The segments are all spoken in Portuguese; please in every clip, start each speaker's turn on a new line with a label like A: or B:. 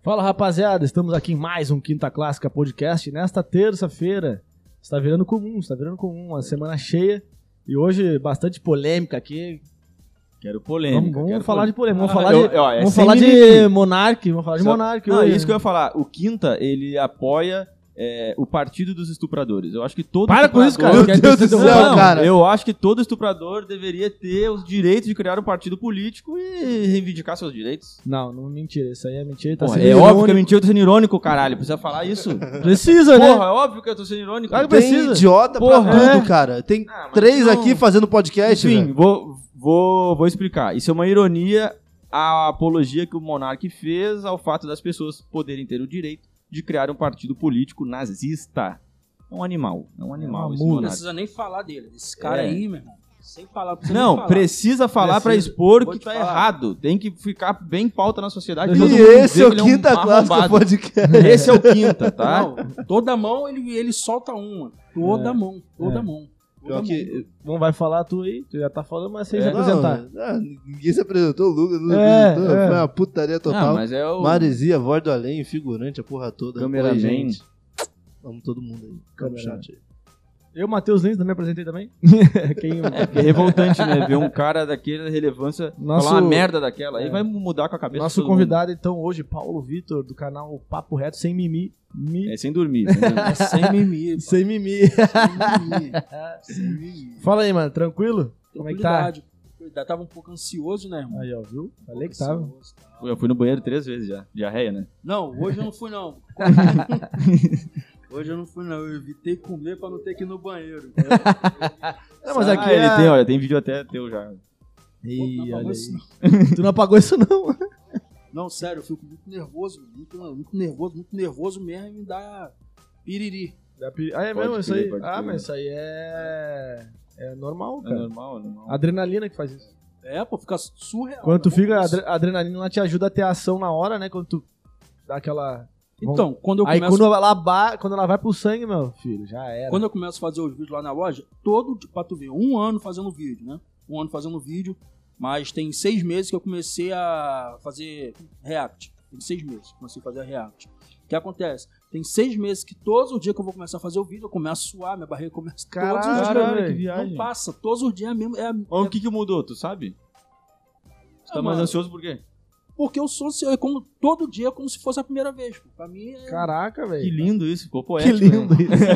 A: Fala, rapaziada, estamos aqui em mais um Quinta Clássica Podcast. Nesta terça-feira, está virando comum, uma semana cheia. E hoje, bastante polêmica aqui.
B: Quero polêmica.
A: Vamos falar de polêmica,
B: vamos
A: falar de Monark,
B: Não, é isso que eu ia falar. O Quinta, ele apoia o partido dos estupradores. Eu acho que todo
A: Para com isso, cara.
B: Meu Deus do céu, cara. Eu acho que todo estuprador deveria ter os direitos de criar um partido político e reivindicar seus direitos.
A: Não, mentira. Isso aí é mentira. Tá
B: é óbvio que é mentira, eu tô sendo irônico, caralho. Precisa falar isso?
A: Precisa, né?
B: Porra, é óbvio que eu tô sendo irônico.
A: Claro que
C: Tem
A: precisa.
C: idiota pra tudo, cara. Tem 3 aqui fazendo podcast,
B: Enfim,
C: velho.
B: vou explicar. Isso é uma ironia à apologia que o Monark fez ao fato das pessoas poderem ter o direito de criar um partido político nazista. É um animal.
D: Não precisa nem falar dele. Esse cara aí, meu irmão, sem falar.
B: Não, precisa falar pra expor que tá errado. Tem que ficar bem em pauta na sociedade.
C: E esse é o Quinta Clássica Podcast.
B: Esse é o Quinta, tá?
D: Não, toda mão ele solta uma. Toda mão.
A: Não vai falar tu aí, tu já tá falando, mas sem se apresentar.
C: Ninguém se apresentou, o Lucas não apresentou. Foi uma putaria total.
B: Mas é o
C: Maresia, voz do além, figurante, a porra toda.
B: Cameraman.
C: Gente. Vamos todo mundo aí. Fica no chat aí.
A: Eu, Matheus Lins, também apresentei também.
B: É revoltante, né? Ver um cara daquela relevância falar uma merda daquela. Aí vai mudar com a cabeça.
A: Nosso convidado, então, hoje, Paulo Vitor, do canal Papo Reto, sem mimi.
B: Sem dormir.
D: Sem mimi.
A: Sem mimi. Fala aí, mano, tranquilo? Como é que tá?
D: Eu tava um pouco ansioso, né, irmão?
A: Aí, ó, viu? Falei que tava.
B: Eu fui no banheiro 3 vezes já. Diarreia, né?
D: Não, hoje eu não fui, não. Hoje eu não fui, não. Eu evitei comer pra não ter que ir no banheiro.
A: Não, mas aqui
B: ele tem vídeo até teu já.
A: Ih, olha aí. Tu não apagou isso, não?
D: Não, sério, eu fico muito nervoso. Muito nervoso mesmo e me dá piriri.
A: Ah, é mesmo? Isso aí? Mas isso aí é normal, cara.
B: É normal.
A: Adrenalina que faz isso.
D: Pô, fica surreal.
A: Quando tu fica, a adrenalina ela te ajuda a ter ação na hora, né? Quando tu dá aquela...
D: Então, quando eu começo...
A: Aí quando ela vai pro sangue, meu filho, já era.
D: Quando eu começo a fazer os vídeos lá na loja, pra tu ver, 1 ano fazendo vídeo, né? 1 ano fazendo vídeo, mas tem 6 meses que eu comecei a fazer react. Tem 6 meses que eu comecei a fazer react. O que acontece? Tem 6 meses que todos os dias que eu vou começar a fazer o vídeo, eu começo a suar, minha barriga começa...
A: Caralho,
D: todos os dias,
A: que viagem.
D: não passa, todos os dias mesmo.
B: O que mudou, tu sabe? Você tá mais ansioso por quê?
D: Porque eu sou ansioso, como todo dia, como se fosse a primeira vez. Pô. Pra mim é...
A: Caraca, velho.
B: Que lindo isso, ficou poético.
A: Que lindo isso.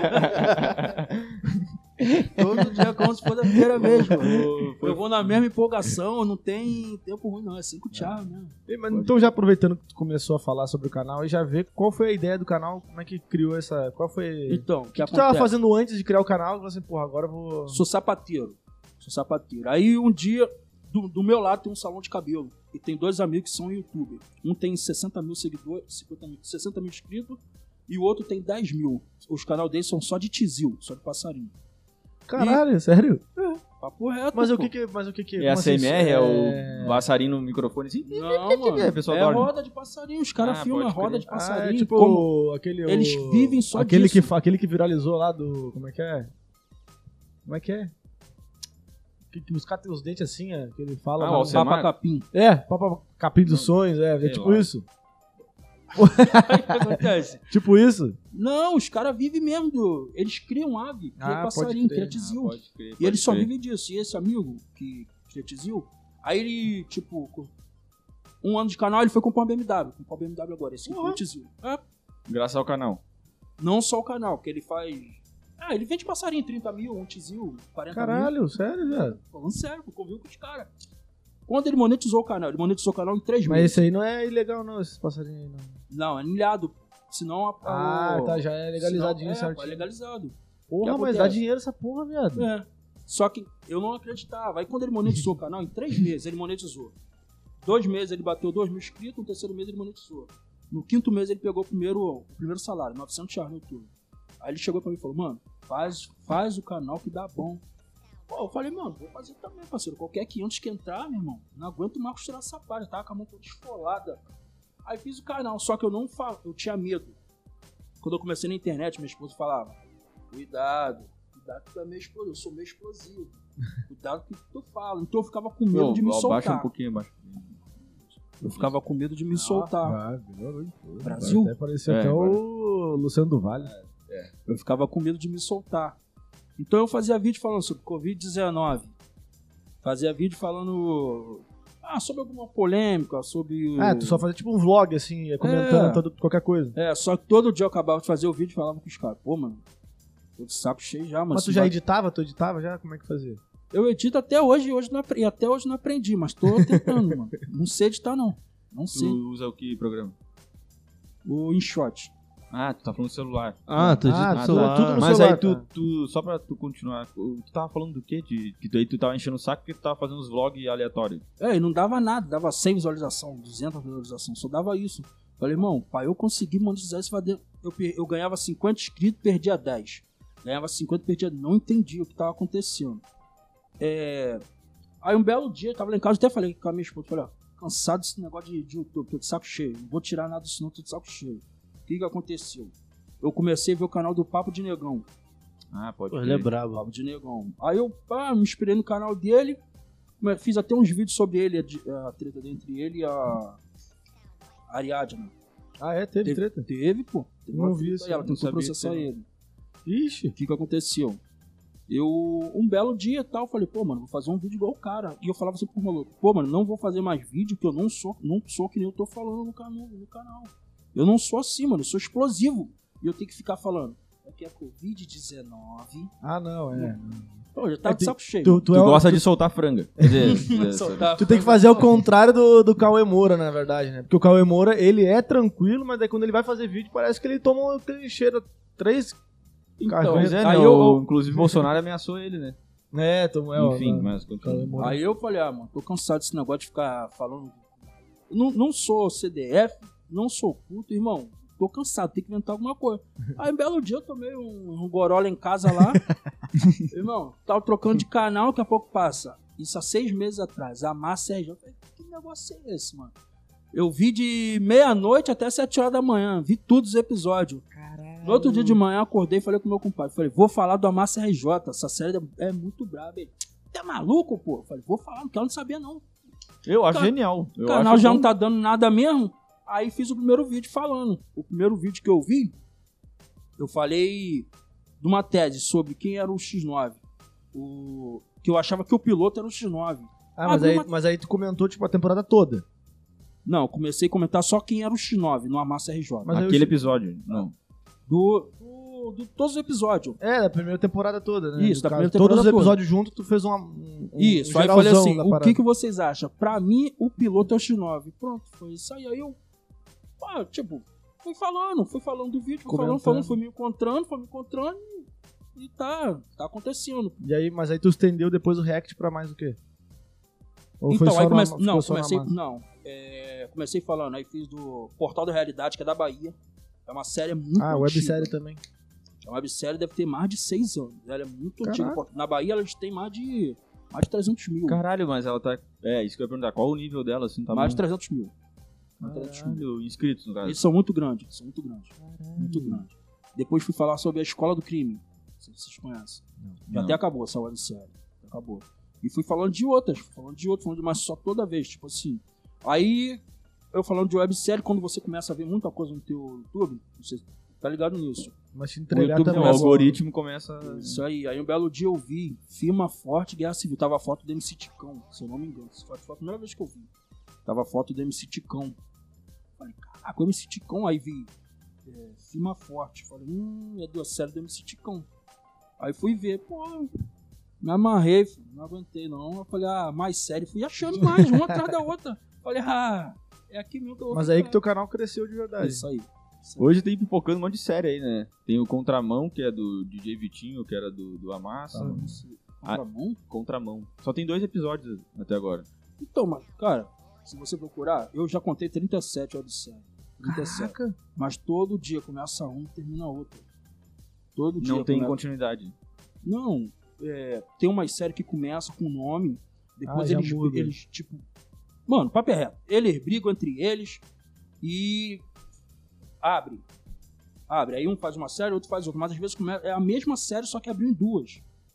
D: Todo dia como se fosse a primeira vez, pô. Eu vou na mesma empolgação, não tem tempo ruim, não. É 5 tchau mesmo.
A: Então, já aproveitando que tu começou a falar sobre o canal, e já vê qual foi a ideia do canal, como é que criou essa... Qual foi...
D: Então,
A: o que tu tava fazendo antes de criar o canal? E você, porra, agora eu vou...
D: Sou sapateiro. Aí um dia, do meu lado tem um salão de cabelo. E tem 2 amigos que são youtubers. Um tem 60 mil seguidores, 60 mil inscritos, e o outro tem 10 mil. Os canais deles são só de tizil, só de passarinho.
A: Caralho, sério?
D: Papo reto.
A: Mas o que
B: é a CMR? É o passarinho no microfone assim?
D: Não, mano.
B: Pessoal
D: é roda de passarinho. Os caras filmam a roda de passarinho.
A: Tipo,
D: como
A: aquele...
D: Eles vivem só
A: aquele
D: disso.
A: Aquele que viralizou lá do... Como é que é? Que os caras têm os dentes assim, que ele fala...
B: o
D: Papa Capim.
A: Papa Capim dos sonhos, é tipo isso.
D: Acontece.
A: Tipo isso?
D: Não, os caras vivem mesmo eles criam ave, criam passarinho, criam tizil. E eles só vivem disso. E esse amigo que cria tizil, aí ele, tipo, 1 ano de canal, ele foi comprar uma BMW. Comprou uma BMW agora, esse cria tizil.
B: Graças ao canal.
D: Não só o canal, que ele faz... ele vende passarinho, 30 mil, um tizil, 40 mil.
A: Caralho, sério, velho?
D: Falando sério, convivo com os caras. Quando ele monetizou o canal em 3 meses.
A: Mas esse aí não é ilegal, não, esses passarinhos aí, não.
D: Não, é anilhado. Senão
A: tá, já é legalizadinho, certo?
D: É legalizado.
A: Porra, mas dá dinheiro essa porra, viado.
D: Só que eu não acreditava. Aí quando ele monetizou o canal, em 3 meses ele monetizou. 2 meses ele bateu 2 mil inscritos, no 3º mês ele monetizou. No 5º mês ele pegou o primeiro salário, R$900 no YouTube. Aí ele chegou pra mim e falou, mano, faz o canal que dá bom. Pô, eu falei, mano, vou fazer também, parceiro. Qualquer 500 que entrar, meu irmão, não aguento mais costurar essa palha, tava com a mão toda esfolada. Aí fiz o canal, só que eu tinha medo. Quando eu comecei na internet, minha esposa falava, cuidado que tu é meio explosivo, eu sou meio explosivo. Cuidado com o que tu fala. Então eu ficava com medo de me soltar.
B: Baixa um pouquinho, baixa.
D: Eu ficava com medo de me soltar.
A: Melhorou.
D: Brasil?
A: Até parecia até o Luciano do Vale.
D: Eu ficava com medo de me soltar. Então eu fazia vídeo falando sobre Covid-19. Fazia vídeo falando sobre alguma polêmica, sobre...
A: Tu só fazia tipo um vlog, assim, comentando qualquer coisa.
D: Só que todo dia eu acabava de fazer o vídeo e falava com os caras, pô, mano, tô de saco cheio já, mano.
A: Mas tu já editava? Tu editava já? Como é que fazia?
D: Eu edito até hoje e até hoje não aprendi, mas tô tentando, mano. Não sei editar, não. Não sei.
B: Tu usa o que programa?
D: O InShot.
B: Tu tá falando do celular.
C: Tu edita no celular.
A: tudo no
B: Mas
A: celular,
B: aí tu, só pra tu continuar, tu tava falando do quê? Que aí tu tava enchendo o saco porque tu tava fazendo uns vlogs aleatórios.
D: E não dava nada, dava 100 visualizações, 200 visualizações, só dava isso. Falei, irmão, pra eu conseguir monetizar esse vadeiro, eu ganhava 50 inscritos, perdia 10. Ganhava 50, perdia 10. Não entendi o que tava acontecendo. Aí um belo dia, eu tava lá em casa, até falei com a minha esposa, falei, cansado desse negócio de YouTube, tô de saco cheio, não vou tirar nada disso não, tô de saco cheio. O que aconteceu? Eu comecei a ver o canal do Papo de Negão.
B: Pode
C: Ele é brabo.
D: Papo de Negão. Aí eu me inspirei no canal dele, fiz até uns vídeos sobre ele, a treta entre ele e a Ariadna.
A: Teve treta?
D: Teve, pô.
A: Não vi isso.
D: Ela tentou processar ele.
A: Ixi.
D: O que aconteceu? Um belo dia e tal, falei, pô, mano, vou fazer um vídeo igual o cara. E eu falava assim pro maluco, pô, mano, não vou fazer mais vídeo, que eu não sou que nem eu tô falando no canal. Eu não sou assim, mano, eu sou explosivo. E eu tenho que ficar falando, aqui é Covid-19. Pô, já tá de saco cheio.
B: Tu gosta de soltar franga.
A: Tu tem que fazer o contrário do Cauê Moura, na verdade, né? Porque o Cauê Moura, ele é tranquilo, mas daí quando ele vai fazer vídeo, parece que ele toma aquele cheiro 3...
B: inclusive o Bolsonaro ameaçou ele, né? Enfim, mas continua.
D: Aí eu falei, mano, tô cansado desse negócio de ficar falando. Não sou CDF, não sou puto, irmão. Tô cansado, tem que inventar alguma coisa. Aí um belo dia eu tomei um gorola em casa lá. Irmão, tava trocando de canal, daqui a pouco passa. Isso há 6 meses atrás. A Massa RJ. Eu falei, que negócio é esse, mano? Eu vi de meia-noite até 7 horas da manhã. Vi todos os episódios.
A: Caralho.
D: No outro dia de manhã, acordei e falei com meu compadre. Falei, vou falar do Massa RJ. Essa série é muito braba. Ele, tá maluco, pô? Falei, vou falar, não quero não saber, não.
B: Eu acho genial.
D: O canal já não tá dando nada mesmo. Aí fiz o primeiro vídeo falando. O primeiro vídeo que eu vi, eu falei de uma tese sobre quem era o X9. Que eu achava que o piloto era o X9.
A: Mas aí tu comentou, tipo, a temporada toda.
D: Não, eu comecei a comentar só quem era o X9 no Amassa RJ.
B: Mas aquele episódio, não.
D: Do todos os episódios.
A: Da primeira temporada toda, né?
D: Isso, da primeira temporada
A: todos os
D: toda.
A: episódios juntos, tu fez
D: Isso, aí eu falei assim, o que vocês acham? Pra mim, o piloto é o X9. Pronto, foi isso aí. Aí eu, fui falando do vídeo, fui me encontrando e tá acontecendo.
A: E aí, mas aí tu estendeu depois o react pra mais o quê? Ou
D: então,
A: foi
D: comecei falando, aí fiz do Portal da Realidade, que é da Bahia. É uma série muito antiga.
A: Websérie também.
D: É uma websérie, deve ter mais de 6 anos. Ela é muito antiga. Na Bahia, elas têm mais de 300 mil.
B: Caralho, mas ela tá... isso que eu ia perguntar. Qual o nível dela, assim? Tá
D: mais de 300 mil.
B: Inscritos, no caso.
D: Eles são muito grandes. Muito grandes. Depois fui falar sobre a Escola do Crime. Não sei se vocês conhecem. Já até acabou essa websérie. Acabou. E fui falando de outras. Mas só toda vez. Tipo assim. Aí... Eu falando de websérie, quando você começa a ver muita coisa no teu YouTube, você tá ligado nisso.
A: Mas te entregar também.
B: O algoritmo começa...
D: Isso aí. Aí um belo dia eu vi Firma Forte, Guerra Civil. Tava a foto do MC Ticão, se eu não me engano. Foi a primeira vez que eu vi. Tava a foto do MC Ticão. Falei, caraca, o MC Ticão. Aí vi Firma Forte. Falei, é da série do MC Ticão. Aí fui ver, me amarrei, não aguentei não. Eu falei, mais série. Fui achando mais, uma atrás da outra. Falei, é aqui mesmo que eu vou
A: Mas aí que teu canal cresceu de verdade.
D: Isso aí.
B: Hoje tem pipocando um monte de série aí, né? Tem o Contramão, que é do DJ Vitinho, que era do Amassa.
D: Contramão?
B: Contramão. Só tem 2 episódios até agora.
D: Então, mas, cara, se você procurar, eu já contei 37 webséries. 37.
A: Caraca.
D: Mas todo dia começa um e termina outro. Todo dia.
B: Não tem continuidade.
D: Não. Tem uma série que começa com nome, depois eles tipo... Mano, papo é reto. Eles brigam entre eles e abre. Aí um faz uma série, outro faz outra. Mas às vezes é a mesma série, só que abriu em 2.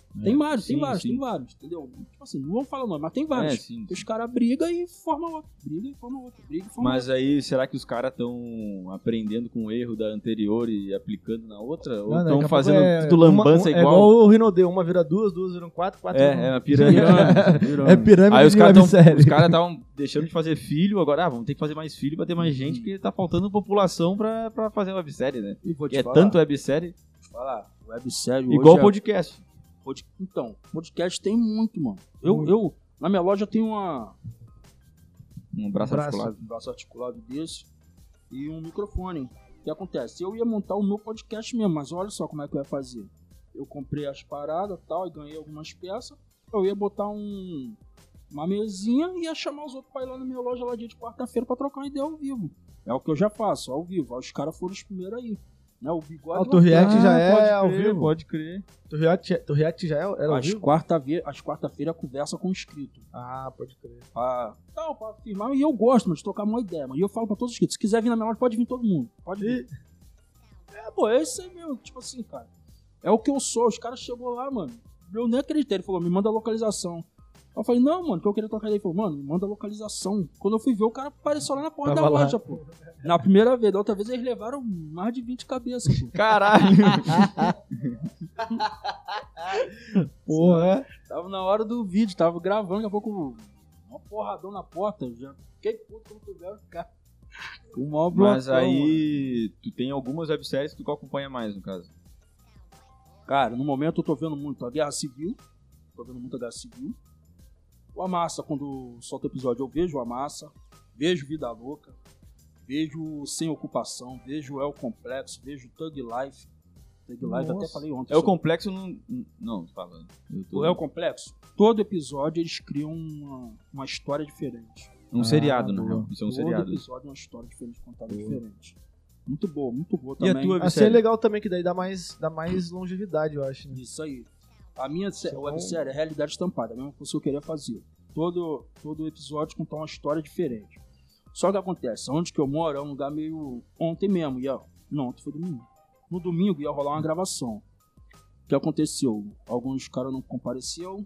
D: Tem vários,
B: sim, sim.
D: entendeu? Tipo assim, não vamos falar nome, mas tem vários.
B: Sim.
D: Os caras brigam e formam outro.
B: Mas aí, será que os caras estão aprendendo com o erro da anterior e aplicando na outra? Ou estão fazendo tudo lambança igual?
A: É igual o Rinodê, uma vira 2, 2 viram 4, 4 viram 1.
B: É a pirâmide.
A: É pirâmide
B: aí os caras
A: websérie.
B: estavam deixando de fazer filho, agora vamos ter que fazer mais filho pra ter mais gente, porque tá faltando população pra fazer websérie, né?
D: E vou te
B: E
D: falar,
B: tanto websérie,
D: Vou te falar, websérie
B: igual
D: hoje
B: podcast.
D: Então, podcast tem muito, mano. Eu na minha loja tenho
B: Um braço articulado.
D: um braço articulado desse e um microfone. O que acontece? Eu ia montar o meu podcast mesmo, mas olha só como é que eu ia fazer. Eu comprei as paradas e tal, e ganhei algumas peças. Eu ia botar uma mesinha e ia chamar os outros pra ir lá na minha loja lá dia de quarta-feira pra trocar uma ideia ao vivo. É o que eu já faço, ao vivo. Aí os caras foram os primeiros aí. Né? O Bigode...
A: O React já é ao
B: crer,
A: vivo.
B: Pode crer.
A: O React já era ao vivo?
D: Às quarta-feira conversa com o inscrito.
A: Ah, pode crer.
D: Pra firmar. E eu gosto, mano, de trocar uma ideia, mano. E eu falo pra todos os inscritos, se quiser vir na minha loja, pode vir todo mundo. Pode vir. É isso aí mesmo. Tipo assim, cara. É o que eu sou. Os caras chegou lá, mano. Eu nem acreditei. Ele falou, me manda a localização. Eu falei, não, mano, que eu queria trocar ideia. Ele falou, mano, me manda a localização. Quando eu fui ver, o cara apareceu lá na porta da loja, pô. Na primeira vez. Da outra vez, eles levaram mais de 20 cabeças, pô.
B: Caralho!
A: Porra.
D: Tava na hora do vídeo, tava gravando, daqui a pouco uma porradão na porta. Já fiquei puto quando fui ver o cara. Com o maior blocão,
B: Mas aí, tu tem algumas webséries que tu acompanha mais, no caso.
D: Cara, no momento eu tô vendo muito a Guerra Civil. Tô vendo muito a Guerra Civil. O Amassa, quando solta o episódio, eu vejo o Amassa. Vejo Vida Louca. Vejo Sem Ocupação. Vejo El Complexo. Vejo Thug Life. Thug Life, até falei ontem.
B: El Complexo não fala.
D: O El Complexo, todo episódio eles criam uma história diferente.
B: Um seriado, né? Isso é um
D: Todo
B: seriado.
D: episódio é uma história diferente, contada diferente. Muito boa também.
B: E a tua
A: Assim é legal também, que daí dá mais longevidade, eu acho. Né?
D: Isso aí. A minha websérie é Realidade Estampada, a mesma coisa que eu queria fazer. Todo episódio contar uma história diferente. Só que acontece, onde que eu moro é um lugar meio... Ontem mesmo, ontem foi domingo. No domingo ia rolar uma gravação. O que aconteceu? Alguns caras não compareceram.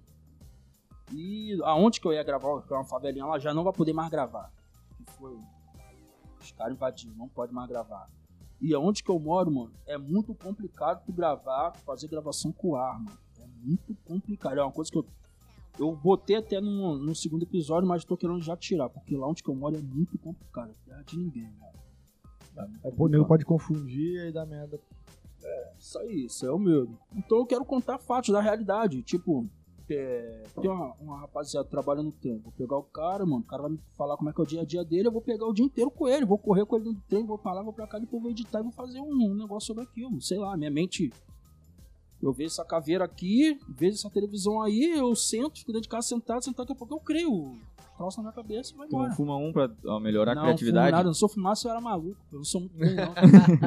D: E aonde que eu ia gravar, que é uma favelinha lá, já não vai poder mais gravar. Que foi... Os caras invadiram, não pode mais gravar. E aonde que eu moro, mano, é muito complicado tu fazer gravação com arma. É muito complicado. É uma coisa que eu botei até no segundo episódio, mas tô querendo já tirar, porque lá onde que eu moro é muito complicado. É terra de ninguém, mano.
A: O nego pode confundir e aí dá merda.
D: Isso aí, isso é o medo. Então eu quero contar fatos da realidade. Tipo, tem uma rapaziada trabalhando no trem. Vou pegar o cara, mano. O cara vai me falar como é que é o dia a dia dele. Eu vou pegar o dia inteiro com ele. Vou correr com ele no trem, vou pra lá, vou pra cá, depois vou editar e vou fazer um negócio sobre aquilo. Sei lá, minha mente. Eu vejo essa caveira aqui, vejo essa televisão aí, eu sento, fico dentro de casa sentado, daqui a pouco eu crio. Troço na minha cabeça e vai
B: Tu
D: embora.
B: não fuma pra melhorar a
D: Não
B: criatividade?
D: fumo nada, não sou fumaça, eu era maluco. Eu não sou muito bem, não.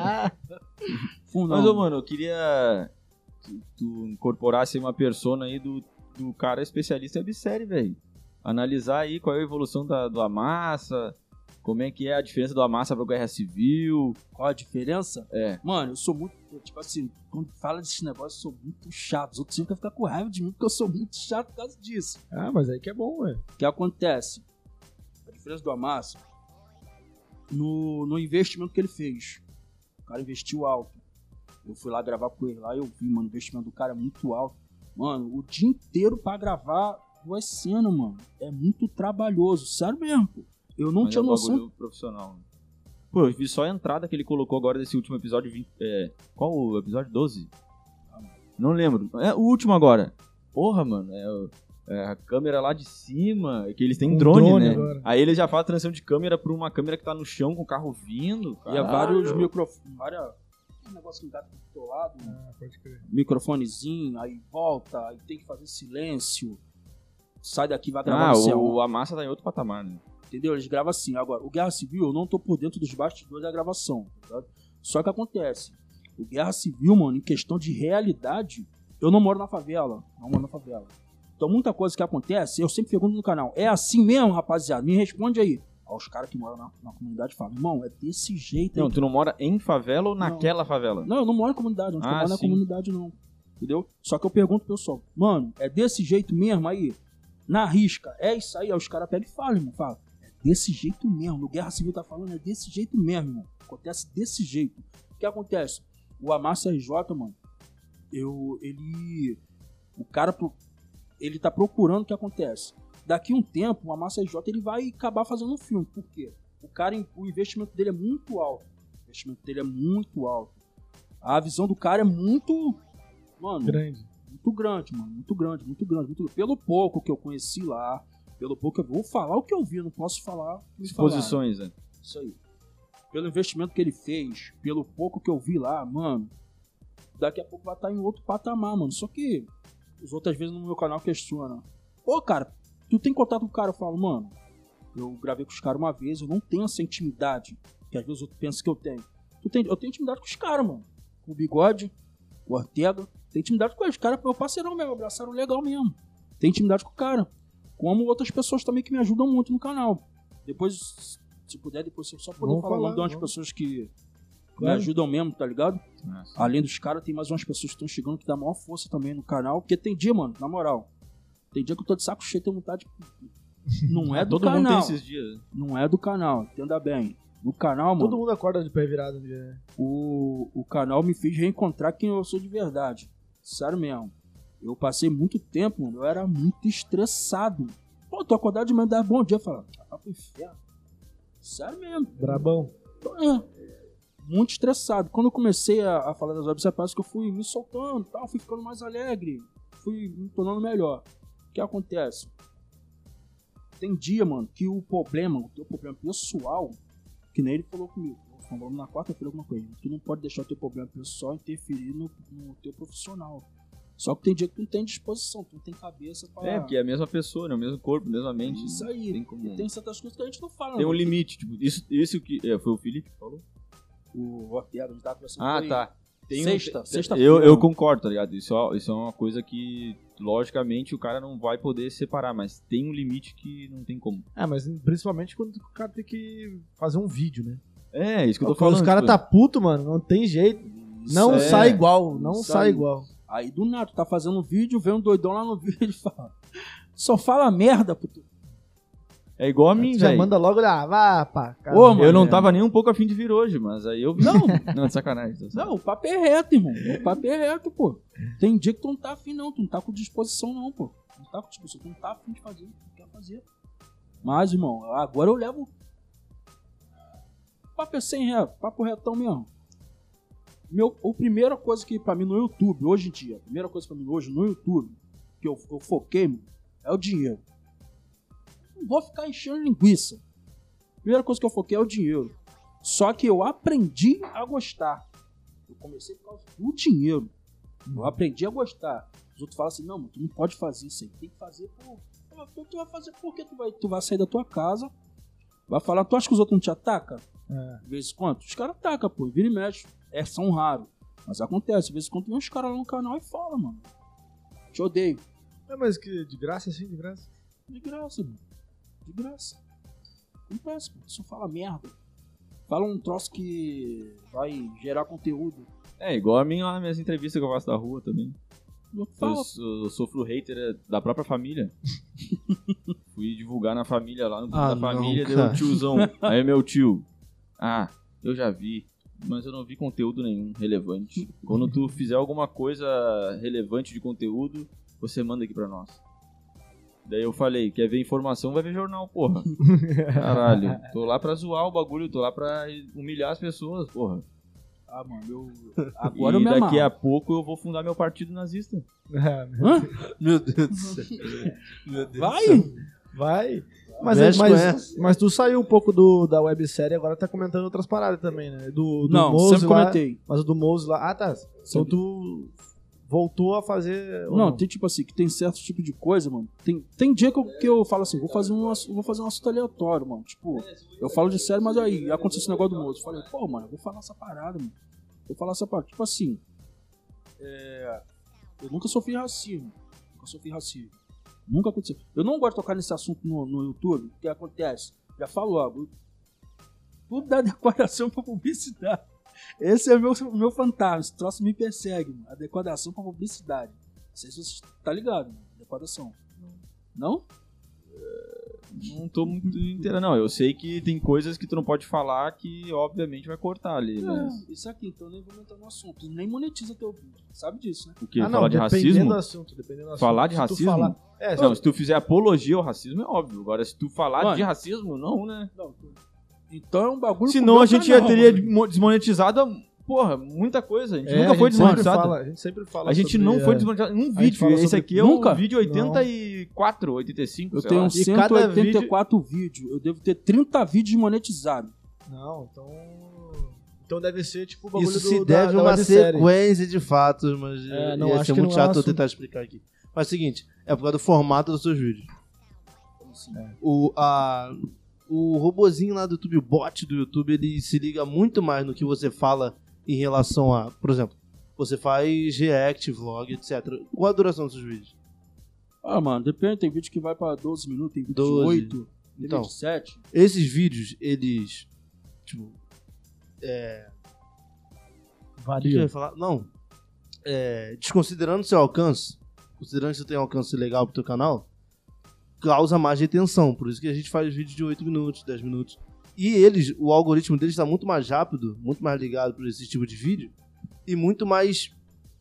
D: Fumo,
B: Mas,
D: não.
B: ô, mano, eu queria que tu incorporasse uma persona aí do cara especialista em websérie, velho. Analisar aí qual é a evolução do Amassa, como é que é a diferença do Amassa pra Guerra Civil.
D: Qual a diferença?
B: É.
D: Mano, eu sou muito... Tipo assim, quando fala desse negócio, eu sou muito chato. Os outros sempre ficam ficar com raiva de mim, porque eu sou muito chato por causa disso.
A: Ah, mas aí que é bom, ué.
D: O que acontece? A diferença do Amassa no investimento que ele fez. O cara investiu alto. Eu fui lá gravar com ele lá e eu vi, mano, o investimento do cara é muito alto. Mano, o dia inteiro pra gravar duas cenas, mano. É muito trabalhoso. Sério mesmo, pô. Eu não tinha noção.
B: Bagulho profissional. Pô, eu vi só a entrada que ele colocou agora desse último episódio. Qual o episódio? 12? Não lembro. É o último agora. Porra, mano. A câmera lá de cima. Que eles têm drone, né?
A: Agora.
B: Aí eles já fazem a transição de câmera pra uma câmera que tá no chão com o carro vindo.
D: E vários microfones. Um negócio que tá do teu lado.
A: Ah, pode crer.
D: Microfonezinho, aí volta, aí tem que fazer silêncio. Sai daqui, vai gravar no céu.
B: O Amassa tá em outro patamar, né?
D: Entendeu? Eles gravam assim. Agora, o Guerra Civil, eu não tô por dentro dos bastidores da gravação. Tá? Só que acontece. O Guerra Civil, mano, em questão de realidade, eu não moro na favela. Então, muita coisa que acontece, eu sempre pergunto no canal. É assim mesmo, rapaziada? Me responde aí. Aí os caras que moram na comunidade falam, irmão, é desse jeito aí.
B: Não, tu não mora em favela ou naquela favela?
D: Não, eu não moro em comunidade. Onde eu moro não é comunidade, não. Entendeu? Só que eu pergunto pro pessoal, mano, é desse jeito mesmo aí? Na risca, é isso aí? Aí os caras pegam e falam, irmão, fala, é desse jeito mesmo. No Guerra Civil tá falando, é desse jeito mesmo, irmão. Acontece desse jeito. O que acontece? O Amácio RJ, mano, o cara, ele tá procurando o que acontece. Daqui um tempo, o Amácio RJ, ele vai acabar fazendo um filme. Por quê? O investimento dele é muito alto. A visão do cara é muito, mano,
A: Grande.
D: muito grande, mano. Muito grande. Pelo pouco que eu conheci lá, pelo pouco eu vou falar o que eu vi, não posso falar.
B: Exposições, né?
D: Isso aí. Pelo investimento que ele fez, pelo pouco que eu vi lá, mano, daqui a pouco vai estar em outro patamar, mano. Só que as outras vezes no meu canal questionam. Ô, cara, tu tem contato com o cara? Eu falo, mano, eu gravei com os caras uma vez, eu não tenho essa intimidade que às vezes eu penso que eu tenho. Eu tenho intimidade com os caras, mano. Com o Bigode, com o Ortega. Tenho intimidade com eles. Os caras, meu parceirão mesmo, abraçaram legal mesmo. Tenho intimidade com o cara. Como outras pessoas também que me ajudam muito no canal. Depois, se puder, depois eu só poder falar o nome de umas pessoas que me ajudam mesmo, tá ligado?
B: Nossa.
D: Além dos caras, tem mais umas pessoas que estão chegando que dá maior força também no canal. Porque tem dia, mano, na moral. Tem dia que eu tô de saco cheio, tenho vontade de... Não é do
B: Todo
D: canal.
B: mundo tem esses dias.
D: Não é do canal, entenda bem. No canal, mano,
A: Todo mundo acorda de pé virado um dia, né?
D: o canal me fez reencontrar quem eu sou de verdade. Sério mesmo. Eu passei muito tempo, mano, eu era muito estressado. Pô, tô acordado de manhã, dá bom dia, falar, vai pro inferno. Sério mesmo.
A: Brabão.
D: Muito estressado. Quando eu comecei a falar das webs, parece que eu fui me soltando, tal, fui ficando mais alegre, fui me tornando melhor. O que acontece? Tem dia, mano, que o teu problema pessoal, que nem ele falou comigo, falamos na quarta-feira alguma coisa, tu não pode deixar o teu problema pessoal interferir no teu profissional. Só que tem dia que tu não tem disposição, tu não tem cabeça pra...
B: É, porque é a mesma pessoa, né? O mesmo corpo, a mesma mente.
D: Isso aí.
B: Tem, como...
D: Tem certas coisas que a gente não fala.
B: Tem um
D: mano.
B: limite, tipo, isso que... foi o Felipe que falou?
D: O Ortega, a gente tava conversando
B: Ah,
D: foi
B: tá. Tem
D: sexta-feira.
B: Eu concordo, tá ligado? Isso é uma coisa que, logicamente, o cara não vai poder separar, mas tem um limite que não tem como.
A: Mas principalmente quando o cara tem que fazer um vídeo, né?
B: É, isso que eu tô
A: Quando
B: falando.
A: os caras
B: tipo,
A: tá puto, mano, não tem jeito. Não
B: é.
A: sai igual, não
D: Isso
A: sai
D: aí.
A: igual.
D: Aí do nada, tu tá fazendo um vídeo, vem um doidão lá no vídeo e fala... Só fala merda, puto.
B: É igual a mim,
A: Já
B: velho.
A: manda logo, vá, pá. Cara,
D: Ô, mano,
B: Eu não tava nem um pouco afim de vir hoje, mas aí eu vi. Não, de sacanagem.
D: Não, o papo é reto, irmão. O papo é reto, pô. Tem dia que tu não tá afim, não. Tu não tá com disposição, não, pô. Não tá com disposição. Tu não tá afim de fazer. Tu quer fazer. Mas, irmão, agora eu levo... Papo é 100 reais. Papo retão mesmo. A primeira coisa que pra mim no YouTube, hoje em dia, a primeira coisa pra mim hoje no YouTube, que eu foquei, mano, é o dinheiro. Não vou ficar enchendo linguiça. A primeira coisa que eu foquei é o dinheiro. Só que eu aprendi a gostar. Eu comecei por causa do dinheiro. Eu aprendi a gostar. Os outros falam assim, não, mano, tu não pode fazer isso aí. Tem que fazer por... Tu vai fazer porque tu vai sair da tua casa, vai falar, tu acha que os outros não te atacam? De vez em quando? Os caras atacam, pô, vira e mexe. São raros. Mas acontece, de vez em quando vem uns caras lá no canal e fala, mano. Te odeio.
A: Mas que de graça assim, de graça?
D: De graça, mano. De graça. Acontece, pô. Só fala merda. Fala um troço que vai gerar conteúdo.
B: É, igual a minhas entrevistas que eu faço da rua também. Eu sofro hater da própria família. Fui divulgar na família, lá no grupo da família, deu um tiozão. Aí meu tio, eu já vi, mas eu não vi conteúdo nenhum relevante. Quando tu fizer alguma coisa relevante de conteúdo, você manda aqui pra nós. Daí eu falei, quer ver informação, vai ver jornal, porra. Caralho, tô lá pra zoar o bagulho, tô lá pra humilhar as pessoas, porra.
D: Mano, agora eu me
B: daqui
D: amarro.
B: a pouco eu vou fundar meu partido nazista.
C: Meu Deus do céu. Meu Deus
D: Vai?
C: do céu.
A: Vai.
C: Mexe com
A: Mas tu saiu um pouco da websérie, agora tá comentando outras paradas também, né? Do
D: Não,
A: Mose
D: sempre
A: lá,
D: comentei.
A: Mas o do Mose lá... tá. Então
D: Sempre.
A: tu voltou a fazer...
D: Não, tem tipo assim, que tem certo tipo de coisa, mano. Tem dia que eu falo assim, vou fazer um assunto aleatório, mano. Tipo, eu falo de sério, mas aí aconteceu esse negócio do moço. Eu falei, pô, mano, eu vou falar essa parada, mano. Vou falar essa parada. Tipo assim, eu nunca sofri racismo. Nunca aconteceu. Eu não gosto de tocar nesse assunto no YouTube, porque acontece. Já falo logo. Tudo da decoração pra publicidade. Esse é o meu fantasma. Esse troço me persegue, mano. A decodação com a publicidade. Não sei se você tá ligado, mano. Decodação. Não?
B: Não tô muito inteira, não. Eu sei que tem coisas que tu não pode falar que, obviamente, vai cortar ali, mas...
D: Isso aqui, então nem vou entrar no assunto. Tu nem monetiza teu vídeo. Sabe disso, né?
B: O quê?
A: Ah, não,
B: Falar de
A: dependendo
B: racismo?
A: do assunto, dependendo do assunto.
B: Falar de
A: Se tu
B: racismo?
A: falar-
B: Não, se tu fizer apologia ao racismo, é óbvio. Agora, se tu falar
D: Mano.
B: de racismo, não, né?
D: Não, então é um bagulho...
B: Senão
D: com o
B: a
D: meu
B: gente
D: canal,
B: já teria
D: mano.
B: desmonetizado, porra, muita coisa. A gente
A: É,
B: nunca foi
A: a gente sempre
B: desmonetizado.
A: fala- A gente sempre fala
B: A gente
A: sobre,
B: não foi desmonetizado em um
A: gente
B: vídeo.
A: fala
B: Esse
A: sobre-
B: aqui é
D: Nunca?
B: o vídeo 84, 85,
D: Eu
B: sei
D: tenho
B: lá.
A: E cada
D: 184 vídeos. Eu devo ter 30 vídeos monetizados.
A: Não, então deve ser tipo o bagulho
C: Isso
A: do,
C: se
A: da-
C: deve
A: da
C: a uma
A: websérie.
C: sequência de fatos, mas
A: não,
C: ia
A: acho
C: ser
A: que
C: muito
A: não é
C: chato eu
A: assunto.
C: tentar explicar aqui. Mas é o seguinte, é por causa do formato dos seus vídeos.
D: Assim.
C: O robozinho lá do YouTube, o bot do YouTube, ele se liga muito mais no que você fala em relação a... Por exemplo, você faz react, vlog, etc. Qual a duração dos seus vídeos?
D: Ah, mano, depende. Tem vídeo que vai pra 12 minutos, tem vídeo
C: 12.
D: de 8, tem
C: Então.
D: vídeo de 7.
C: Esses vídeos, eles... Tipo... O que eu
A: Varia.
C: ia falar? Não. Desconsiderando seu alcance, considerando que você tem um alcance legal pro teu canal, causa mais retenção. Por isso que a gente faz vídeo de 8 minutos, 10 minutos. E o algoritmo deles está muito mais rápido, muito mais ligado por esse tipo de vídeo e muito mais...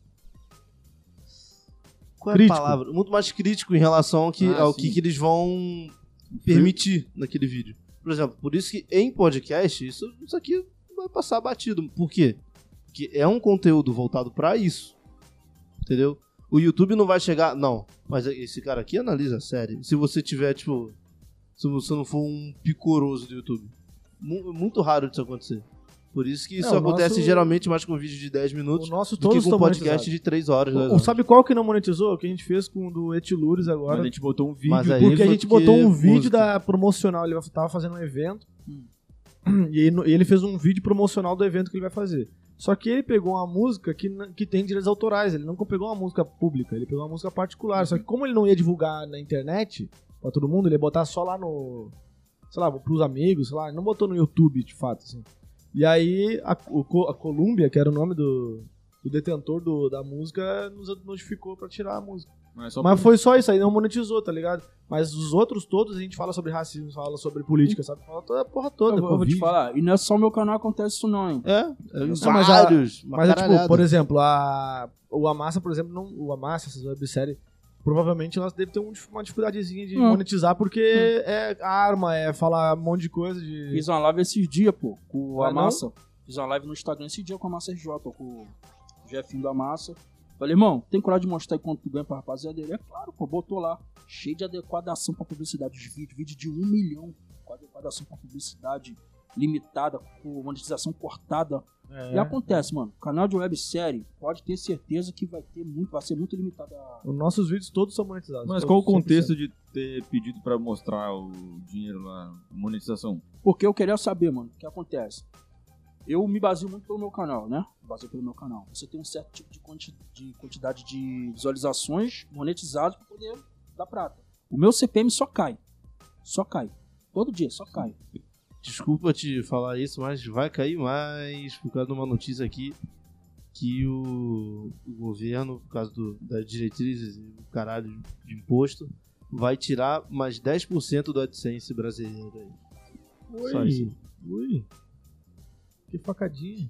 C: Qual é
A: Crítico.
C: a palavra? Muito mais crítico em relação ao
B: sim.
C: que eles vão permitir naquele vídeo. Por exemplo, por isso que em podcast, isso aqui vai passar batido. Por quê? Porque é um conteúdo voltado pra isso. Entendeu? O YouTube não vai chegar... Não, mas esse cara aqui analisa a série. Se você tiver, tipo... Se você não for um picoroso do YouTube. Muito raro disso acontecer. Por isso que isso
A: o
C: acontece
A: nosso-
C: geralmente mais com vídeo de 10 minutos
A: O nosso
C: do
A: todos
C: que com
A: estão
C: podcast
A: monetizados.
C: de 3 horas. 2
A: Ou
C: horas.
A: sabe qual que não monetizou? O que a gente fez com o do Etilures agora.
B: Mas a gente botou um vídeo.
C: Mas aí
A: Porque a
C: foi
A: gente botou um vídeo
C: música.
A: da promocional, ele tava fazendo um evento, e ele fez um vídeo promocional do evento que ele vai fazer. Só que ele pegou uma música que tem direitos autorais, ele não pegou uma música pública, ele pegou uma música particular. Só que como ele não ia divulgar na internet pra todo mundo, ele ia botar só lá no, sei lá, pros amigos, sei lá, ele não botou no YouTube, de fato, assim. E aí a Columbia, que era o nome do detentor da música, nos notificou pra tirar a música. Mas foi só isso aí, não monetizou, tá ligado? Mas os outros todos a gente fala sobre racismo, fala sobre política, sabe? Fala toda a porra toda.
D: Eu vou te
A: Covid.
D: falar. E não é só o meu canal que acontece isso não, hein?
A: mas
C: vários.
A: Mas é tipo, por exemplo, o Amassa, por exemplo, o Amassa, essas webséries, provavelmente elas devem ter uma dificuldadezinha de monetizar, porque é arma, é falar um monte de coisa de...
D: Fiz uma live esses dias, pô, com o
A: Ah,
D: Amassa. Fiz uma live no Instagram esse dia com a Amassa RJ, com o Jefinho da Amassa. Falei, irmão, tem coragem de mostrar aí quanto tu ganha pra rapaziada dele? É claro, pô, botou lá. Cheio de adequadação pra publicidade. Os vídeo de 1 milhão, com adequadação pra publicidade limitada, com monetização cortada. E acontece, mano, canal de websérie, pode ter certeza que vai ser muito limitado
A: Os nossos vídeos todos são monetizados.
B: Mas
A: todos,
B: qual o contexto
A: 100%.
B: de ter pedido pra mostrar o dinheiro lá, a monetização?
D: Porque eu queria saber, mano, o que acontece. Eu me baseio muito pelo meu canal, né? Baseio pelo meu canal. Você tem um certo tipo de quantidade de visualizações monetizadas pra poder dar prata. O meu CPM só cai. Só cai. Todo dia, só cai.
C: Desculpa te falar isso, mas vai cair mais por causa de uma notícia aqui que o governo, por causa das diretrizes e o caralho de imposto, vai tirar mais 10% do AdSense brasileiro aí. Só isso.
A: Ui. Que facadinha.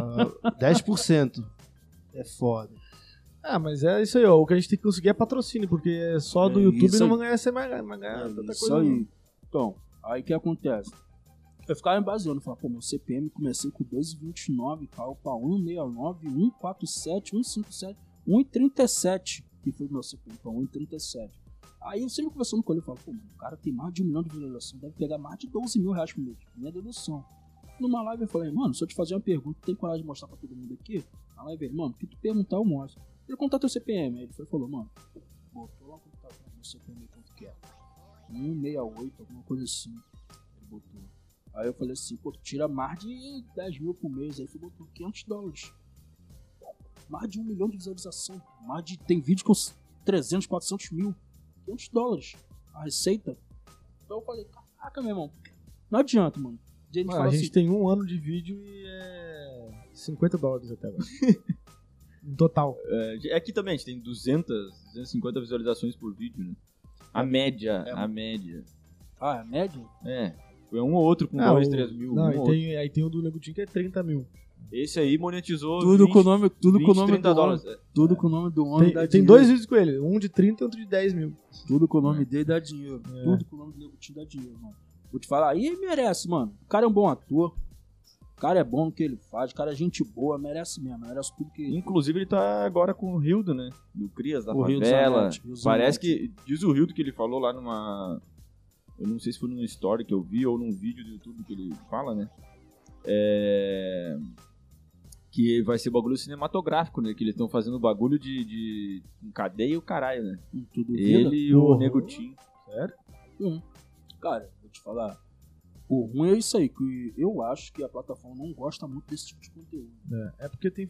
C: 10%. É foda.
A: Ah, mas é isso aí, ó. O que a gente tem que conseguir é patrocínio, porque só do YouTube
D: isso
A: não
D: aí.
A: vai ganhar, você vai ganhar tanta
D: Isso
A: coisa. não.
D: aí. Então, aí o que acontece? Eu ficava me baseando, falava, pô, meu CPM comecei com 2,29, caiu pra 1,69, 1,47, 1,57, 1,37, que foi o meu CPM, pra 1,37. Aí eu sempre conversando com ele, eu falo, pô, mano, o cara tem mais de 1 milhão de visualizações, deve pegar mais de 12 mil reais por mês, minha dedução. Numa live eu falei, mano, se eu te fazer uma pergunta, tu tem coragem de mostrar pra todo mundo aqui? Na live ele, mano, o que tu perguntar eu mostro. Ele contar teu CPM, aí ele falou, mano, botou lá quanto tá meu CPM, quanto que é? 1,68, alguma coisa assim. Ele botou. Aí eu falei assim, pô, tu tira mais de 10 mil por mês, aí ele botou $500. Mais de 1 milhão de visualização, tem vídeo com 300, 400 mil, $500 a receita. Então eu falei, caraca, meu irmão, não adianta, mano. Ele
A: Mano,
D: fala
A: a gente
D: assim,
A: tem 1 ano de vídeo e $50 até agora. No total.
B: Aqui também a gente tem 250 visualizações por vídeo, né? A média.
D: Ah, é a média?
B: Foi um ou outro com 2, 3 mil.
A: Não,
B: um ou outro.
A: aí tem o do Nego Di que é 30 mil.
B: Esse aí monetizou
D: Tudo
B: 20,
D: com o nome, tudo
B: 20,
D: com o nome
B: 30
D: do
B: dólares.
D: homem. Tudo com o nome do homem.
A: Tem 2 vídeos com ele, um de 30 e outro de 10 mil.
D: Tudo com o nome dele dá dinheiro. Tudo com o nome do Nego Di dá dinheiro, mano. Vou te falar, aí merece, mano. O cara é um bom ator. O cara é bom no que ele faz. O cara é gente boa, merece mesmo. Merece tudo que...
B: Inclusive ele tá agora com o Rildo, né? Do Crias da
D: O Rildo
B: Favela.
D: Zanetti, Rildo
B: Parece
D: Zanetti.
B: que... Diz o Rildo que ele falou lá numa... Eu não sei se foi numa story que eu vi ou num vídeo do YouTube que ele fala, né? Que vai ser bagulho cinematográfico, né? Que eles estão fazendo bagulho de cadeia e o caralho, né?
D: Tudo
B: Ele e o Nego Di.
A: Sério?
D: Cara, vou te falar. O ruim é isso aí, que eu acho que a plataforma não gosta muito desse tipo de conteúdo.
A: É porque tem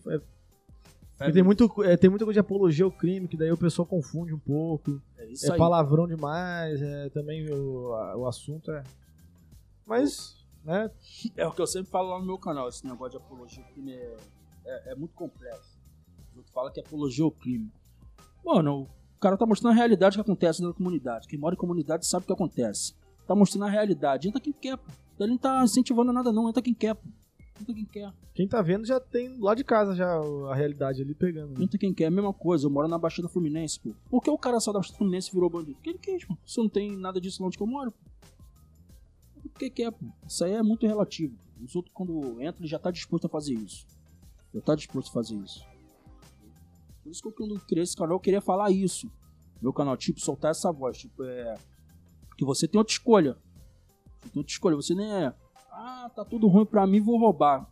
A: muita coisa de apologia ao crime, que daí o pessoal confunde um pouco.
D: É isso aí.
A: Palavrão demais, também o assunto é... Mas, né?
D: É o que eu sempre falo lá no meu canal, esse negócio de apologia ao crime é muito complexo. O outro fala que é apologia ao crime. Mano, o cara tá mostrando a realidade que acontece na comunidade. Quem mora em comunidade sabe o que acontece. Tá mostrando a realidade. Entra quem quer, pô. Ele não tá incentivando nada não, entra quem quer, pô. Entra quem quer.
A: Quem tá vendo já tem lá de casa já a realidade ali pegando. Né?
D: Entra quem quer, é a mesma coisa. Eu moro na Baixada Fluminense, pô. Por que o cara só da Baixada Fluminense virou bandido? Porque ele quis, pô. Se não tem nada disso lá onde que eu moro, pô. O que quer, pô. Isso aí é muito relativo. Os outros, quando entram, ele já tá disposto a fazer isso. Já tá disposto a fazer isso. Por isso que eu, quando criei esse canal, eu queria falar isso. Meu canal, tipo, soltar essa voz. Tipo, que você tem outra escolha. Você tem outra escolha. Você nem tá tudo ruim pra mim, vou roubar.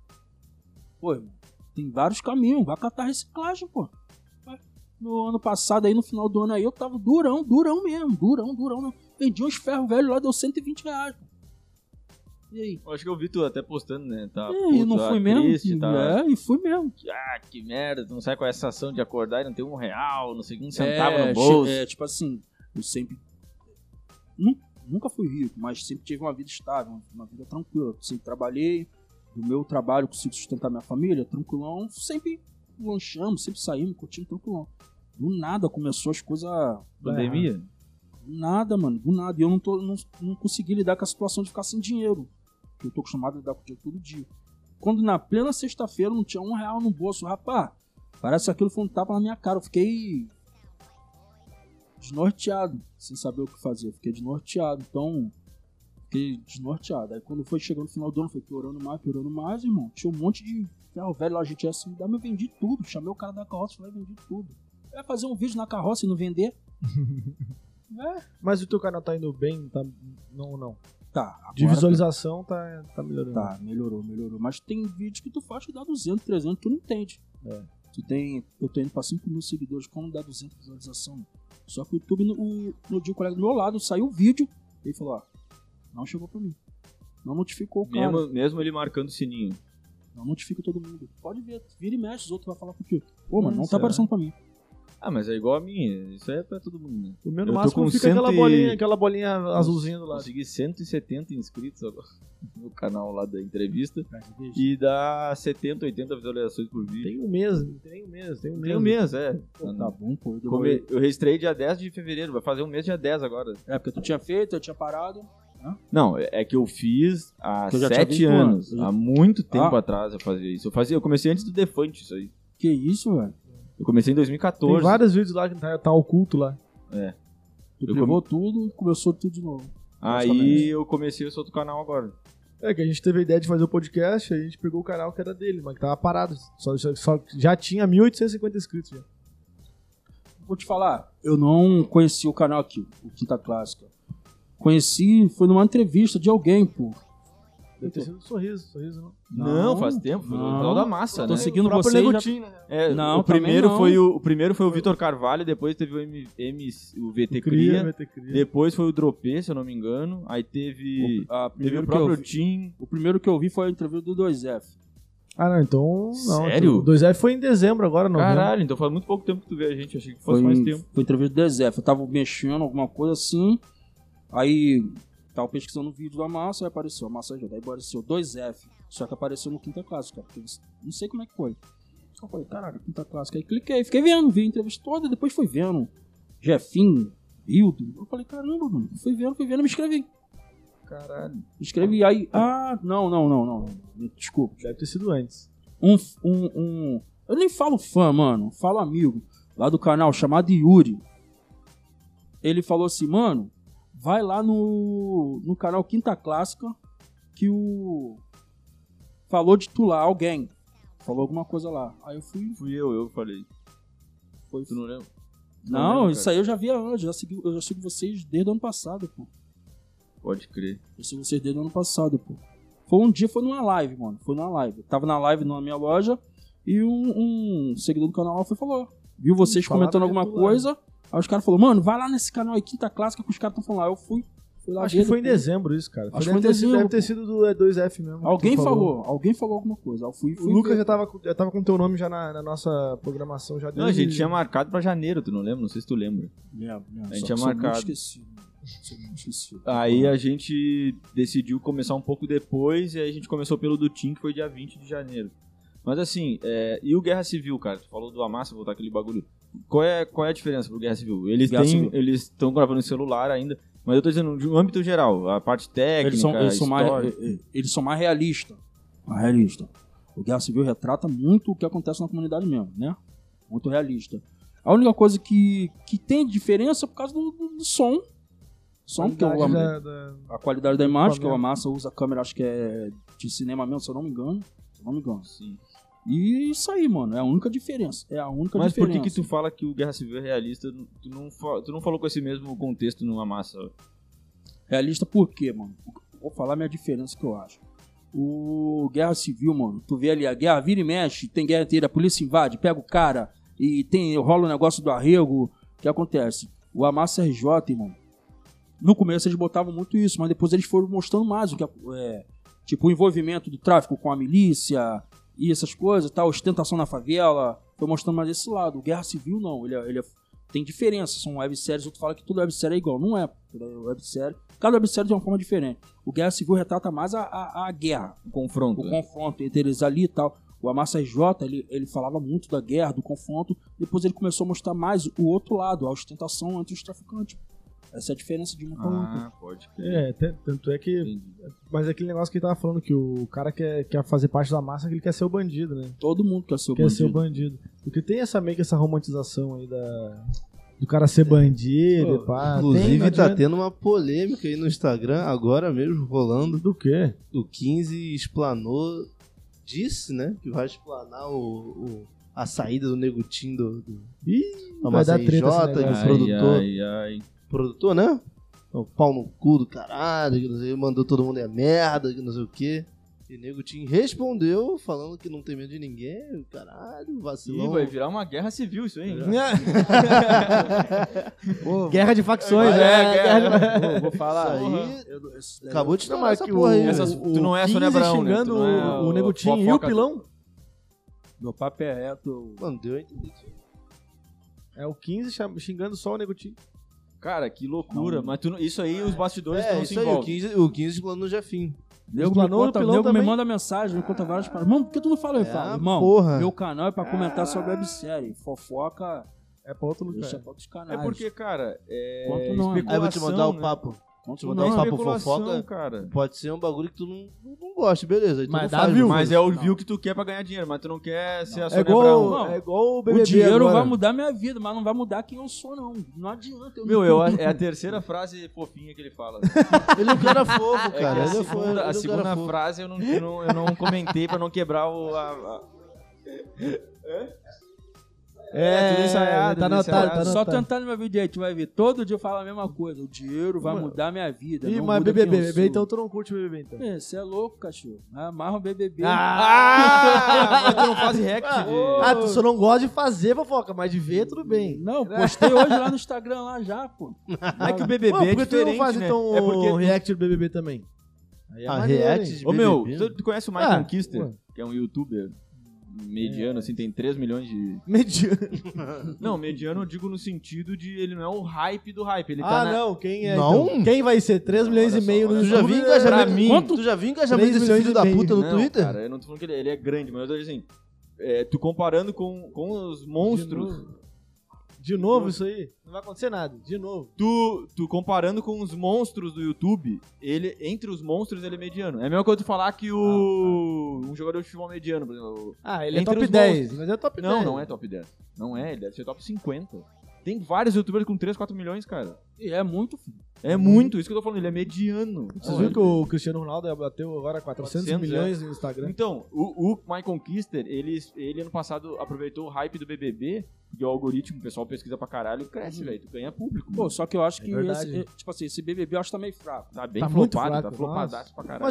D: Pô, irmão, tem vários caminhos. Vai catar reciclagem, pô. No ano passado, aí, no final do ano aí, eu tava durão mesmo. Durão. Vendi uns ferros velhos lá, deu R$120, pô. E aí?
B: Eu acho que eu vi tu até postando, né? Tá,
D: E não fui mesmo?
B: Triste, tá...
D: E fui mesmo.
B: Que merda, tu não sai com essa sensação de acordar e não ter R$1, não sei, um centavo no bolso.
D: Tipo assim, eu sempre... Nunca fui rico, mas sempre tive uma vida estável, uma vida tranquila. Sempre trabalhei, do meu trabalho consigo sustentar minha família, tranquilão. Sempre lanchamos, sempre saímos, curtindo tranquilão. Do nada começou as coisas...
B: Pandemia?
D: Do nada, mano, do nada. E eu não consegui lidar com a situação de ficar sem dinheiro. Porque eu tô acostumado a lidar com dinheiro todo dia. Quando na plena sexta-feira não tinha R$1 no bolso, rapaz, parece que aquilo foi um tapa na minha cara. Eu fiquei... desnorteado, sem saber o que fazer. Fiquei desnorteado, Aí quando foi chegando no final do ano, foi piorando mais, irmão. Tinha um monte de ferro velho lá, a gente ia assim, eu vendi tudo. Chamei o cara da carroça, falei, vendi tudo. Vai fazer um vídeo na carroça e não vender?
A: Mas o teu canal tá indo bem? Tá... Não.
D: Tá.
A: De visualização tá melhorando.
D: Tá, melhorou. Mas tem vídeo que tu faz que dá 200, 300, tu não entende. Eu tô indo pra 5 mil seguidores, como dá 200 visualização? Só que o YouTube, no dia o colega do meu lado, saiu o vídeo, e ele falou, não chegou pra mim. Não notificou o cara.
B: Mesmo ele marcando o sininho.
D: Não notifica todo mundo. Pode ver, vira e mexe, os outros vão falar contigo. Pô, mano, não tá aparecendo pra mim.
B: Mas é igual a minha, isso é pra todo mundo, né?
A: O meu no máximo fica aquela bolinha azulzinha do lado.
B: Consegui 170 inscritos agora no canal lá da entrevista. E dá 70, 80 visualizações por vídeo.
A: Tem um mês.
B: Tem um mês,
D: Pô, tá bom, pô.
B: Eu registrei dia 10 de fevereiro, vai fazer um mês dia 10 agora.
D: Porque tu tinha feito, eu tinha parado.
B: Não, é que eu fiz há 7 anos. Há muito tempo atrás eu fazia isso. Eu comecei antes do Defante, isso aí.
D: Que isso, velho?
B: Eu comecei em 2014.
A: Tem vários vídeos lá que tá oculto lá.
D: Tu privou tudo e começou tudo de novo.
B: Aí eu comecei esse outro canal agora.
A: Que a gente teve a ideia de fazer o podcast, a gente pegou o canal que era dele, mas que tava parado. Só já tinha 1.850 inscritos já.
D: Vou te falar, eu não conheci o canal aqui, o Quinta Clássica. Conheci, foi numa entrevista de alguém, pô.
A: Deve ter sido um sorriso não.
B: Não, faz tempo, foi no canal da Massa,
D: tô
B: né?
D: seguindo você
B: Não, o primeiro foi o Vitor Carvalho, depois teve o VT Cria, depois foi o Dropê, se eu não me engano, aí teve o próprio Tim.
D: O primeiro que eu vi foi a entrevista do 2F.
A: Não, então... Não,
B: sério?
A: O 2F foi em dezembro agora, não.
B: Caralho, então faz muito pouco tempo que tu vê a gente, achei que fosse mais tempo.
D: Foi a entrevista do 2F, eu tava mexendo, alguma coisa assim, aí... Tava pesquisando o vídeo da Massa, aí apareceu a Massa já, daí apareceu 2F. Só que apareceu no Quinta Clássica, porque não sei como é que foi. Eu falei, caraca, Quinta Clássica. Aí cliquei, fiquei vendo, vi a entrevista toda, depois fui vendo Jefinho, Hildo. Eu falei, caramba, mano, fui vendo, me inscrevi.
B: Caralho.
D: Me inscrevi, aí, não. Desculpa.
A: Deve ter sido antes.
D: Eu nem falo fã, mano, falo amigo, lá do canal, chamado Yuri. Ele falou assim, mano, vai lá no canal Quinta Clássica, que o... falou de tu lá, alguém. Falou alguma coisa lá. Aí eu fui...
B: Fui eu falei.
D: Foi.
B: Tu não lembra?
D: Não,
B: lembro,
D: isso
B: cara.
D: aí eu já vi antes, eu já sigo vocês desde o ano passado, pô.
B: Pode crer.
D: Eu sigo vocês desde o ano passado, pô. Foi numa live, mano. Foi numa live. Eu tava na live na minha loja e um seguidor do canal lá falou. Viu vocês comentando alguma coisa. Aí os caras falaram, mano, vai lá nesse canal aí, Quinta Clássica, que os caras estão falando lá. Eu fui lá.
A: Acho que foi em dezembro isso, cara.
D: Acho que foi em dezembro.
A: Deve ter sido do 2F mesmo.
D: Alguém falou alguma coisa. Eu fui
A: O Lucas
D: ver.
A: já tava com o teu nome já na nossa programação. Já
B: Não, a gente tinha marcado pra janeiro, tu não lembra? Não sei se tu lembra. A gente tinha marcado.
D: Esqueci.
B: Aí a gente decidiu começar um pouco depois e aí a gente começou pelo do Tim, que foi dia 20 de janeiro. Mas assim, e o Guerra Civil, cara? Tu falou do Amassa, voltar aquele bagulho. Qual é a diferença pro Guerra Civil? Eles estão gravando em celular ainda, mas eu tô dizendo, no âmbito geral, a parte técnica,
D: eles são mais realistas. O Guerra Civil retrata muito o que acontece na comunidade mesmo, né? Muito realista. A única coisa que tem diferença é por causa do som. Porque a qualidade da imagem, que o Amassa usa a câmera, acho que é de cinema mesmo, se eu não me engano.
B: Sim.
D: E isso aí, mano, é a única diferença.
B: Mas por que tu fala que o Guerra Civil é realista? Tu não falou com esse mesmo contexto no Amassa?
D: Realista por quê, mano? Vou falar a minha diferença que eu acho. O Guerra Civil, mano, tu vê ali, a guerra vira e mexe, tem guerra inteira, a polícia invade, pega o cara, e rola o negócio do arrego. O que acontece? O Amassa RJ, irmão, no começo eles botavam muito isso, mas depois eles foram mostrando mais o que tipo o envolvimento do tráfico com a milícia e essas coisas, tal, ostentação na favela, foi mostrando mais esse lado. O Guerra Civil não, ele tem diferença, são webséries, outro fala que toda websérie é igual, não é, cada websérie tem uma forma diferente. O Guerra Civil retrata mais a guerra,
B: o confronto
D: entre eles ali e tal. O Amassa RJ, ele falava muito da guerra, do confronto, depois ele começou a mostrar mais o outro lado, a ostentação entre os traficantes. Essa é a diferença de uma com a outra.
B: Pode crer.
A: Tanto é que...
B: Entendi.
A: Mas é aquele negócio que ele tava falando, que o cara quer fazer parte da massa, que ele quer ser o bandido, né?
D: Todo mundo quer ser o
A: bandido. Quer ser o bandido. Porque tem meio que essa romantização aí do cara ser bandido. Pá.
C: Inclusive tá tendo uma polêmica aí no Instagram, agora mesmo, rolando.
A: Do quê?
C: O 15 explanou, disse, né, que vai explanar a saída do Negutim do
A: vai dar treta
C: de produtor. Produtor, né? O pau no cu do caralho, que não sei, mandou todo mundo a merda, que não sei o quê. E o Negutim respondeu, falando que não tem medo de ninguém, caralho, vacilão.
B: Ih, vai virar uma guerra civil isso aí.
A: Guerra de facções,
D: Vou falar
C: aí. Acabou de tomar essa porra aí.
B: Tu não é Sônia Abrão,
A: xingando o Negutim e o Pilão.
D: Meu papo é reto.
C: Mano, deu a entender.
A: É o 15 xingando só o Negutim.
B: Cara, que loucura. Mas isso aí, os bastidores não se envolvem.
C: O 15 explanou no Jefim.
D: Nego me manda mensagem, me conta várias paradas. Mano, por que tu não fala? Eu falo, irmão, meu canal é pra comentar sobre websérie. Fofoca
A: é pra outro lugar.
D: Deixa pra outros canais.
B: É porque, cara,
C: aí eu vou te mandar o papo. Te mandar um papo fofoca, cara. Pode ser um bagulho que tu não gosta, beleza. Aí
A: mas
C: dá
A: view.
B: Mas é o view que tu quer pra ganhar dinheiro, mas tu não quer ser a Sônia
A: Abrão. É igual o BBB.
D: O dinheiro
A: agora
D: vai mudar minha vida, mas não vai mudar quem eu sou, não. Não adianta.
B: É a terceira frase fofinha que ele fala.
C: Ele é um cara fofo, cara.
B: A segunda frase eu não comentei pra não quebrar o...
A: tudo ensaiado. Tá anotado.
D: Só tentando meu vídeo aí, tu vai ver. Todo dia eu falo a mesma coisa. O dinheiro vai mudar minha vida.
A: Ih, mas BBB, então tu não curte BBB, então.
D: Você é louco, cachorro. Amarra o BBB.
B: Mas tu não faz react de...
A: tu só não gosta de fazer fofoca, mas de ver, tudo bem.
D: Não, postei hoje lá no Instagram, lá já, pô.
B: É que o BBB é diferente,
A: tu não faz,
B: né?
A: Então,
B: é porque
A: react do BBB também.
C: React de BBB?
B: Tu conhece o Mike Conquister, que é um youtuber mediano, assim, tem 3 milhões de...
A: Mediano.
B: Não, mediano eu digo no sentido de ele não é o hype do hype, ele
A: Ah,
B: tá na...
A: não, quem é?
C: Não?
A: Então? Quem vai ser? 3 milhões e meio no
C: Tu já
A: YouTube?
C: viu engajamento?
B: Pra mim-
C: Quanto? Tu já viu engajamento
A: 3
C: desse
A: milhões
C: filho
A: e
C: da
A: meio.
C: puta no
B: Não,
C: Twitter?
B: cara, eu não tô falando que ele é grande, mas eu tô dizendo assim, tu comparando com os monstros...
A: De novo isso aí? Não vai acontecer nada. De novo.
B: Tu comparando com os monstros do YouTube, ele, entre os monstros, ele é mediano. É a mesma coisa tu falar que um jogador de futebol mediano, por exemplo.
A: Ah, ele é
B: Entre
A: top
B: os
A: 10, mas é top 10.
B: Não é top 10. Não é, ele deve ser top 50. Tem vários youtubers com 3, 4 milhões, cara.
D: E é muito, filho.
B: É muito, isso que eu tô falando, ele é mediano.
A: Vocês viram que o Cristiano Ronaldo bateu agora 400 milhões no Instagram?
B: Então, o My Conquister, ele ano passado aproveitou o hype do BBB, porque o algoritmo, o pessoal pesquisa pra caralho, cresce, velho, tu ganha público.
D: Pô, só que eu acho que
A: verdade.
D: tipo assim, esse BBB eu acho que tá meio fraco.
B: Tá bem
A: Tá muito
B: flopado,
A: fraco,
B: tá flopadaço pra caralho.
A: Mas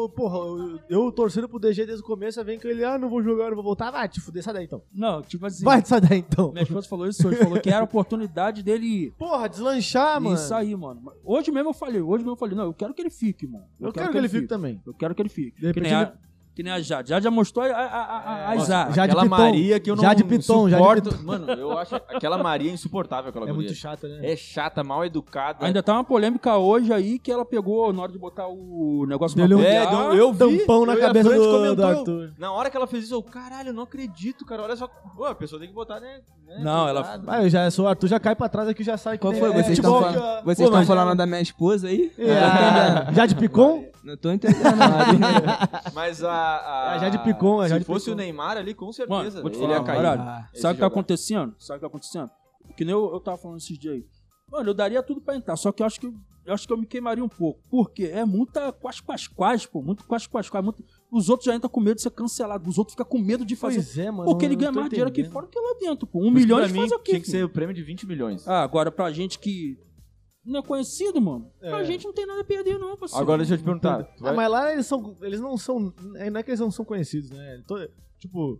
A: eu torcendo pro DG desde o começo, vem que ele, não vou jogar, não vou voltar. Vai te fuder, sai daí então.
D: Não, tipo assim,
A: Vai, sai daí então.
D: minha esposa falou isso hoje, falou que era a oportunidade dele
A: Porra, deslanchar, mano.
D: isso aí, mano. Hoje mesmo eu falei, não, eu quero que ele fique, mano.
A: Eu quero que ele fique também.
D: Eu quero que ele fique.
A: De repente
D: Que nem a Jade. Jade já mostrou a
B: Nossa,
D: Jade.
A: Jade
B: aquela
A: Piton.
B: Maria que eu não
A: Jade Piton, Jade
B: suporto.
A: Piton.
B: Mano, eu acho aquela Maria insuportável, aquela
A: É
B: guria.
A: muito chata, né?
B: É chata, mal educada.
D: Ainda tá uma polêmica hoje aí que ela pegou na hora de botar o negócio
A: Dele um-
B: eu vi.
A: tampão na
B: eu e a
A: cabeça
B: Fran
A: do
B: comentou.
A: Arthur.
B: Na hora que ela fez isso, eu, caralho, eu não acredito, cara. Olha só. Pô, a pessoa tem que botar, né?
D: Não, ela-
B: cuidado.
A: Ah, eu já sou o Arthur, já cai pra trás aqui, já sai.
E: Qual
A: que
E: foi?
A: nem-
E: Vocês
A: tipo,
E: estão
A: que,
E: falando,
A: ó,
E: vocês
A: pô, mas-
E: falando da minha esposa aí?
A: Jade Picon?
E: Não tô entendendo nada.
B: Mas
A: A Jade Picon, a
B: Se
A: Jade
B: fosse
A: Picon.
B: o Neymar ali, com
D: Mano,
B: certeza.
D: vou te
B: ele
D: falar,
B: ia cair.
D: caralho.
E: Ah,
B: Esse
D: Sabe o que tá
B: jogador.
D: acontecendo? Sabe o que tá acontecendo? Que nem eu tava falando esses dias aí. Mano, eu daria tudo pra entrar, só que eu acho que eu me queimaria um pouco. Por quê? É muita quase, pô. Muito quase. Muito... Os outros já entram com medo de ser cancelado. Os outros ficam com medo de fazer.
A: Pois é, mano.
D: Porque ele
A: eu
D: ganha
A: tô
D: mais dinheiro aqui
A: entendendo.
D: fora que lá dentro, pô. 1
B: Mas
D: milhão
B: pra
D: ele
B: mim,
D: faz o quê?
B: tinha que
D: filho?
B: ser o prêmio de 20 milhões.
D: Ah, agora pra gente que não é conhecido, mano. Pra gente não tem nada a perder, não, parceiro.
B: Agora deixa eu te perguntar. tu vai-
A: Mas lá eles não são. Não é que eles não são conhecidos, né? Tipo,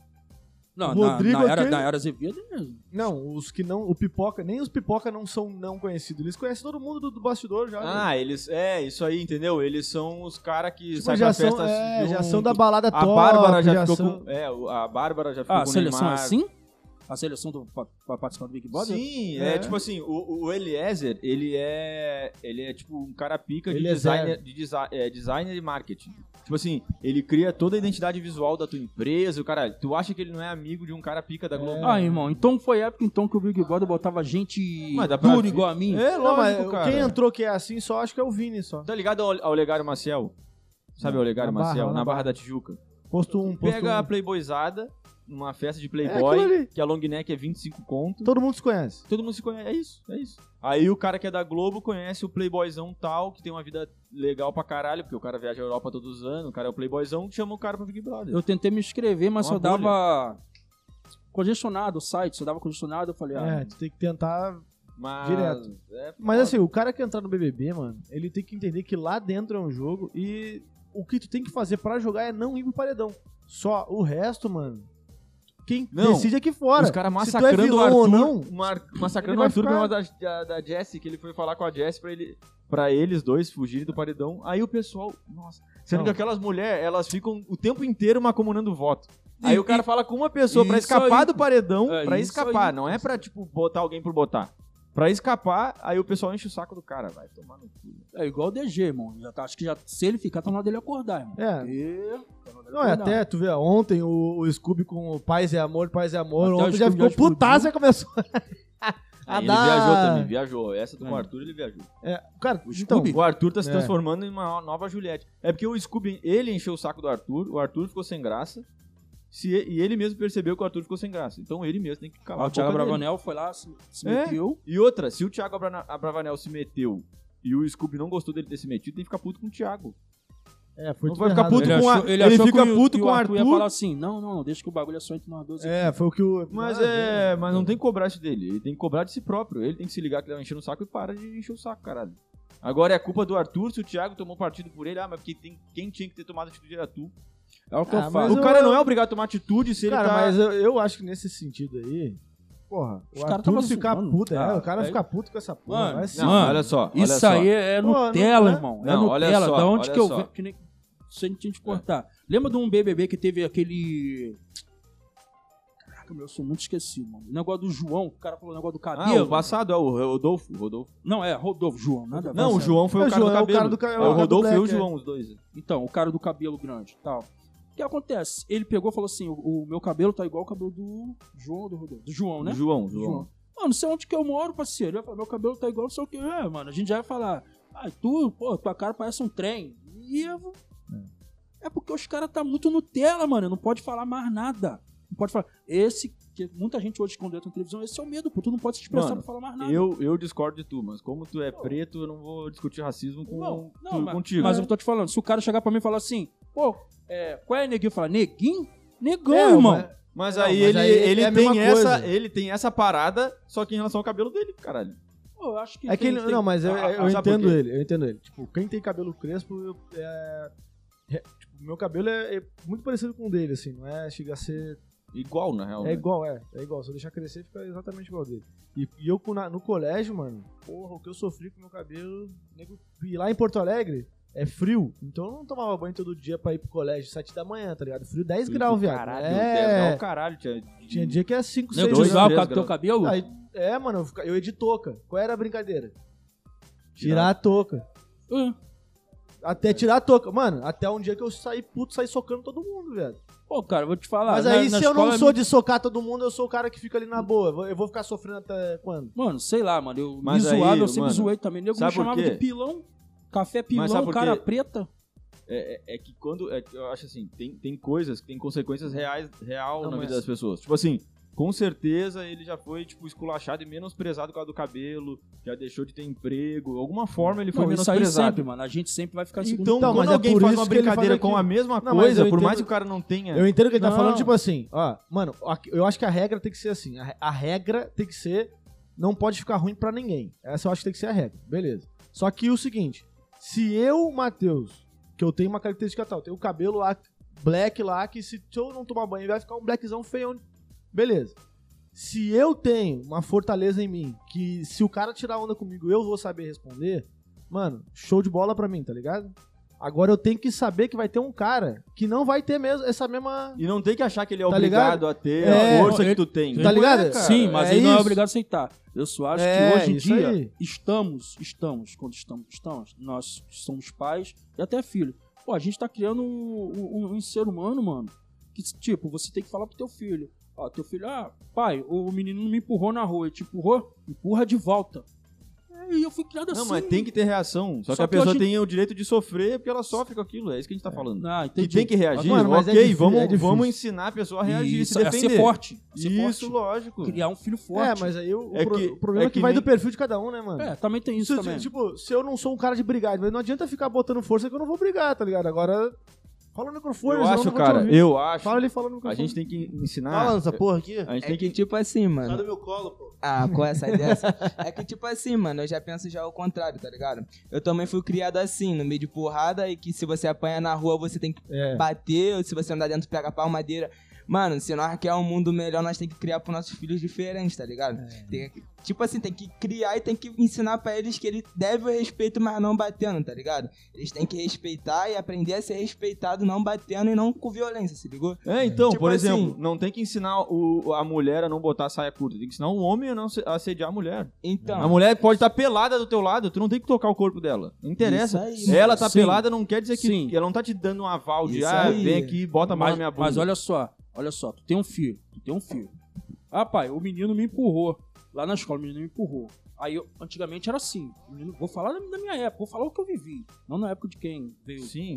D: Não,
A: o Rodrigo
D: na
A: aquele-
D: era Azevedo é mesmo.
A: não, os que não. O Pipoca, nem os Pipoca não são não conhecidos. Eles conhecem todo mundo do bastidor já. né?
B: Ah, eles. É, isso aí, entendeu? Eles são os caras que
A: Tipo,
B: saem
A: já
B: pra
A: são,
B: festa.
A: já são
B: junto.
A: da balada
B: A
A: top.
B: Bárbara já ficou
A: são...
B: com. A Bárbara já ficou
D: Ah, a
B: com o
D: seleção
B: Neymar.
D: assim? A seleção pra participar do Big Brother?
B: Sim,
A: É.
B: tipo assim, o Eliezer, ele é tipo um cara pica de
A: Eliezer.
B: designer e marketing. Tipo assim, ele cria toda a identidade visual da tua empresa, o caralho. Tu acha que ele não é amigo de um cara pica da Globo?
D: Ah, irmão, então foi época então que o Big Brother botava gente
B: Mas dá pra
D: dura
B: ver.
D: igual a mim.
B: É,
A: Não, mas
B: lógico, cara.
A: quem entrou que é assim só acho que é o Vini só.
B: Tá ligado ao Olegário Maciel? Sabe o Olegário
A: Na Barra,
B: Maciel?
A: lá
B: Na
A: na
B: Barra
A: Barra.
B: da Tijuca.
A: Posto um.
B: Pega a Playboyzada numa festa de
A: aquilo
B: Playboy,
A: ali.
B: que a long neck é 25 conto.
A: Todo mundo se conhece.
B: Todo mundo se conhece, é isso. Aí o cara que é da Globo conhece o playboyzão tal, que tem uma vida legal pra caralho, porque o cara viaja a Europa todos os anos, o cara é o playboyzão, que chama o cara pro Big Brother.
D: Eu tentei me inscrever, mas
B: Uma
D: só dava congestionado o site, só dava congestionado, eu falei,
A: Tu tem que tentar.
B: Mas,
A: direto. Mas assim, o cara que entrar no BBB, mano, ele tem que entender que lá dentro é um jogo e o que tu tem que fazer pra jogar é não ir pro paredão. Só o resto, mano. Quem
B: Não,
A: decide aqui fora.
B: os caras
A: Se tu é
B: massacrando o
A: vilão
B: Arthur,
A: ou não,
B: massacrando
A: ele
B: o
A: vai
B: Arthur
A: ficar-
B: por causa da Jessie, que ele foi falar com a Jessie pra eles dois fugirem do paredão. Aí o pessoal, nossa, sendo
A: Não.
B: que aquelas mulheres, elas ficam o tempo inteiro macumunando voto. Aí o cara fala com uma pessoa pra
D: isso
B: escapar
D: aí.
B: do paredão,
D: É,
B: pra
D: isso
B: escapar,
D: aí.
B: não é pra, tipo, botar alguém por botar. Pra escapar, aí o pessoal enche o saco do cara, vai tomar no cu.
D: é igual o DG, irmão. Acho que se ele ficar, tá na hora dele acordar, irmão.
A: É.
D: Tá na hora dele
A: Não, é
D: acordar.
A: até, tu vê, ontem o Scooby com o Paz é Amor,
D: Até
A: ontem
D: o
A: já
D: Scooby
A: ficou
D: já
A: putaço e começou a
B: Aí ele
A: dar...
B: viajou também, viajou. Essa do Arthur, ele viajou.
A: É, cara,
D: O
A: então,
D: Scooby?
B: O Arthur tá se
A: É.
B: transformando em uma nova Juliette. É porque o Scooby, ele encheu o saco do Arthur, o Arthur ficou sem graça, e ele mesmo percebeu que o Arthur ficou sem graça. Então ele mesmo tem que calar
D: Ah, o
B: a
D: Thiago
B: boca dele.
D: Bravanel foi lá, se
B: É.
D: meteu.
B: E outra, se o Thiago Abravanel se meteu e o Scooby não gostou dele ter se metido, tem que ficar puto com o Thiago.
A: foi
B: Não
A: tudo
B: vai ficar
A: errado,
B: puto
A: né?
B: com a-
D: Ele
B: ele
D: achou
B: fica
D: que
B: puto
D: que
B: com o
D: ia
B: Arthur.
D: falar assim, não, deixa que o bagulho é só entre nós dois.
A: É, foi o que o...
B: Mas mas não tem que cobrar isso dele. Ele tem que cobrar de si próprio. Ele tem que se ligar que ele tá enchendo o saco e para de encher o saco, caralho. Agora é a culpa do Arthur se o Thiago tomou partido por ele. Ah, mas porque quem tinha que ter tomado atitude era tu.
D: É o que
A: Ah,
D: eu
A: mas
D: faço.
B: O cara não é obrigado a tomar atitude se
A: Cara,
B: ele tá...
A: mas eu acho que nesse sentido aí... Porra,
D: Os
A: o
D: caras
A: Arthur
D: tava
A: ficar
D: zoando.
A: puto,
D: Ah,
A: o cara
D: é.
A: ficar puto com essa porra.
D: Mano,
A: vai se
B: Não,
D: Mano,
B: olha só.
D: Isso aí é
A: Pô,
D: Nutella,
A: não é?
D: irmão.
B: Não,
D: é
B: olha
D: Nutella.
B: só,
D: Da onde
B: olha
D: que eu
B: só.
D: venho? Que nem... Sem te cortar. Lembra de um BBB que teve aquele... Caraca, meu, eu sou muito esquecido, mano. O negócio do João, o cara falou o negócio do
B: Ah,
D: cabelo.
B: o passado é o Rodolfo.
D: Não, é Rodolfo, João, nada a ver.
B: Não, o João foi o cara do cabelo. É o Rodolfo e o João, os dois.
D: Então, o cara do cabelo grande e tal. O que acontece? Ele pegou e falou assim, o meu cabelo tá igual o cabelo do João ou do Rodolfo? Do João, né?
B: João.
D: Mano, não sei onde que eu moro, parceiro. Ele vai falar, meu cabelo tá igual, não sei o que. É, mano, a gente já vai falar, tua cara parece um trem. E eu... É porque os caras tá muito Nutella, mano. Não pode falar mais nada. Não pode falar. Que muita gente hoje, quando entra na televisão, esse é o medo, pô. Tu não pode se expressar pra falar mais nada.
B: Eu discordo de tu, mas como tu é preto, eu não vou discutir racismo contigo.
D: Mas eu tô te falando, se o cara chegar pra mim e falar assim, pô, qual é neguinho? Eu falar, neguinho? Negão, irmão.
B: Mas aí ele tem essa parada, só que em relação ao cabelo dele, caralho.
D: Pô, eu acho que
A: não, mas eu entendo ele. Tipo, quem tem cabelo crespo, tipo, meu cabelo é muito parecido com o dele, assim, não é? Chega a ser...
B: Igual, na real.
A: É igual. Se eu deixar crescer, fica exatamente igual dele. E eu no colégio, mano, porra, o que eu sofri com o meu cabelo... E lá em Porto Alegre, é frio. Então eu não tomava banho todo dia pra ir pro colégio, 7 da manhã, tá ligado? Frio 10 graus, viado.
B: Caralho, 10 graus, caralho.
A: Tinha dia que é 5, 6
D: graus.
A: graus.
D: Igual o teu cabelo?
A: Aí, mano, eu ia de touca. Qual era a brincadeira? Tirar a touca. Até tirar a touca. Mano, até um dia que eu saí socando todo mundo, velho.
D: Pô, cara, eu vou te falar.
A: Mas aí, se eu não sou de socar todo mundo, eu sou o cara que fica ali na boa. Eu vou ficar sofrendo até quando?
D: Mano, sei lá, mano. Eu sempre zoei também. Eu me chamava de pilão. Café pilão, cara preta.
B: É que quando... eu acho assim, tem coisas que tem consequências real na vida das pessoas. Tipo assim, com certeza ele já foi, tipo, esculachado e menosprezado por causa do cabelo, já deixou de ter emprego, alguma forma ele foi menosprezado.
D: Isso aí sempre, mano, a gente sempre vai ficar segundo.
B: Então, quando alguém faz uma brincadeira com a mesma coisa, por mais que o cara não tenha...
A: Eu entendo o que ele tá falando, tipo assim, ó, mano, eu acho que a regra tem que ser assim, a regra tem que ser, não pode ficar ruim pra ninguém. Essa eu acho que tem que ser a regra, beleza. Só que o seguinte, se eu, Matheus, que eu tenho uma característica tal, eu tenho o cabelo lá, black lá, que se eu não tomar banho vai ficar um blackzão feio. Beleza. Se eu tenho uma fortaleza em mim, que se o cara tirar onda comigo, eu vou saber responder, mano, show de bola pra mim, tá ligado? Agora eu tenho que saber que vai ter um cara que não vai ter mesmo essa mesma...
B: E não tem que achar que ele é
A: tá
B: obrigado a ter a força que tu tem.
A: Tá ligado?
D: Sim, mas ele não é obrigado a aceitar. Eu só acho que hoje em dia
A: aí.
D: nós somos pais e até filhos. Pô, a gente tá criando um ser humano, mano, que tipo, você tem que falar pro teu filho. Ó, teu filho, pai, o menino não me empurrou na rua, ele te empurrou? Empurra de volta. E eu fui criado assim.
B: Não, mas tem que ter reação. Só que a pessoa tem o direito de sofrer porque ela sofre com aquilo. É isso que a gente tá falando.
D: E
B: tem que reagir.
A: Mano, mas
B: ok, vamos ensinar a pessoa a reagir,
D: isso,
B: se defender.
D: A ser forte.
B: Isso, lógico.
D: Criar um filho forte.
A: Mas aí o problema é que vai do perfil de cada um, né, mano?
D: Também tem isso também.
A: Tipo, se eu não sou um cara de brigar, mas não adianta ficar botando força que eu não vou brigar, tá ligado? Agora... Fala no microfone,
B: eu acho, cara, eu acho.
A: Fala ele falando no microfone.
B: A gente tem que ensinar.
C: Fala nessa porra aqui.
B: A gente tem que
E: tipo assim, mano.
C: Sai do meu colo, pô.
E: Qual é essa ideia? É que tipo assim, mano, eu já penso já ao contrário, tá ligado? Eu também fui criado assim, no meio de porrada, e que se você apanha na rua, você tem que bater, ou se você andar dentro, pega pau, madeira. Mano, se nós quer um mundo melhor, nós tem que criar pros nossos filhos diferentes, tá ligado? Tipo assim, tem que criar e tem que ensinar pra eles que ele deve o respeito, mas não batendo, tá ligado? Eles têm que respeitar e aprender a ser respeitado, não batendo e não com violência, se ligou?
B: Então,
E: tipo
B: por
E: assim,
B: exemplo, não tem que ensinar a mulher a não botar saia curta, tem que ensinar o homem a não assediar a mulher.
E: Então.
B: A mulher pode estar pelada do teu lado, tu não tem que tocar o corpo dela. Não interessa.
E: Aí,
B: ela tá pelada não quer dizer que ela não tá te dando um aval de, vem aqui, bota a mão na minha bunda.
D: Mas olha só, tu tem um filho. Pai, o menino me empurrou. Lá na escola, o menino me empurrou. Aí, antigamente era assim. Vou falar da minha época, vou falar o que eu vivi. Não na época de quem veio.
B: Sim.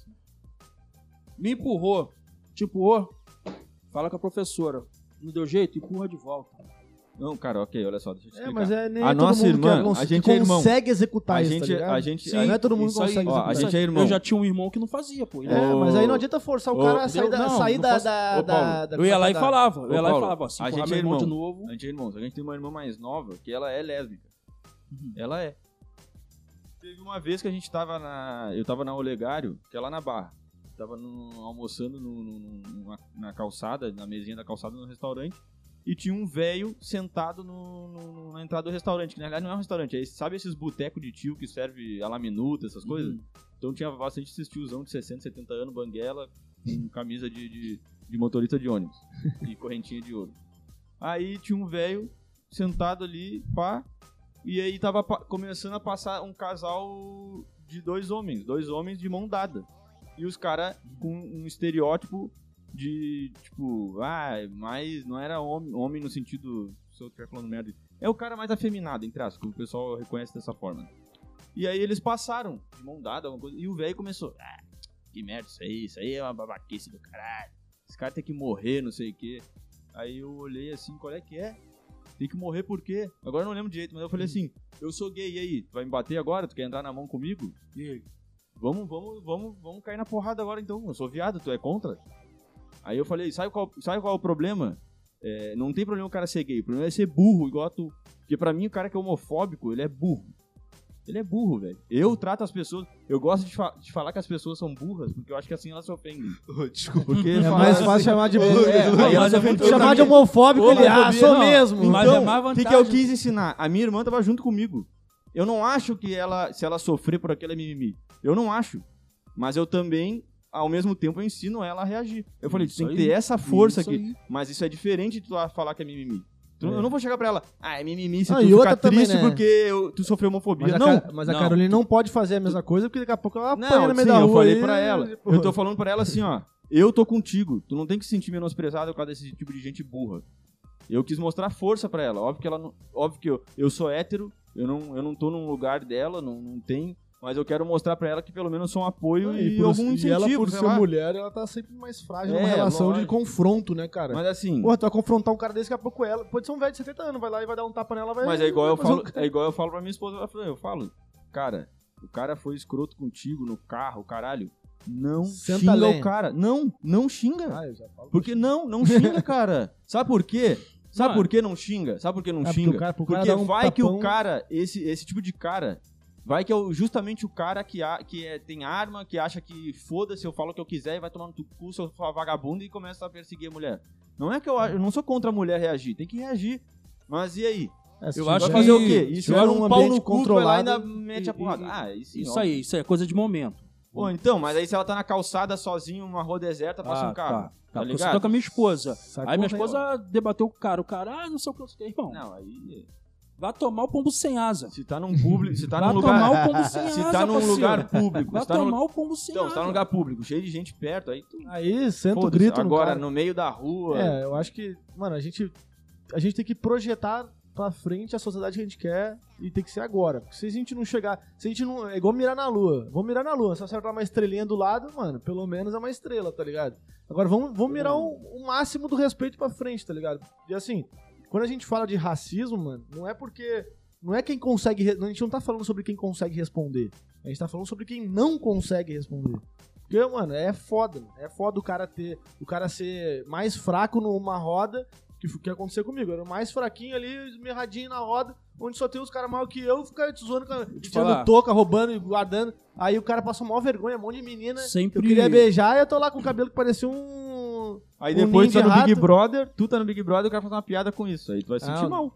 D: Me empurrou. Te empurrou. Fala com a professora. Não deu jeito? Empurra de volta.
B: Não, cara, ok, olha só, deixa eu te explicar.
A: Mas nem
B: a nossa irmã,
A: a
B: gente é irmão.
A: consegue executar isso, tá ligado?
B: Não
A: é todo mundo que consegue executar.
B: A gente é irmão.
D: Eu já tinha um irmão que não fazia, pô.
A: Mas aí não adianta forçar o cara a sair da...
D: Eu ia lá e falava. Assim,
B: a gente é irmão
D: de novo.
B: A gente é irmão. A gente tem uma irmã mais nova que ela é lésbica. Ela é. Teve uma vez que a gente tava eu tava na Olegário, que é lá na Barra. Tava almoçando na calçada, na mesinha da calçada no restaurante. E tinha um velho sentado na entrada do restaurante, que na realidade não é um restaurante, sabe esses botecos de tio que serve a la minuta, essas coisas? Então tinha bastante esses tiozão de 60, 70 anos, banguela, com camisa de motorista de ônibus e correntinha de ouro. Aí tinha um velho sentado ali, pá, e aí tava começando a passar um casal de dois homens de mão dada. E os caras com um estereótipo de, tipo, mas não era homem no sentido, se eu estiver falando merda, é o cara mais afeminado, entre aspas, que o pessoal reconhece dessa forma. E aí eles passaram de mão dada, alguma coisa, e o velho começou, que merda isso aí é uma babaquice do caralho, esse cara tem que morrer, não sei o quê. Aí eu olhei assim, qual é que é? Tem que morrer por quê? Agora eu não lembro direito, mas eu falei assim, eu sou gay, e aí? Tu vai me bater agora? Tu quer entrar na mão comigo? E aí? Vamos cair na porrada agora então, eu sou viado, tu é contra? Aí eu falei, sabe qual é o problema? Não tem problema o cara ser gay, o problema é ser burro, igual tu. Porque pra mim o cara que é homofóbico, ele é burro. Ele é burro, velho. Eu trato as pessoas... Eu gosto de falar que as pessoas são burras, porque eu acho que assim elas se ofendem.
C: Desculpa.
A: Porque é mais fácil chamar de burro.
B: Mas
A: chamar de homofóbico, ele sou mesmo.
B: Então, o que eu quis ensinar? A minha irmã tava junto comigo. Eu não acho que se ela sofrer por aquilo é mimimi. Eu não acho. Mas eu também, ao mesmo tempo, eu ensino ela a reagir. Eu falei, tu tem que ter essa força aqui. Mas isso é diferente de tu falar que é mimimi. Eu não vou chegar pra ela, é mimimi se tu ficar triste também, né? Porque tu sofreu homofobia.
A: Mas a Carolina não pode fazer a mesma coisa, porque daqui a pouco ela apanha no meio da rua.
B: Eu falei pra ela. Eu tô falando pra ela assim, ó. Eu tô contigo. Tu não tem que se sentir menosprezado por causa desse tipo de gente burra. Eu quis mostrar força pra ela. Óbvio que eu sou hétero, eu não tô num lugar dela, não tem... Mas eu quero mostrar pra ela que pelo menos sou um apoio e algum incentivo.
A: E ela, por ser mulher, ela tá sempre mais frágil numa relação de confronto, né, cara?
B: Mas assim...
A: Porra, tu vai confrontar um cara desse, daqui a pouco ela... Pode ser um velho de 70 anos, vai lá e vai dar um tapa nela, vai...
B: Mas é igual eu falo pra minha esposa, eu falo, cara, o cara foi escroto contigo no carro, caralho, não xinga o cara. Não xinga. Porque não xinga, cara. Sabe por quê? Sabe por que não xinga? Sabe por que não xinga? Porque vai que o cara, esse tipo de cara... Vai que é justamente o cara que tem arma, que acha que foda-se, eu falo o que eu quiser e vai tomar no cu, seu vagabundo, e começa a perseguir a mulher. Não é que eu não sou contra a mulher reagir, tem que reagir. Mas e aí?
D: Eu acho
B: vai fazer o quê?
A: Isso é um pau no cu, vai lá e ainda
B: mete a porrada.
D: Isso é coisa de momento.
B: Pô, então, mas aí se ela tá na calçada sozinha, uma rua deserta, passa um carro. Tá ligado?
D: Você tá com a minha esposa. Aí minha esposa debateu com o cara, não sei o que eu sei, irmão.
B: Não, aí...
D: Vai tomar o pombo sem asa.
B: Se tá num público, se tá num lugar,
D: tomar o pombo sem asa,
B: se tá num lugar público,
D: vai tomar o pombo sem asa.
B: Então, se tá num lugar público, cheio de gente perto,
A: aí senta o grito
B: agora no meio da rua.
A: Eu acho que, mano, a gente tem que projetar pra frente a sociedade que a gente quer e tem que ser agora. Porque se a gente não chegar, se a gente não, é igual mirar na lua. Vamos mirar na lua, se acertar uma estrelinha do lado, mano, pelo menos é uma estrela, tá ligado? Agora vamos mirar o máximo do respeito pra frente, tá ligado? E assim, quando a gente fala de racismo, mano, não é quem consegue... A gente não tá falando sobre quem consegue responder. A gente tá falando sobre quem não consegue responder. Porque, mano, é foda. É foda o cara ser mais fraco numa roda, que aconteceu comigo. Eu era mais fraquinho ali, esmerradinho na roda, onde só tem os caras maior que eu, ficar te zoando, tirando touca, roubando e guardando. Aí o cara passou maior vergonha, um monte de menina.
D: Sempre...
A: Eu queria beijar e eu tô lá com o cabelo que parecia um...
B: Aí depois tu tá no Big Brother, o cara faz uma piada com isso. Aí tu vai se sentir mal.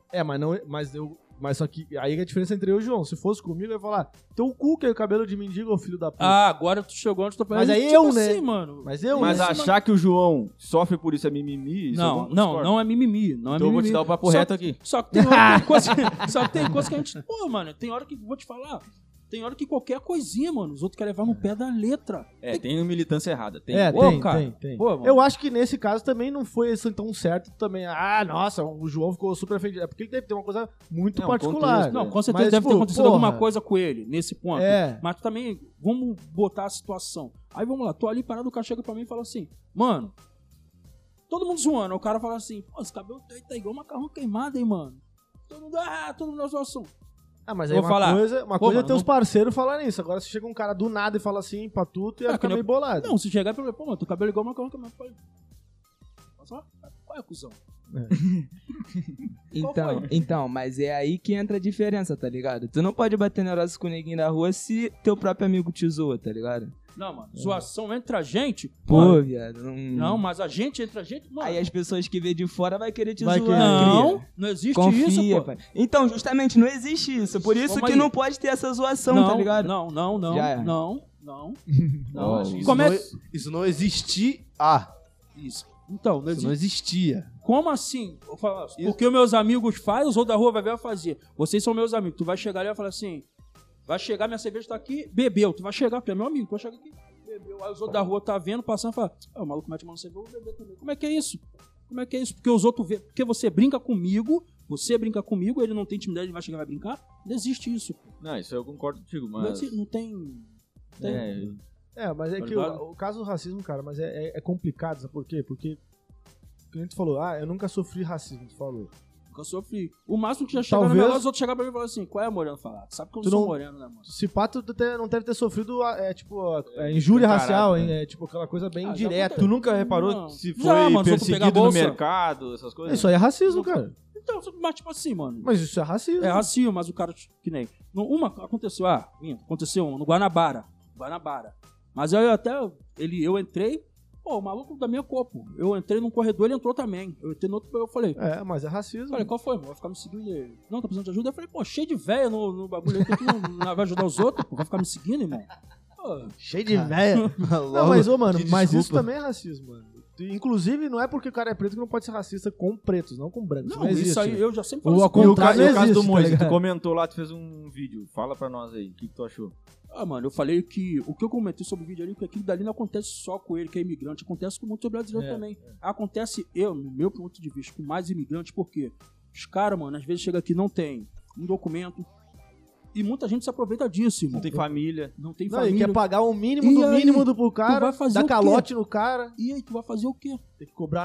A: Mas só que aí a diferença entre eu e o João. Se fosse comigo, eu ia falar, teu cu que é o cabelo de mendigo, ô filho da puta.
D: Agora tu chegou onde tu tá
A: Mas aí
D: tipo
A: eu, né?
D: Assim, mano.
B: Mas achar que o João sofre por isso é mimimi?
D: Não é mimimi. Não é
B: então
D: mimimi.
B: Eu vou te dar o papo reto aqui.
D: Só que tem coisa que a gente... Pô, mano, tem hora que... Vou te falar... Tem hora que qualquer coisinha, mano, os outros querem levar no pé da letra.
B: Tem militância errada. Tem.
A: Tem. Pô, eu acho que nesse caso também não foi assim tão certo também. Nossa, o João ficou super ofendido. É porque ele deve ter uma coisa muito particular.
D: Com certeza deve ter acontecido alguma coisa com ele, nesse ponto. Mas também, vamos botar a situação. Aí vamos lá, tô ali parado, o cara chega pra mim e fala assim, mano, todo mundo zoando. O cara fala assim, pô, esse cabelo tá igual macarrão queimado, hein, mano. Todo mundo na situação.
A: Mas aí uma coisa é ter os parceiros falarem isso. Agora, se chega um cara do nada e fala assim pra tu, tu ia ficar meio bolado.
D: Não, se chegar e falar, pô, mano, teu cabelo é igual macarrão queimado. Qual é a cuzão?
E: Então, mas é aí que entra a diferença, tá ligado? Tu não pode bater neurosis com ninguém na rua se teu próprio amigo te zoa, tá ligado?
D: Não, mano, zoação entre a gente...
E: Pô, viado...
D: Não, mas a gente entre a gente... Mano.
E: Aí as pessoas que vê de fora vai querer te
A: zoar.
D: Não existe
E: Confia,
D: isso, pô.
E: Pai. Então, justamente, não existe isso. Por isso que não pode ter essa zoação, tá ligado?
D: Não.
E: Não.
C: Isso não existir. Isso.
D: Então,
C: Isso não existia.
D: Como assim? Eu falo, porque os meus amigos fazem, os outros da rua vai ver eu fazer. Vocês são meus amigos. Tu vai chegar ali e vai falar assim, vai chegar, minha cerveja tá aqui, bebeu. Tu vai chegar, tu é meu amigo, tu vai chegar aqui, bebeu. Aí os outros da rua tá vendo, passando e fala, o maluco mete a mão na cerveja, eu vou beber também. Como é que é isso? Como é que é isso? Porque os outros vê, porque você brinca comigo, ele não tem intimidade, ele vai chegar e vai brincar. Não existe isso.
B: Não, isso eu concordo contigo, mas...
D: Não tem...
A: Mas é que o caso do racismo, cara, mas é complicado, sabe por quê? Porque, como a gente falou, eu nunca sofri racismo, tu falou.
D: Nunca sofri. O máximo que já chegou no negócio, os outros chegaram pra mim e falaram assim, qual é moreno falar? Tu sabe que eu não sou moreno, né, mano?
A: Se pá, tu não deve ter sofrido, injúria racial, hein? Tipo, aquela coisa bem direta.
B: Tu nunca reparou se foi
D: mano,
B: perseguido no mercado, essas coisas?
A: Isso aí é racismo, cara.
D: Então, mas tipo assim, mano.
A: Mas isso é racismo.
D: É racismo, mas o cara, que nem... aconteceu no Guanabara. Mas eu entrei, o maluco da minha cor, pô. Eu entrei num corredor, ele entrou também. Eu entrei no outro, eu falei...
A: mas é racismo.
D: Falei, qual foi, irmão? Vai ficar me seguindo ele? Não, tá precisando de ajuda? Eu falei, cheio de véia no bagulho aí, que tu não vai ajudar os outros, pô. Vai ficar me seguindo, irmão?
A: Cheio de véia. Não, mas, mas isso também é racismo, mano. Inclusive, não é porque o cara é preto que não pode ser racista com pretos, não com brancos.
D: Não existe. Isso aí eu já sempre falei.
B: O caso do Moisés, tu comentou lá, tu fez um vídeo. Fala pra nós aí, o que tu achou?
D: Mano, eu falei que o que eu comentei sobre o vídeo ali, que aquilo dali não acontece só com ele, que é imigrante, acontece com muitos brasileiros também. Acontece, no meu ponto de vista, com mais imigrantes, porque os caras, mano, às vezes chega aqui não tem um documento e muita gente se aproveita disso, irmão.
B: Não tem família.
D: Não tem família.
A: E quer pagar o mínimo do mínimo pro cara, dar calote no cara.
D: E aí, tu vai fazer o quê?
A: Tem que cobrar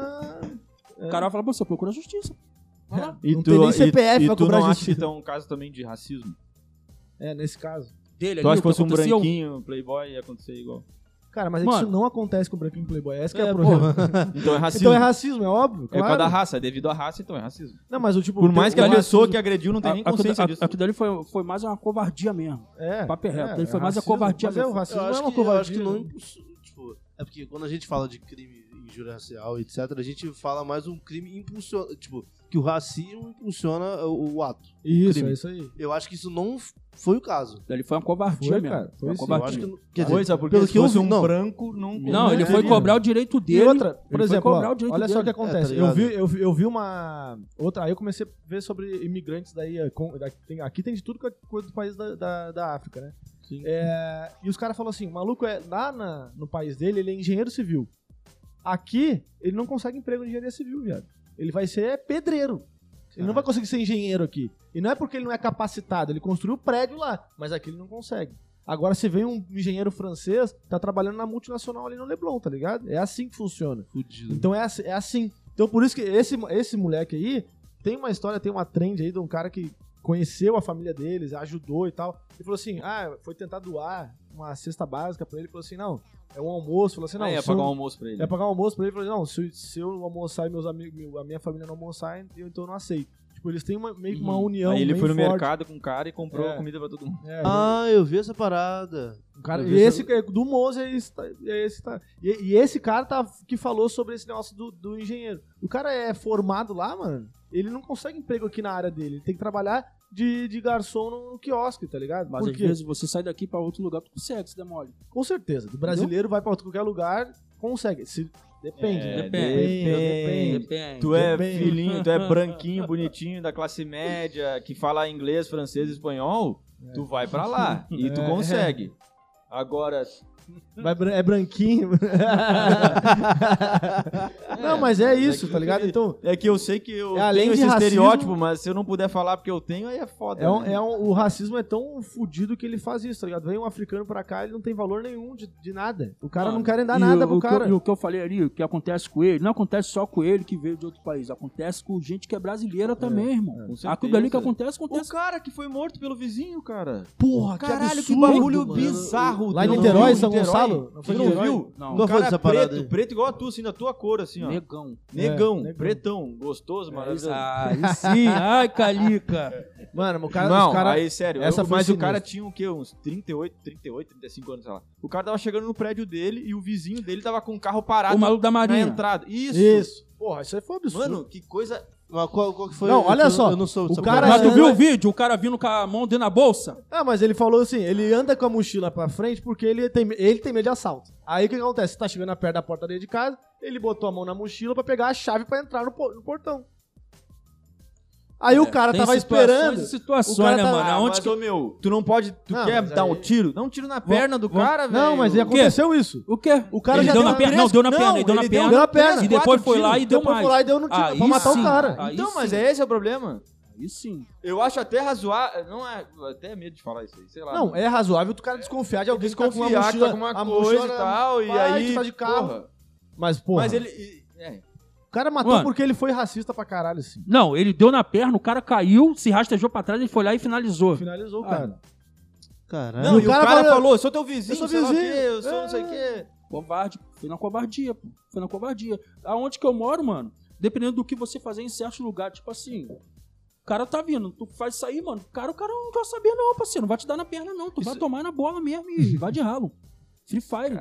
D: O cara vai falar pra você, procura justiça.
A: Não tem nem CPF pra cobrar
B: justiça. Tu não acha que
A: justiça.
B: é um caso também de racismo?
A: Nesse caso.
D: Dele
B: tu acha que fosse um branquinho, playboy, ia acontecer igual?
A: Cara, mas isso não acontece com o branquinho playboy. Esse que é o problema.
B: Então é racismo.
A: Então é racismo, é óbvio. Claro.
B: É por causa da raça, é devido à raça, então é racismo.
A: Não, mas
B: por mais que a pessoa que agrediu não tenha nem consciência disso.
D: Aquilo dali foi mais uma covardia mesmo. Papo reto. Ele foi mais a
A: racismo,
D: covardia mesmo.
A: O racismo não é uma covardia.
C: Eu acho que não... Tipo, é porque quando a gente fala de crime, injúria racial, etc., a gente fala mais um crime impulsiona... Tipo, que o racismo impulsiona o ato.
A: Isso, é isso aí.
C: Eu acho que isso não foi o caso.
D: Ele foi uma covardia mesmo.
A: Cara,
D: foi uma
A: covardia.
B: Porque se fosse um branco,
D: não, ele foi cobrar o direito dele.
A: E outra, por exemplo, olha só o que acontece.
C: Tá
A: eu vi uma... Outra, aí eu comecei a ver sobre imigrantes daí. Aqui tem de tudo que é coisa do país da África, né?
C: Sim.
A: E os caras falam assim, o maluco lá no país dele, ele é engenheiro civil. Aqui, ele não consegue emprego de engenharia civil, viado. Ele vai ser pedreiro. Ele não vai conseguir ser engenheiro aqui. E não é porque ele não é capacitado, ele construiu prédio lá, mas aqui ele não consegue. Agora, se vem um engenheiro francês, tá trabalhando na multinacional ali no Leblon, tá ligado? É assim que funciona.
C: Fudido.
A: Então é assim. Então por isso que esse moleque aí, tem uma história, tem uma trend aí de um cara que conheceu a família deles, ajudou e tal. Ele falou assim, foi tentar doar uma cesta básica pra ele, falou assim, não, é um almoço. Falou assim, não,
B: ia pagar um almoço pra ele.
A: Ia pagar um almoço pra ele, falou assim, não, se eu almoçar e meus amigos, a minha família não almoçar, então eu não aceito. Tipo, eles têm meio que uma união.
B: Aí ele foi no
A: forte.
B: mercado com o cara e comprou comida pra todo mundo.
C: Eu vi essa parada.
A: E esse do Moza é esse tá. E esse cara que falou sobre esse negócio do engenheiro. O cara é formado lá, mano. Ele não consegue emprego aqui na área dele. Ele tem que trabalhar de garçom no quiosque, tá ligado?
D: Mas às vezes você sai daqui pra outro lugar, tu consegue, se der mole.
A: Com certeza. Do brasileiro vai pra qualquer lugar, consegue. Depende.
B: Depende. Tu é filhinho, tu é branquinho, bonitinho, da classe média, que fala inglês, francês e espanhol, tu vai pra lá e tu consegue. Agora...
A: É branquinho. Não, mas é isso, tá ligado? Então,
B: é que eu sei que eu
A: além
B: tenho
A: de
B: esse
A: racismo,
B: estereótipo, mas se eu não puder falar porque eu tenho, aí é foda.
A: O racismo é tão fudido que ele faz isso, tá ligado? Vem um africano pra cá, ele não tem valor nenhum de nada. O cara não quer dar nada pro cara.
D: E o que eu falei ali, o que acontece com ele, não acontece só com ele que veio de outro país, acontece com gente que é brasileira também, irmão. Aquilo ali que acontece.
B: O cara que foi morto pelo vizinho, cara.
A: Porra,
B: caralho,
A: que
B: bagulho
A: mano.
B: Lá
A: em Niterói, São Gonçalo?
B: Você não viu?
C: Não.
B: O cara é preto igual a tu, assim, da tua cor, assim, ó.
D: Negão.
B: Pretão, gostoso, maravilhoso.
D: Aí sim, ai, Calica.
A: Mano, o cara...
B: Não, aí, sério, mas
A: o
B: o cara tinha o quê? Uns 38, 35 anos, sei lá. O cara tava chegando no prédio dele e o vizinho dele tava com o carro parado
D: o maluco da Marinha.
B: na entrada.
A: Isso. Porra, isso aí foi absurdo.
B: Mano, que coisa
C: Mas qual que foi?
A: Não, olha só,
C: Eu não soube
A: o
C: dessa
A: cara-
C: parada.
D: Mas tu viu o vídeo? O cara vindo com a mão dentro da bolsa?
A: Ah, mas ele falou assim, ele anda com a mochila pra frente porque ele tem medo de assalto. Aí o que acontece? Você tá chegando perto da porta dele de casa, ele botou a mão na mochila pra pegar a chave pra entrar no portão. Aí o cara
D: Tem
A: tava
D: situações
A: esperando.
D: e situações,
A: o cara
D: né,
A: tava-
D: mano? Aonde
B: mas,
D: que...
B: ô, meu, tu não pode... Tu
A: Não,
B: quer
A: mas
B: dar
A: aí-
B: um tiro? Dá um tiro na perna do cara, velho.
A: Não, mas aconteceu isso.
D: O quê?
A: O cara
D: Ele
A: já
D: deu
A: deu
D: na perna? Não, deu na perna. Ele deu na
A: Deu
D: perna.
A: na perna.
D: E depois foi lá e deu
A: Depois
D: mais.
A: foi lá e deu no tiro
D: Aí
A: pra matar
D: sim.
A: o cara.
D: Aí
B: Então, mas
D: sim.
B: esse é o problema.
D: Aí sim.
B: Eu acho até razoável... Não é... Eu até medo de falar isso aí, sei lá.
A: Não, é razoável o cara desconfiar de alguém que tá com uma
B: Desconfiar
A: mochila,
B: que alguma
A: a
B: coisa
A: mochila
B: e tal, e
A: vai,
B: aí...
A: tu tá de carro.
B: Porra.
A: Mas, porra,
B: Mas ele...
A: o cara matou
D: Mano.
A: porque ele foi racista pra caralho, assim.
D: Não, ele deu na perna, o cara caiu, se rastejou pra trás, ele foi lá e finalizou.
A: Finalizou o
D: Ah,
A: cara.
C: Caralho.
B: Não, e o cara
A: falou,
B: falou, eu sou teu vizinho,
A: eu sou
B: sei lá o
A: vizinho,
B: quê, eu sou
A: é.
B: não sei o quê.
D: Covarde. Foi na covardia, pô. Foi na covardia. Aonde que eu moro, mano, dependendo do que você fazer em certos lugares, tipo assim, o cara tá vindo, tu faz isso aí, mano, o cara não vai saber não, parceiro, não vai te dar na perna não, tu vai tomar na bola mesmo e vai de ralo. Free Fire.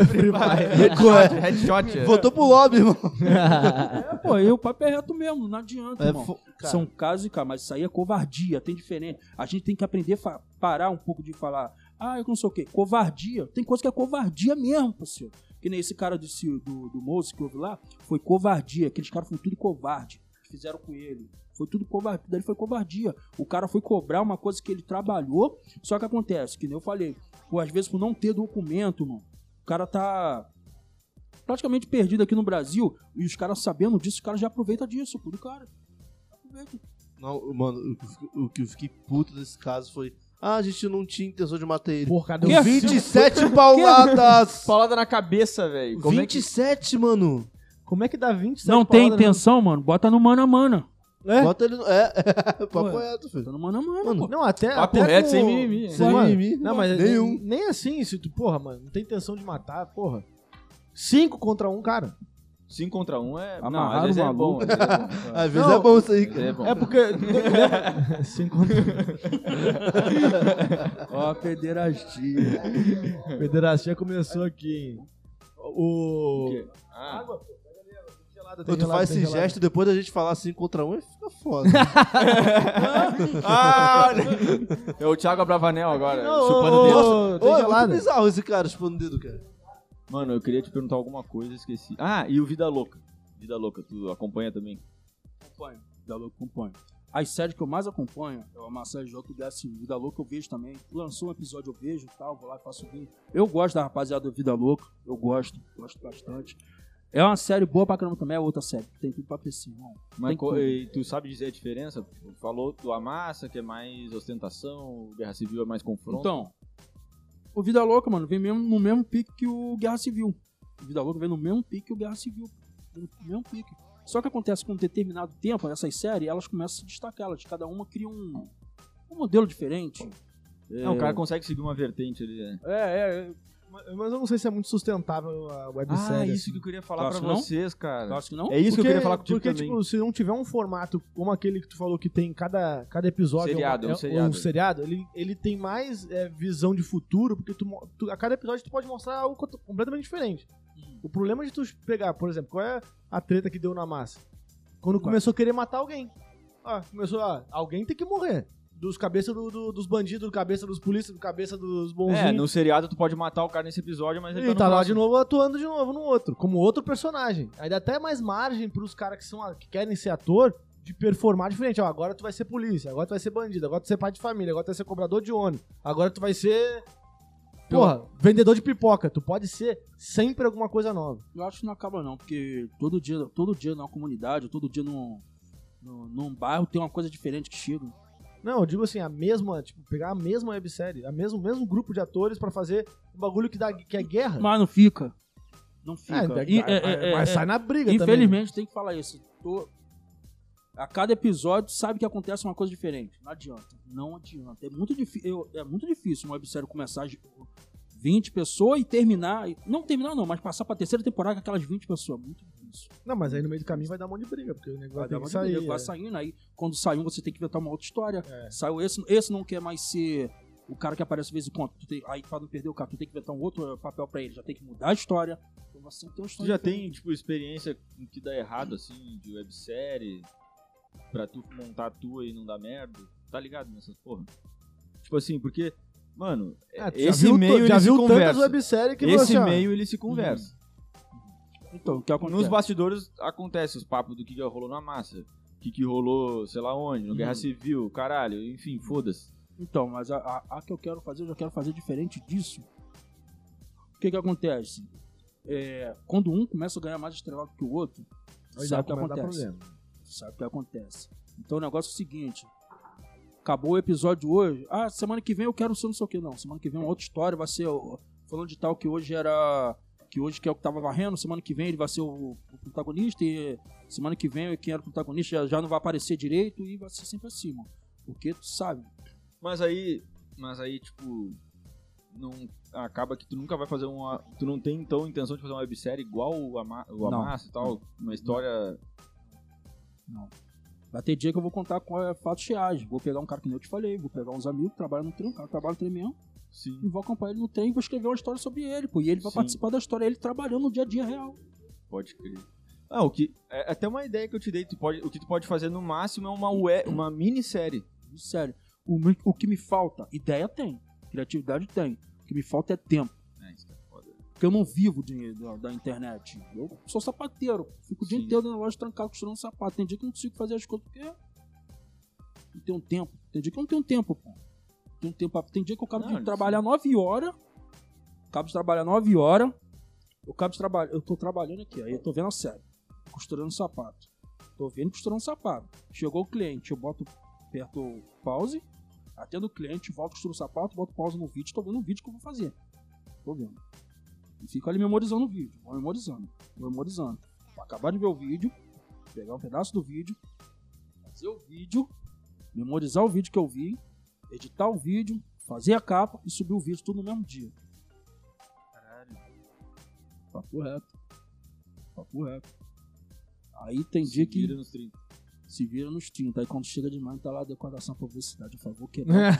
B: Headshot.
C: Voltou pro lobby, irmão.
D: É, pô, aí o papo é reto mesmo, não adianta, irmão.
C: Cara,
D: São casos e casos, mas isso aí é covardia, tem diferente. A gente tem que aprender a parar um pouco de falar, eu não sei o quê, covardia. Tem coisa que é covardia mesmo, parceiro. Que nem esse cara do moço que houve lá, foi covardia. Aqueles caras foram tudo covarde, que fizeram com ele. Foi tudo covardia, daí foi covardia. O cara foi cobrar uma coisa que ele trabalhou, só que acontece, que nem eu falei, pô, às vezes por não ter documento, mano, o cara tá praticamente perdido aqui no Brasil, e os caras sabendo disso, os caras já aproveitam disso, pô, do cara. Aproveita.
C: Não, mano, o que eu fiquei puto desse caso foi... a gente não tinha intenção de matar ele.
A: Porra,
D: Quê?
A: deu
C: 27 pauladas!
B: Paulada na cabeça, velho. Como
C: 27, mano.
A: Como é que dá 27
D: Não tem
A: pauladas,
D: intenção, mano, bota no mano a mano.
A: né?
C: Bota ele no... papo reto, filho.
D: Bota no mano a mano,
C: Mano,
D: pô.
A: Não, até
B: Papo
A: até
B: reto,
A: com-
B: sem mimimi.
C: Sem
A: Mano,
C: mimimi.
A: Não, mas
C: Nenhum.
A: nem assim, se tu, porra, mano, não tem intenção de matar, porra. 5 contra 1, cara.
B: 5 contra 1 é... Não,
D: Amarrar
B: às vezes
D: o
B: é bom.
D: maluco.
B: Às vezes é bom.
C: Às vezes
A: Não,
C: é bom isso aí,
B: Às vezes é
C: cara.
B: bom.
A: É porque 5 contra
D: Ó, a pederastia.
A: 1. Pederastia começou aqui, hein.
B: O
A: O
B: quê? Ah,
A: Água, pô, pega ali, água. Tem gelada,
C: Quando
A: tem
C: tu faz
A: gelada, tem
C: esse
A: gelada.
C: gesto, depois da gente falar 5 contra 1, fica foda.
B: é o Thiago Abravanel agora,
A: Não,
B: chupando
A: ô,
B: dedo.
A: ô, tem
C: Ô, é muito
A: gelada.
C: bizarro esse cara chupando o dedo, cara.
B: Mano, eu queria te perguntar alguma coisa, esqueci. Ah, e o Vida Louca. Vida Louca, tu acompanha também?
D: Acompanho. Vida Louca acompanho. As séries que eu mais acompanho é uma série de jogo desse Vida Louca eu vejo também. Lançou um episódio eu vejo e tal, vou lá e faço o vídeo. Eu gosto da rapaziada do Vida Louca, eu gosto bastante. É uma série boa pra caramba também, é outra série, tem tudo pra PC, irmão.
B: Mas
D: Tem tudo.
B: e tu sabe dizer a diferença? Tipo, falou do Amassa, que é mais ostentação, o Guerra Civil é mais confronto.
D: Então, o Vida Louca, mano, vem mesmo no mesmo pique que o Guerra Civil. O Vida Louca vem no mesmo pique que o Guerra Civil. No mesmo pique. Só que acontece que com um determinado tempo, essas séries, elas começam a se destacar. Elas, cada uma cria um modelo diferente.
B: Não, o cara consegue seguir uma vertente ali, né?
A: Mas eu não sei se é muito sustentável a websérie.
B: isso que eu queria falar
D: Tu
B: pra
D: acha que não?
B: vocês, cara.
D: Eu acho que não?
B: É isso que eu queria falar contigo
A: Porque,
B: também.
A: tipo, se não tiver um formato como aquele que tu falou que tem cada episódio
B: Seriado,
A: é
B: um seriado.
A: um seriado, ele tem mais visão de futuro, porque a cada episódio tu pode mostrar algo completamente diferente. O problema de tu pegar, por exemplo, qual é a treta que deu na massa? Quando começou a querer matar alguém. Alguém tem que morrer. Dos cabeças dos bandidos, do cabeça dos polícias, do cabeça dos bonzinhos.
B: No seriado tu pode matar o cara nesse episódio, mas ele
A: E
B: tá
A: tá
B: no
A: lá de
B: próximo.
A: novo atuando de novo no outro, como outro personagem. Aí dá até mais margem pros caras que querem ser ator de performar diferente. Ó, agora tu vai ser polícia, agora tu vai ser bandido, agora tu vai ser pai de família, agora tu vai ser cobrador de ônibus, agora tu vai ser... Porra, vendedor de pipoca. Tu pode ser sempre alguma coisa nova.
D: Eu acho que não acaba não, porque todo dia numa comunidade, todo dia num bairro tem uma coisa diferente que chega.
A: Não, eu digo assim, pegar a mesma websérie, o mesmo grupo de atores pra fazer um bagulho que é guerra.
D: Mas não fica. Não fica.
A: Mas sai na briga também.
D: Infelizmente tem que falar isso. A cada episódio sabe que acontece uma coisa diferente. Não adianta. É muito difícil uma websérie começar 20 pessoas e terminar. Não terminar não, mas passar pra terceira temporada com aquelas 20 pessoas. Muito difícil.
A: Não, mas aí no meio do caminho vai dar um monte de briga, porque o negócio
D: Vai
A: tem
D: dar
A: que
D: uma
A: sair.
D: briga, vai saindo. Aí quando sai um, você tem que inventar uma outra história.
A: É.
D: Saiu esse não quer mais ser o cara que aparece de vez em quando. Aí pra não perder o cara, tu tem que inventar um outro papel pra ele. Já tem que mudar a história. Então você tem uma
B: Tu
D: história
B: já
D: diferente.
B: tem, tipo, experiência com que dá errado, assim, de websérie? pra tu montar a tua e não dar merda, tá ligado nessas porra? Tipo assim, porque, mano, esse meio
A: já
B: ele se
A: viu tantas
B: conversa.
A: webséries que
B: Esse
A: você...
B: meio ele se conversa.
D: Então, o que acontece?
B: Nos bastidores acontece os papos do que rolou na massa, o que rolou, sei lá onde, no Guerra Civil, caralho, enfim, foda-se.
D: Então, mas a que eu quero fazer, eu já quero fazer diferente disso. O que acontece? Quando um começa a ganhar mais estrelado que o outro, sabe o que acontece? Sabe o que acontece? Então o negócio é o seguinte: acabou o episódio hoje. Ah, semana que vem eu quero ser não sei o que. Não, semana que vem é uma outra história. Vai ser falando de tal que hoje era. Que hoje que é o que tava varrendo. Semana que vem ele vai ser o protagonista. E semana que vem quem era o protagonista já não vai aparecer direito. E vai ser sempre assim, mano. Porque tu sabe.
B: Mas aí, tipo, não acaba que tu nunca vai fazer tu não tem então intenção de fazer uma websérie igual o Massa e tal, uma história.
D: Não. Vai ter dia que eu vou contar com fatos reais. Vou pegar um cara que nem eu te falei, vou pegar uns amigos que trabalham no trem, um cara que trabalha no trem mesmo.
B: Sim.
D: E vou acompanhar ele no trem e vou escrever uma história sobre ele, pô. E ele vai participar da história, ele trabalhando no dia a dia real.
B: Pode crer. Até uma ideia que eu te dei, o que tu pode fazer no máximo é uma minissérie.
D: Sério. O que me falta, ideia tem, criatividade tem. O que me falta é tempo.
B: Isso tá foda.
D: Porque eu não vivo da internet. Eu sou sapateiro. Fico o dia inteiro na loja trancado costurando sapato. Tem dia que eu não consigo fazer as coisas porque não tenho tempo. Tem dia que eu não tenho tempo, pô. Tem dia que eu acabo de trabalhar 9 horas. Eu tô trabalhando aqui, aí eu tô vendo a série. Costurando sapato. Costurando sapato. Chegou o cliente, eu boto perto o pause, atendo o cliente, volto, costuro o sapato, boto pause no vídeo, tô vendo o vídeo que eu vou fazer. Tô vendo. E fico ali memorizando o vídeo. Vou memorizando. Vou acabar de ver o vídeo, pegar um pedaço do vídeo, fazer o vídeo, memorizar o vídeo que eu vi, editar o vídeo, fazer a capa e subir o vídeo tudo no mesmo dia.
B: Caralho.
D: Papo reto. Aí tem dia que... Se vira nos 30. Aí quando chega demais, tá lá a decoração, publicidade. Eu falo, vou quebrar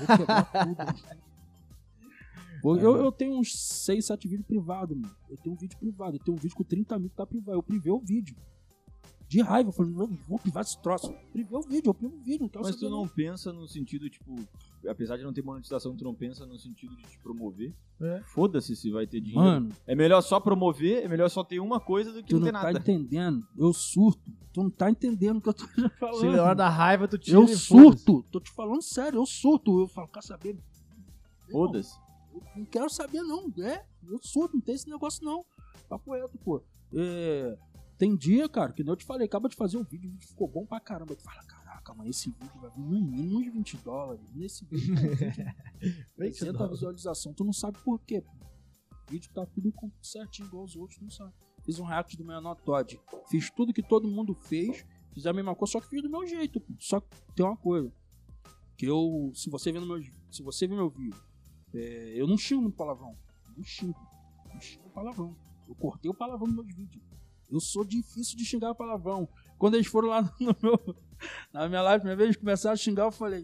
D: tudo. Eu tenho uns 6, 7 vídeos privados, mano. Eu tenho um vídeo privado. Eu tenho um vídeo com 30 mil que tá privado. Eu privei o vídeo. De raiva. Eu falei, não, vou privar esse troço. Eu privo o vídeo. Não quero
B: Mas
D: saber,
B: tu não pensa no sentido, tipo, apesar de não ter monetização, tu não pensa no sentido de te promover? Foda-se se vai ter dinheiro.
D: Mano,
B: é melhor só promover, é melhor só ter uma coisa do que não ter nada.
D: Tu não tá entendendo. Eu surto. Tu não tá entendendo o que eu tô falando.
A: Chega a hora da raiva, tu tira.
D: Eu surto. Tô te falando sério, eu surto. Eu falo, quer saber?
B: Foda-se.
D: Eu não quero saber, não. Eu surto, não tem esse negócio, não. Papo reto, pô. Tem dia, cara, que nem eu te falei, acaba de fazer um vídeo, o vídeo ficou bom pra caramba. Tu fala, caraca, mas esse vídeo vai vir no mínimo uns $20. Nesse vídeo, 60 visualização. Tu não sabe por quê, pô. O vídeo tá tudo certinho, igual os outros, não sabe. Fiz um react do Menor Todd. Fiz tudo que todo mundo fez, fiz a mesma coisa, só que fiz do meu jeito, pô. Só que tem uma coisa. Que se você ver meu vídeo, eu não xingo muito palavrão. Não xingo palavrão. Eu cortei o palavrão nos meus vídeos. Eu sou difícil de xingar palavrão. Quando eles foram lá na minha live, primeira vez, eles começaram a xingar, eu falei,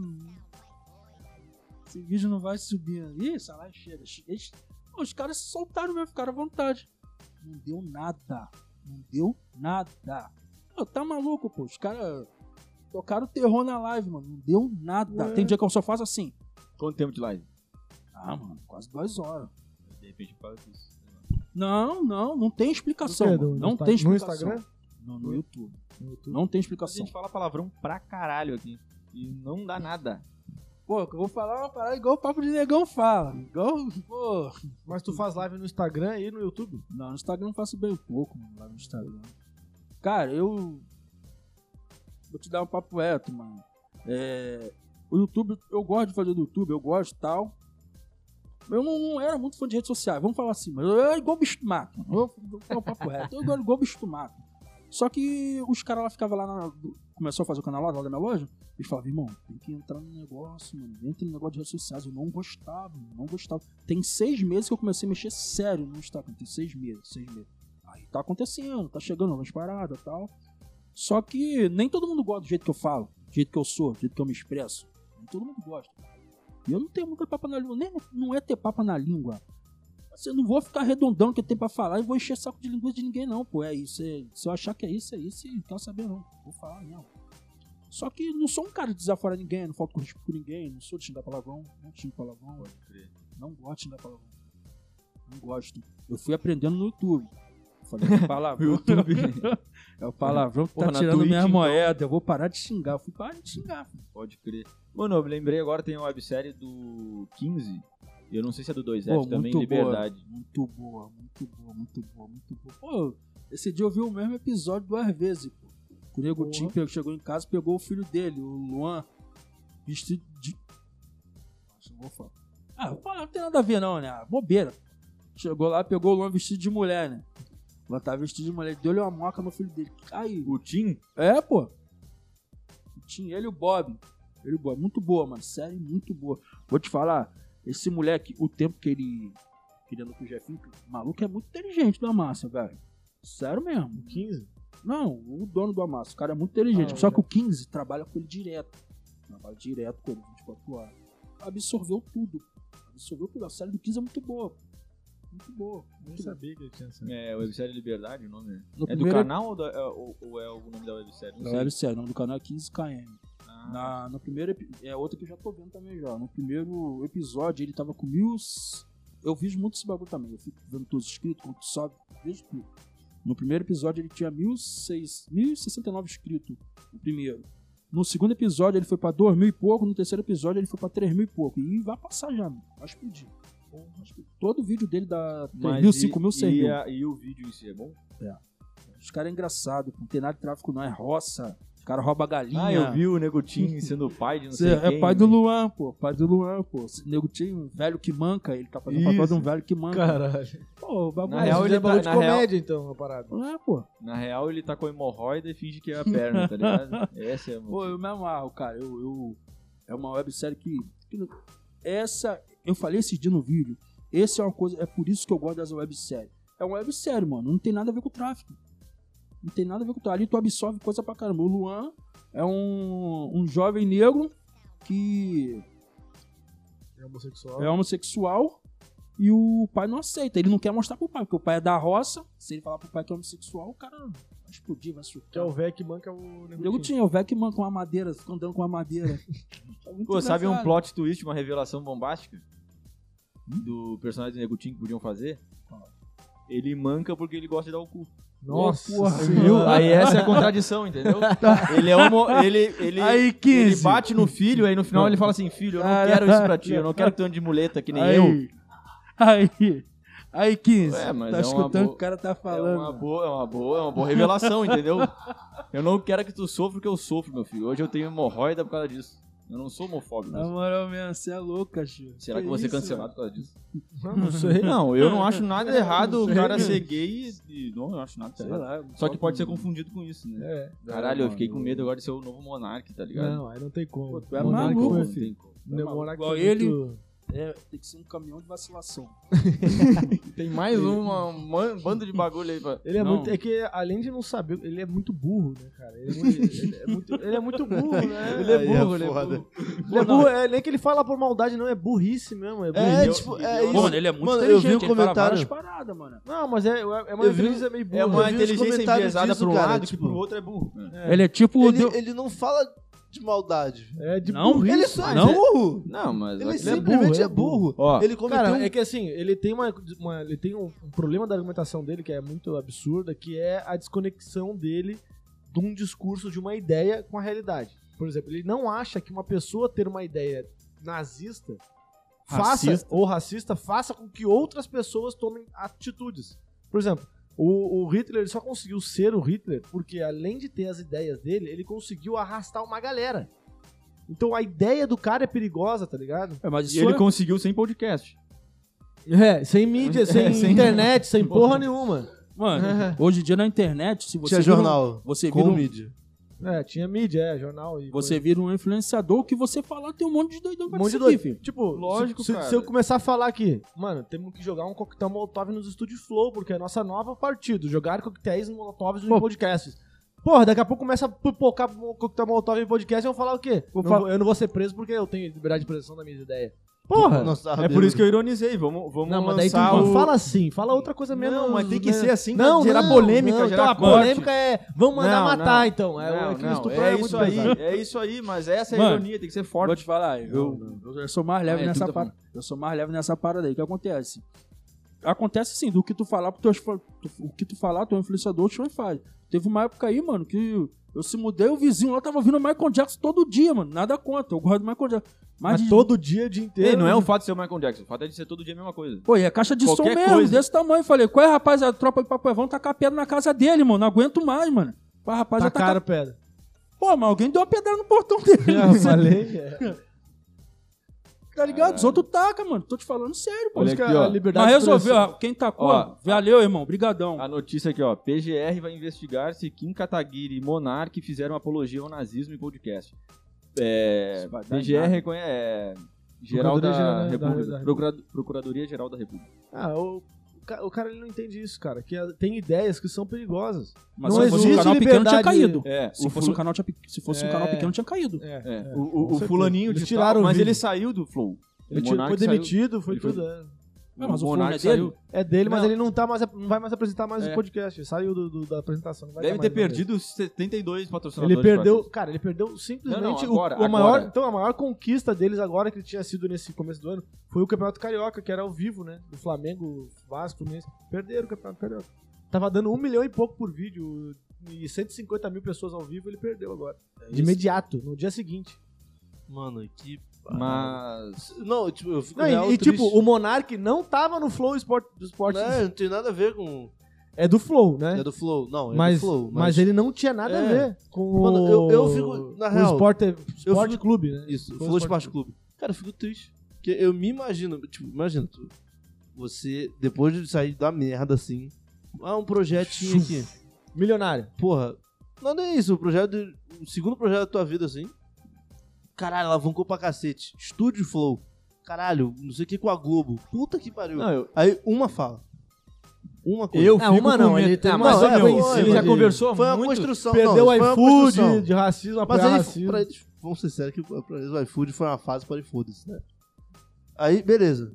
D: esse vídeo não vai subir. Ih, essa live chega. Os caras se soltaram mesmo, ficaram à vontade. Não deu nada. Pô, tá maluco, pô. Os caras tocaram terror na live, mano. Não deu nada. Tem dia que eu só faço assim.
B: Quanto tempo de live?
D: Mano, quase 2 horas.
B: De repente faz isso.
D: Não tem explicação. Não tem explicação.
A: No Instagram?
D: Não, no YouTube. Não tem
B: A
D: explicação.
B: gente fala palavrão pra caralho aqui. E não dá nada.
D: Pô, eu vou falar uma parada igual o Papo de Negão fala. Pô.
A: Mas tu faz live no Instagram e no YouTube?
D: Não, no Instagram eu faço bem pouco, mano, lá no Instagram. Cara, eu vou te dar um papo reto, mano. O YouTube, eu gosto de fazer do YouTube, eu gosto e tal. Eu não era muito fã de redes sociais, vamos falar assim, mas eu era igual bicho do mato. Eu vou falar um papo reto. Eu era igual bicho do mato. Só que os caras lá ficavam lá começou a fazer o canal lá da minha loja. Eles falavam, irmão, tem que entrar no negócio, mano. Entra no negócio de redes sociais. Eu não gostava. Tem 6 meses que eu comecei a mexer sério no Instagram. Tem 6 meses. Aí tá acontecendo, tá chegando algumas paradas e tal. Só que nem todo mundo gosta do jeito que eu falo, do jeito que eu sou, do jeito que eu me expresso. Nem todo mundo gosta. E eu não tenho muita papo na língua. Nem não é ter papo na língua. Eu não vou ficar redondão que tem pra falar e vou encher saco de linguiça de ninguém, não, pô. É isso. Se eu achar que é isso, e não quero saber, não. Vou falar, não. Só que não sou um cara de desaforar ninguém, não falto com respeito com ninguém, não sou de xingar palavrão, não xingo palavrão. Não gosto de xingar palavrão. Não gosto. Eu fui aprendendo no YouTube. Falei, palavrão. É o palavrão que tá tirando Twitch, minha moeda. Eu vou parar de xingar. Eu fui parar de xingar. Filho.
B: Pode crer. Mano, eu lembrei agora, tem uma websérie do 15. E eu não sei se é do 2F também, Liberdade.
D: Muito boa. Pô, esse dia eu vi o mesmo episódio 2 vezes, pô. O Nego Tim chegou em casa e pegou o filho dele, o Luan, vestido de... Acho que não vou falar. Não tem nada a ver não, né? Bobeira. Chegou lá, pegou o Luan vestido de mulher, né? O Luan tava vestido de mulher, deu-lhe uma moca no filho dele. Aí.
B: O Tim?
D: É, pô. O Tim, ele e o Bob. Muito boa, mano. Série muito boa. Vou te falar, esse moleque, o tempo que ele andou com o Jefinho, o maluco é muito inteligente da massa, velho. Sério mesmo.
A: O 15?
D: Não, o dono do Amassa. O cara é muito inteligente. Só que o 15 trabalha com ele direto. Trabalha direto com ele, 24 horas. Absorveu tudo. A série do 15 é muito boa. Muito boa.
A: Nem sabia que ele tinha essa.
B: É, websérie Liberdade, o nome
D: No
B: é do canal ou é o nome da websérie?
D: Não é websérie, o nome do canal é 15KM. No primeiro é outra que eu já tô vendo também já. No primeiro episódio ele tava com 1000. Eu vejo muito esse bagulho também. Eu fico vendo todos os inscritos, quando sobe, vejo tudo. No primeiro episódio ele tinha 1069 inscritos. No primeiro. No segundo episódio ele foi pra 2.000 e pouco. No terceiro episódio ele foi pra 3.000 e pouco. E vai passar já, mano. Vai explodir. Todo vídeo dele dá 3.000, 5.000, 6.000.
B: E o vídeo em si é bom?
D: É. Os caras é engraçado. Não tem nada de tráfico não. É roça. Os caras roubam galinha.
B: Eu vi o Nego Tim sendo pai de não sei quem.
D: É pai do Luan, pô. Nego Tim, velho que manca. Ele tá fazendo o papel de um velho que manca.
A: Caralho.
D: Pô, o bagulho.
B: Na real, ele
A: tá de comédia, então, a parada.
D: Não é, pô.
B: Na real, ele tá com hemorroida e finge que é a perna, tá ligado? Essa é a
D: Pô, eu me amarro, cara. É uma websérie que... Essa... Eu falei esse dia no vídeo. Essa é uma coisa... É por isso que eu gosto das webséries. É uma websérie, mano. Não tem nada a ver com o tráfico. Não tem nada a ver com o tráfico. Ali tu absorve coisa pra caramba. O Luan é um jovem negro que... É homossexual. E o pai não aceita. Ele não quer mostrar pro pai. Porque o pai é da roça. Se ele falar pro pai que é homossexual, o cara vai explodir, vai surtar.
A: Que é o velho que manca o
D: Nego Tim. É o velho que manca com uma madeira. Fica andando com uma madeira.
B: Pô, sabe um plot twist, uma revelação bombástica? Do personagem do Nego Tim que podiam fazer? Ele manca porque ele gosta de dar o cu.
A: Nossa,
D: porra,
B: viu? Aí essa é a contradição, entendeu? Ele é
D: Aí, 15.
B: Ele bate no filho, aí no final ele fala assim: filho, eu não quero isso pra ti, eu não quero que tu ande de muleta que nem eu.
D: Aí, 15.
B: Mas
D: tá escutando o que o cara tá falando.
B: É uma boa revelação, entendeu? Eu não quero que tu sofra o que eu sofro, meu filho. Hoje eu tenho hemorroida por causa disso. Eu não sou homofóbico.
D: Na moral mesmo, você é louco, cachorro.
B: Será que eu vou ser cancelado por causa disso?
A: Não sei.
B: Não, eu não acho nada errado o cara ser gay e não, eu acho nada errado.
D: Lá,
B: só que pode ser confundido com isso, né? Caralho, eu fiquei com medo agora de ser o novo Monark, tá ligado?
A: Não, aí não tem como.
D: Pô, tu é maluco,
A: filho.
D: Igual ele... tem que ser um caminhão de vacilação.
B: Tem mais uma banda de bagulho aí pra...
A: Ele é muito... É que, além de não saber, ele é muito burro, né, cara? Ele é muito burro, né?
B: Ele é burro, ele é
A: burro. Ele é burro, nem que ele fala por maldade, não. É burrice mesmo. É burrice.
D: Isso. Mano, ele é muito inteligente.
C: Eu vi um comentário...
D: paradas, mano.
A: Não, mas é uma inteligência meio burra.
B: É uma inteligência enviesada
C: disso,
B: pra um
C: cara,
B: lado
C: tipo,
B: que pro outro é burro.
D: Ele é tipo...
C: Ele não fala... de maldade.
A: É de
D: não,
A: burrice.
C: Ele só é burro.
B: Não, mas
C: ele simplesmente é burro.
B: Ó,
C: ele cometeu
A: cara, é que assim, ele tem ele tem um problema da argumentação dele que é muito absurda, que é a desconexão dele de um discurso, de uma ideia com a realidade. Por exemplo, ele não acha que uma pessoa ter uma ideia nazista ou racista faça com que outras pessoas tomem atitudes. Por exemplo, o Hitler ele só conseguiu ser o Hitler porque, além de ter as ideias dele, ele conseguiu arrastar uma galera. Então a ideia do cara é perigosa, tá ligado?
D: Mas
B: e ele conseguiu sem podcast.
A: Sem mídia, sem internet, sem porra nenhuma.
D: Mano, hoje em dia na internet, se você
C: tinha jornal,
D: você
C: com
D: vira
C: mídia.
A: Tinha mídia, jornal. E
D: você vira um influenciador, que você falar tem um monte de doidão pra
A: seguir,
D: doido.
A: Filho. Tipo,
B: lógico,
A: se eu começar a falar aqui, mano, temos que jogar um coquetel molotov nos estúdios Flow, porque é a nossa nova partido, jogar coquetéis molotovs em podcasts. Porra, daqui a pouco começa a pipocar coquetel molotov em podcast e eu vou falar o quê? Eu não vou ser preso porque eu tenho liberdade de expressão das minhas ideias. Porra!
B: É por isso que eu ironizei. Vamos
A: Não, mas daí tu
B: lançar
A: não
B: o...
A: fala assim, fala outra coisa menos.
B: Não, mas tem que
A: né?
B: ser assim pra
A: Não,
B: gerar
A: não,
B: polêmica,
A: não,
B: gerar
A: então a
B: corte.
A: polêmica é, vamos mandar matar, então.
B: É isso aí, mas essa é a
D: Mano,
B: ironia, tem que ser forte.
D: Vou te falar, eu sou mais leve nessa parada. Eu sou mais leve nessa parada aí. O que acontece? Acontece sim, do que tu falar pro o que tu falar, teu influenciador te faz. Teve uma época aí, mano, que eu se mudei, o vizinho lá tava ouvindo o Michael Jackson todo dia, mano. Nada contra, eu gosto do Michael Jackson.
A: Mas todo dia, o dia inteiro.
B: Ei, não é o fato de ser o Michael Jackson, o fato é de ser todo dia a mesma coisa.
D: Pô, e é caixa de
B: Qualquer
D: som mesmo,
B: coisa.
D: desse tamanho. Falei, qual é, rapaz? A tropa de Papai vão tacar pedra na casa dele, mano. Não aguento mais, mano. Pô, rapaz, já
A: Tacaram pedra.
D: Pô, mas alguém deu uma pedra no portão dele.
A: Eu falei.
D: Tá ligado? Os outros tacam, mano. Tô te falando sério, pô.
B: Olha aqui, ó.
A: A liberdade
D: Mas
A: de
D: resolveu,
A: expressão.
D: ó, quem tacou,
B: Ó,
D: valeu, irmão. Brigadão.
B: A notícia aqui, ó. PGR vai investigar se Kim Kataguiri e Monark fizeram apologia ao nazismo em podcast.
D: Isso vai dar
B: PGR
D: nada.
B: reconhece... Geral da
A: Procuradoria-Geral da
B: República.
A: República.
B: Procuradoria-Geral da República.
A: O cara ele não entende isso, cara. Que tem ideias que são perigosas.
D: Mas
A: não
D: se fosse um
A: existe
D: canal pequeno, tinha
A: liberdade-
D: caído.
B: É,
D: Se fosse um canal pequeno, tinha caído.
B: o
A: certeza.
B: fulaninho
A: Eles
B: de
A: tiraram
B: tal,
A: o
B: mas
A: vídeo.
B: ele saiu do Flow.
A: Ele
B: O Monark
A: foi
B: saiu.
A: demitido, foi
B: Ele foi-
A: tudo.
D: Mas o
B: Monark
D: Flow não é dele?
A: É dele, mas
B: Não.
A: ele não vai mais apresentar mais
B: É.
A: o podcast. Ele saiu da apresentação. Não vai
B: Deve
A: dar
B: ter
A: mais uma vez.
B: perdido 72 patrocinadores.
A: Ele perdeu,
B: quase.
A: cara, ele perdeu simplesmente
B: Não, agora,
A: a maior,
B: agora.
A: então a maior conquista deles agora que tinha sido nesse começo do ano foi o Campeonato Carioca, que era ao vivo, né, do Flamengo, Vasco, Fluminense. Perderam o Campeonato Carioca. Tava dando 1 milhão e pouco por vídeo e 150 mil pessoas ao vivo, ele perdeu agora. De imediato, no dia seguinte.
C: Mano, que...
B: Mas...
C: Não, tipo, eu fico
A: Não,
C: real
A: e
C: triste.
A: tipo, o Monark não tava no Flow do esporte.
C: Não tem nada a ver com...
A: É do Flow, né?
C: É do Flow. Não, é
A: mas,
C: do Flow.
A: mas ele não tinha nada a
C: É.
A: ver com
C: Mano, eu fico, na
A: o
C: real...
A: Esporte
C: fico-
A: Clube, né?
C: Isso,
A: Flow
C: Flow Esporte Clube. Cara, eu fico triste. Porque eu me imagino, tipo, imagina, você, depois de sair da merda assim, um projetinho aqui.
A: Milionário.
C: Porra, não é isso, o segundo projeto da tua vida assim. Caralho, alavancou pra cacete. Estúdio Flow. Caralho, não sei o que com a Globo. Puta que pariu.
B: Não,
C: Aí, uma fala. Uma coisa.
B: eu
A: Não,
B: fico
A: uma não,
B: com medo.
A: ele tem uma
B: mas,
C: não, é,
B: meu,
C: foi,
B: ele já
C: foi.
B: conversou
C: Foi uma
B: muito.
C: construção.
A: Perdeu
C: não,
A: o
C: foi uma
A: iFood
C: construção.
A: de racismo,
C: Mas
A: apoiar
C: aí,
A: racismo.
C: pra eles, vamos ser sérios que pra eles o iFood foi uma fase para foda-se, né? Aí, beleza.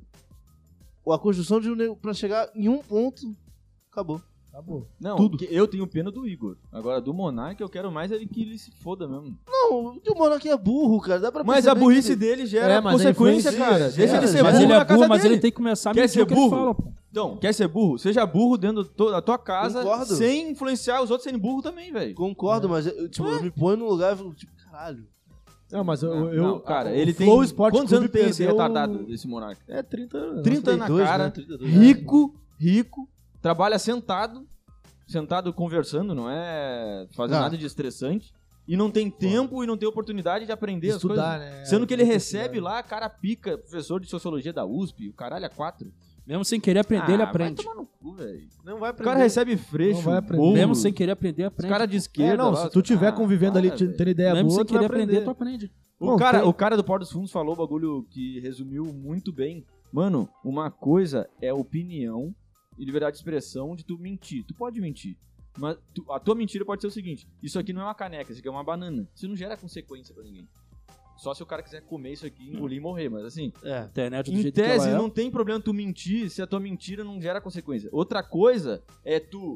C: A construção de um nego pra chegar em um ponto, acabou.
A: Acabou.
B: Não,
C: Tudo.
B: eu tenho pena do Igor. Agora, do Monark, eu quero mais ele que ele se foda mesmo.
C: Não, que o Monark é burro, cara. Dá pra
B: Mas a
C: perceber
B: burrice
C: que ele-
B: dele gera
A: mas a
B: consequência,
A: influência,
B: cara. Deixa ele ser
D: Mas
B: burro
D: ele
B: na
D: é
B: casa
D: burro, mas
B: dele.
D: ele tem que começar a
B: Quer
D: mentir
B: ser
D: o que ele
B: burro?
D: fala, pô.
B: Então, quer ser burro? Seja burro dentro da tua casa,
C: Concordo.
B: sem influenciar os outros sendo burro também, velho.
C: Concordo, mas eu me ponho no lugar e fico, tipo, caralho.
A: Não, mas
B: Não, cara,
A: o
B: ele tem...
A: Flow Esporte
B: Quantos
A: Clube
B: anos tem esse
A: perdeu-
B: retardado, esse Monark?
A: É 30 anos.
B: 30 anos na
C: 32,
B: cara,
C: né? 32.
B: rico, trabalha sentado conversando, não é fazendo
C: Não.
B: nada de estressante, e não tem tempo e não tem oportunidade de aprender as
A: Estudar,
B: coisas.
A: né?
B: Sendo que ele
A: Tem
B: recebe
A: estudar.
B: lá, cara pica, professor de sociologia da USP, o caralho a 4.
D: Mesmo sem querer aprender, ele aprende.
B: Vai tomar no cu, velho.
A: Não vai
B: O
A: aprender.
B: cara recebe freixo,
A: Não vai aprender.
B: bolo,
D: Mesmo sem querer aprender,
B: os
D: aprende.
B: caras de esquerda.
A: Não,
B: lá,
A: se tu tiver convivendo ali,
B: para, velho.
A: tendo ideia
D: Mesmo
A: boa,
D: sem
A: tu vai
D: querer aprender, tu aprende.
A: Não,
B: O cara do Porta dos Fundos falou um bagulho que resumiu muito bem. Mano, uma coisa é opinião e liberdade de expressão de tu mentir. Tu pode mentir. Mas a tua mentira pode ser o seguinte: isso aqui não é uma caneca, isso aqui é uma banana. Isso não gera consequência pra ninguém. Só se o cara quiser comer isso aqui, engolir e morrer. Mas assim,
C: É.
D: Internet do
B: em
D: jeito que
B: tese
D: ela é.
B: não tem problema tu mentir se a tua mentira não gera consequência. Outra coisa é tu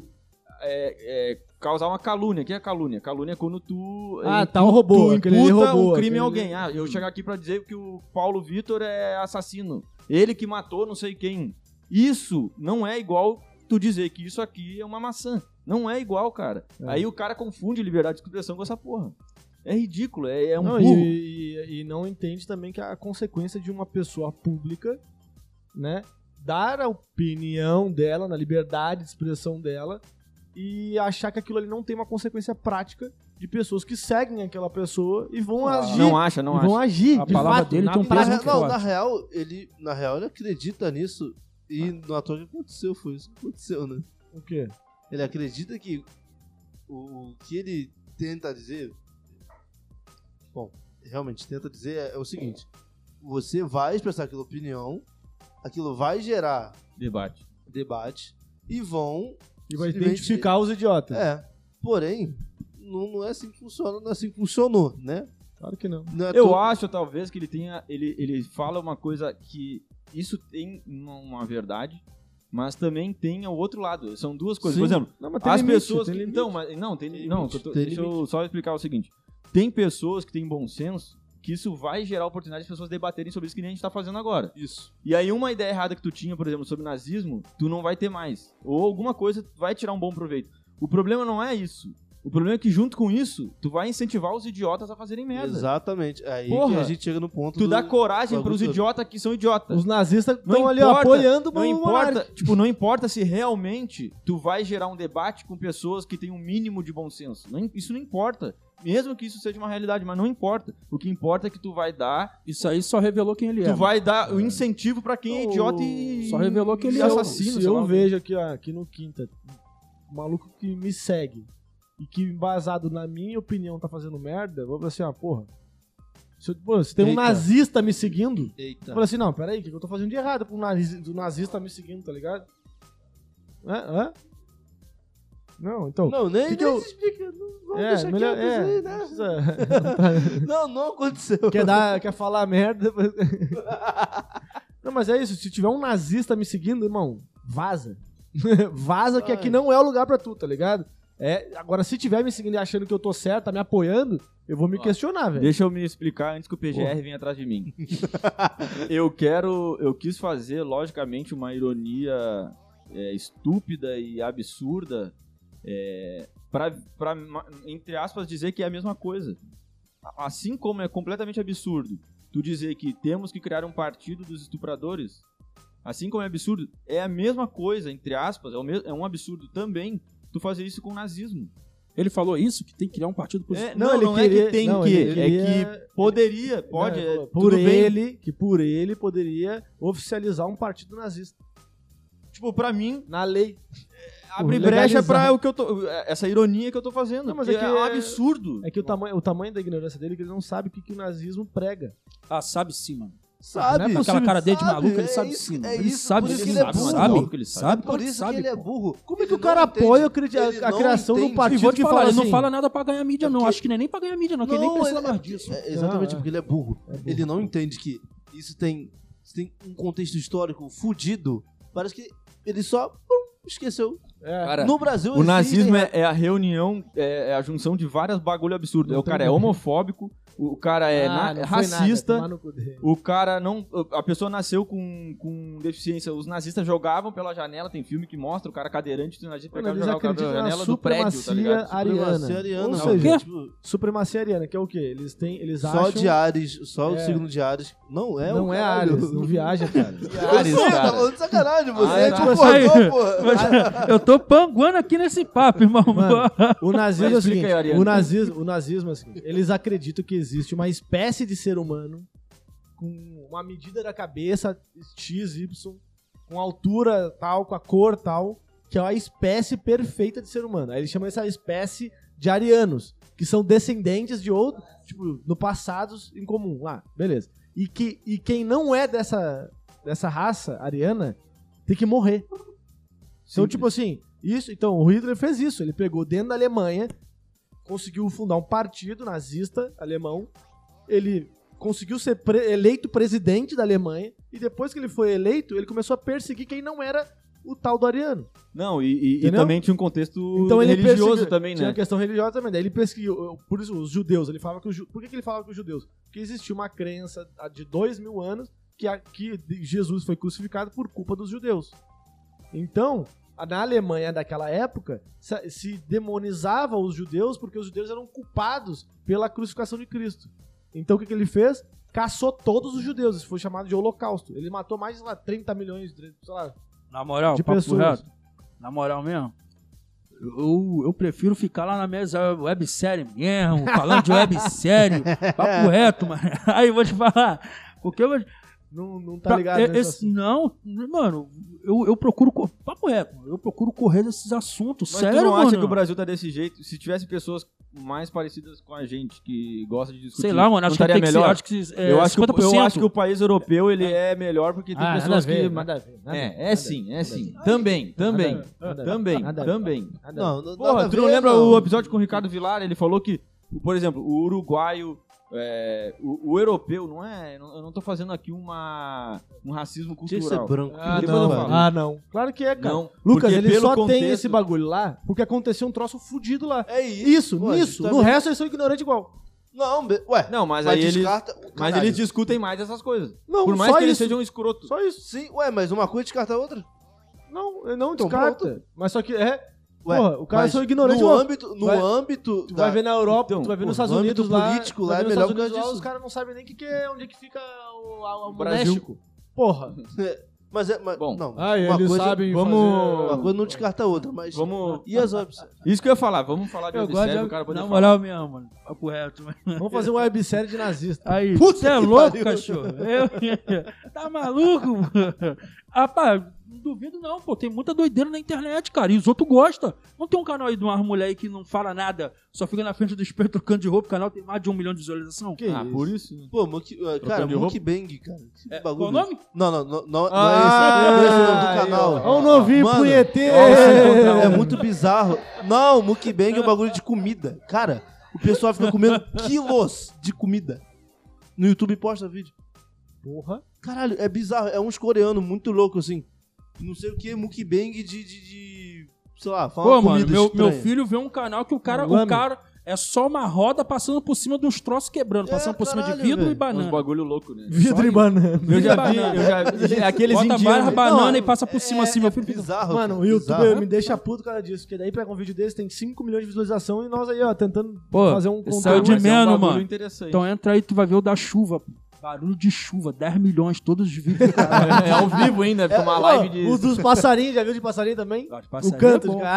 B: causar uma calúnia. O que é calúnia? Calúnia é quando tu
A: tal robô,
B: tu
A: aquele
B: imputa
A: robô,
B: um crime a
A: aquele-
B: alguém. Eu chegar aqui pra dizer que o Paulo Vitor é assassino. Ele que matou não sei quem. Isso não é igual tu dizer que isso aqui é uma maçã. Não é igual, cara. Aí o cara confunde liberdade de expressão com essa porra. É ridículo, é um
A: Não,
B: burro.
A: e não entende também que a consequência de uma pessoa pública, né, dar a opinião dela, na liberdade de expressão dela, e achar que aquilo ali não tem uma consequência prática de pessoas que seguem aquela pessoa e vão agir.
B: Não acha,
A: e
B: não
A: vão
B: acha.
A: agir.
D: A
A: de
D: palavra
A: fato,
D: dele
A: na
D: tem um
C: Na,
A: prática.
D: peso
C: re-
D: muito
C: não,
D: forte.
C: na real, ele acredita nisso e não à toa que aconteceu, foi isso que aconteceu, né?
A: O quê?
C: Ele acredita que o que ele tenta dizer, bom, realmente tenta dizer é o seguinte: você vai expressar aquela opinião, aquilo vai gerar
B: Debate.
C: debate e vão
A: E vai
C: simplesmente-
A: identificar os idiotas.
C: porém, não é assim que funciona, não é assim que funcionou, né?
A: Claro que não.
B: Eu acho, talvez, que ele fala uma coisa que isso tem uma verdade, mas também tem o outro lado. São duas coisas.
A: Sim.
B: Por exemplo,
A: Não, mas tem
B: as
A: limite,
B: pessoas...
A: tem
B: que,
A: limite.
B: então, mas, não, tem limite. Deixa eu só explicar o seguinte. Tem pessoas que têm bom senso que isso vai gerar oportunidade de pessoas debaterem sobre isso que nem a gente tá fazendo agora.
C: Isso.
B: E aí uma ideia errada que tu tinha, por exemplo, sobre nazismo, tu não vai ter mais. Ou alguma coisa vai tirar um bom proveito. O problema não é isso. O problema é que junto com isso, tu vai incentivar os idiotas a fazerem merda.
C: Exatamente. Aí
B: Porra,
C: que a gente chega no ponto
B: Tu dá coragem pros idiotas que são idiotas.
A: Os nazistas
B: Não
A: estão ali
B: importa,
A: apoiando
B: não
A: o
B: importa,
A: monarca.
B: tipo, não importa se realmente tu vai gerar um debate com pessoas que têm um mínimo de bom senso. Isso não importa. Mesmo que isso seja uma realidade, mas não importa. O que importa é que tu vai dar...
D: Isso aí só revelou quem ele é.
B: Tu vai dar o incentivo pra quem é idiota e...
D: Só revelou que ele
B: e
D: é
B: assassino.
A: Se
B: sei
A: eu
B: lá.
A: vejo aqui no Quinta um maluco que me segue e que, embasado na minha opinião, tá fazendo merda, eu vou falar assim, porra. Se tem um
C: Eita.
A: nazista me seguindo, eu
C: Eita.
A: falo assim, não, peraí, o que eu tô fazendo de errado pro nazista me seguindo, tá ligado? Hã? Não, então...
C: Não, nem
A: que eu-
C: se explica. Vamos deixar
A: melhor,
C: quieto isso aí,
A: não
C: né?
A: precisa-
C: Não aconteceu.
A: quer falar merda. Não, mas é isso. Se tiver um nazista me seguindo, irmão, vaza. Vaza, que aqui não é o lugar pra tu, tá ligado? Agora, se tiver me seguindo e achando que eu tô certo, tá me apoiando, eu vou me questionar, velho.
B: Deixa eu me explicar antes que o PGR venha atrás de mim. Eu quis fazer, logicamente, uma ironia estúpida e absurda pra, entre aspas, dizer que é a mesma coisa. Assim como é completamente absurdo tu dizer que temos que criar um partido dos estupradores, assim como é absurdo, é a mesma coisa, entre aspas, é um absurdo também tu fazer isso com o nazismo.
D: Ele falou isso, que tem que criar um partido positivo.
B: Não é que tem que, é que poderia, pode,
A: por
B: tudo bem.
A: ele poderia oficializar um partido nazista.
B: Tipo, pra mim,
A: Na lei.
B: abre
A: legalizar.
B: brecha pra o que eu tô, essa ironia que eu tô fazendo.
A: Não, mas
B: que
A: é que
B: é um absurdo.
A: É que o tamanho da ignorância dele é que ele não sabe o que o nazismo prega.
D: Ah, sabe sim, mano.
C: Sabe?
A: Não é
D: Com aquela cara dele de
C: Sabe,
D: maluco, ele
C: é
D: sabe
C: isso,
D: sim.
C: é
D: Mano. Ele
C: isso,
D: sabe
C: por isso
D: sim.
C: que ele é burro.
D: Sabe?
B: Ele
D: Sabe?
C: Por isso
D: sabe,
C: que ele é
D: pô.
C: burro.
A: Como é que
C: Ele
A: o cara
C: não entende.
A: apoia
C: Ele
A: a
C: não
A: criação de um
C: entende.
D: E
A: partido
D: vou te
A: que
D: falar,
A: fala
D: ele não
A: assim,
D: fala nada pra ganhar mídia, não.
C: porque-
D: Acho que nem pra ganhar mídia, não. Que ele nem precisa mais disso.
C: Exatamente,
A: Não,
C: porque ele é burro. Ele não entende que isso tem um contexto histórico fudido. Parece que ele só esqueceu.
B: Cara,
C: No Brasil
B: o nazismo
C: existem-
B: é a reunião, é a junção de vários bagulho absurdo.
A: Não
B: O cara
A: tem
B: é
A: como.
B: homofóbico, o cara é
A: não foi nada,
B: racista,
A: tomar no cu dele.
B: o cara não... A pessoa nasceu com deficiência. Os nazistas jogavam pela janela, tem filme que mostra o cara cadeirante, o nazista
A: Mano,
B: pegava e
A: eles
B: jogava o cara
A: acreditam
B: pela
A: na
B: janela do prédio, tá
A: supremacia
B: ligado?
A: ariana.
C: Supremacia ariana,
A: Ou
C: não.
A: seja,
C: Tipo,
A: supremacia ariana, que é o quê? Eles
C: só
A: acham...
C: de Ares, só o
A: É.
C: signo de Ares. Não é
A: Não
C: o
A: é
C: caralho.
A: Ares, não viaja, cara.
B: Ares,
C: Você tá
B: cara.
C: falando de sacanagem, você
A: Ah,
C: é
A: tá.
C: tipo
D: Aí,
C: porra, porra.
D: Eu tô panguando aqui nesse papo, irmão.
A: Mano, o nazismo é o
B: Mas explica
A: seguinte,
B: aí, Ariano.
A: o nazismo é o seguinte, eles acreditam que existe uma espécie de ser humano com uma medida da cabeça X, Y, com altura tal, com a cor tal, que é a espécie perfeita de ser humano. Aí eles chamam essa espécie de arianos, que são descendentes de outro, tipo, no passado em comum, lá, beleza. E quem não é dessa raça ariana tem que morrer. Então, tipo assim, então o Hitler fez isso. Ele pegou dentro da Alemanha, conseguiu fundar um partido nazista alemão, ele conseguiu ser eleito presidente da Alemanha, e depois que ele foi eleito, ele começou a perseguir quem não era o tal do ariano.
B: Não, e
A: Entendeu?
B: também tinha um contexto
A: Então ele
B: religioso
A: perseguiu-
B: também,
A: Tinha
B: né?
A: a questão religiosa também. Daí ele pesquisou, por isso os judeus, ele falava que por que ele falava com os judeus? Porque existia uma crença de 2000 anos que Jesus foi crucificado por culpa dos judeus. Então, na Alemanha daquela época, se demonizava os judeus porque os judeus eram culpados pela crucificação de Cristo. Então o que ele fez? Caçou todos os judeus. Isso foi chamado de holocausto. Ele matou mais de 30 milhões, sei lá,
D: Na moral,
A: de
D: papo
A: pessoas.
D: reto. Na moral mesmo. Eu prefiro ficar lá na mesa websérie mesmo, falando de websérie. Papo reto, mano. Aí eu vou te falar. Porque eu vou.
A: Não tá ligado nesse assunto.
D: Não, mano, eu procuro. Papo reto, mano, eu procuro correr desses assuntos.
B: Mas
D: Sério,
B: tu não
D: mano.
B: acha que o Brasil tá desse jeito? Se tivesse pessoas mais parecidas com a gente, que gostam de discutir,
D: Sei lá, mano,
B: não
D: acho que
B: estaria
D: tem que ser.
B: melhor?
D: Acho que,
B: eu acho
D: 50%.
B: eu acho que o país europeu ele é melhor porque tem pessoas que...
A: nada a ver.
B: É sim. Também.
A: Também.
C: Não,
B: Porra,
C: nada a
B: tu não
C: ver,
B: lembra
C: não.
B: o episódio com o Ricardo Vilar? Ele falou que, por exemplo, o uruguaio O europeu não é... Eu não tô fazendo aqui um racismo
C: Tinha que ser
B: cultural.
C: branco.
B: Depois eu falo.
A: Não. Claro que é, cara.
B: Não,
A: Lucas,
B: porque
A: ele
B: pelo
A: só tem
B: contexto-
A: esse bagulho lá porque aconteceu um troço fudido lá.
C: É isso. Ué,
A: Nisso.
C: tá
A: No
C: vendo?
A: resto eles são ignorantes igual.
C: Não, ué.
B: Não, mas aí eles...
C: descarta...
B: Mas
C: Caralho.
B: eles discutem mais essas coisas.
A: Não,
B: Por mais
A: só
B: que eles
A: isso.
B: sejam escrotos.
A: Só isso.
C: Sim, ué, mas uma coisa descarta a outra.
A: Não
C: Então,
A: descarta. Mas só que
C: Ué,
A: porra, o cara
C: mas
A: são ignorantes
C: no
A: igual.
C: âmbito
A: Tu vai ver na Europa,
B: Então,
A: tu vai ver
C: pô,
A: nos Estados
C: no
A: Unidos
C: âmbito
A: lá.
C: político
A: tu
C: lá
A: vai
C: é
A: ver nos
C: melhor
A: Estados
C: por causa
A: Unidos lá,
C: disso.
A: os caras não sabem nem onde é que fica o
B: Brasil.
A: México. Porra.
C: Mas
B: Bom.
C: não.
A: Ai,
C: uma
A: eles
C: coisa,
A: sabem
C: uma coisa não descarta a outra, mas...
B: Vamos...
C: E as webséries?
B: Isso que eu ia falar. Vamos falar de
D: Eu
B: websérie
D: gosto
B: pro
D: de...
B: cara poder
D: Na
B: falar.
D: moral mesmo, mano. Papo reto.
A: Vamos fazer uma websérie de nazista.
D: Aí,
C: Puta
D: você é
C: que
D: louco,
C: pariu.
D: cachorro? Tá maluco? Rapaz, não duvido não, pô. Tem muita doideira na internet, cara. E os outros gostam. Não tem um canal aí de uma mulher aí que não fala nada, só fica na frente do espelho trocando de roupa. O canal tem mais de 1 milhão de visualização.
A: Que
B: Ah,
A: isso?
B: por isso.
C: Pô, cara,
B: de roupa?
C: mukbang, cara. Que
D: É,
C: bagulho.
D: qual o nome?
C: Não é esse. Não é esse o nome do canal.
A: Ó o novinho
C: Mano,
A: punheteiro.
C: É muito bizarro. Não, mukbang é um bagulho de comida. Cara, o pessoal fica comendo quilos de comida. No YouTube posta vídeo.
A: Porra.
C: Caralho, é bizarro. É uns coreanos muito loucos, assim. Não sei o que, mukbang de sei lá, fala
D: Pô,
C: uma
D: mano,
C: comida
D: meu
C: estranha.
D: filho vê um canal que o cara é só uma roda passando por cima de uns troços quebrando, passando por cima de
C: caralho,
D: vidro
C: velho.
D: e banana.
B: Uns bagulho louco, né?
A: Vidro e banana.
B: Eu já vi,
D: banana.
B: aqueles
D: Bota
B: indianos.
D: várias bananas
C: Não,
D: e passa por cima assim, meu filho fica...
C: Bizarro.
A: Mano,
C: cara,
A: o YouTube
C: bizarro.
A: me deixa puto por causa disso. Porque daí pega um vídeo desse, tem 5 milhões de visualização e nós aí, ó, tentando
D: Pô,
A: fazer um
D: saiu
A: conteúdo.
D: de
B: Mas é um
D: menos,
B: bagulho
D: mano.
B: interessante.
D: Então entra aí, tu vai ver o da chuva. Barulho de chuva, 10 milhões, todos os vídeos do cara.
B: É ao vivo ainda, fica uma live de...
A: Os dos passarinhos, já viu de passarinho também?
D: Ah, de
A: O
D: passarinho
A: canto
D: é
A: de
D: bom,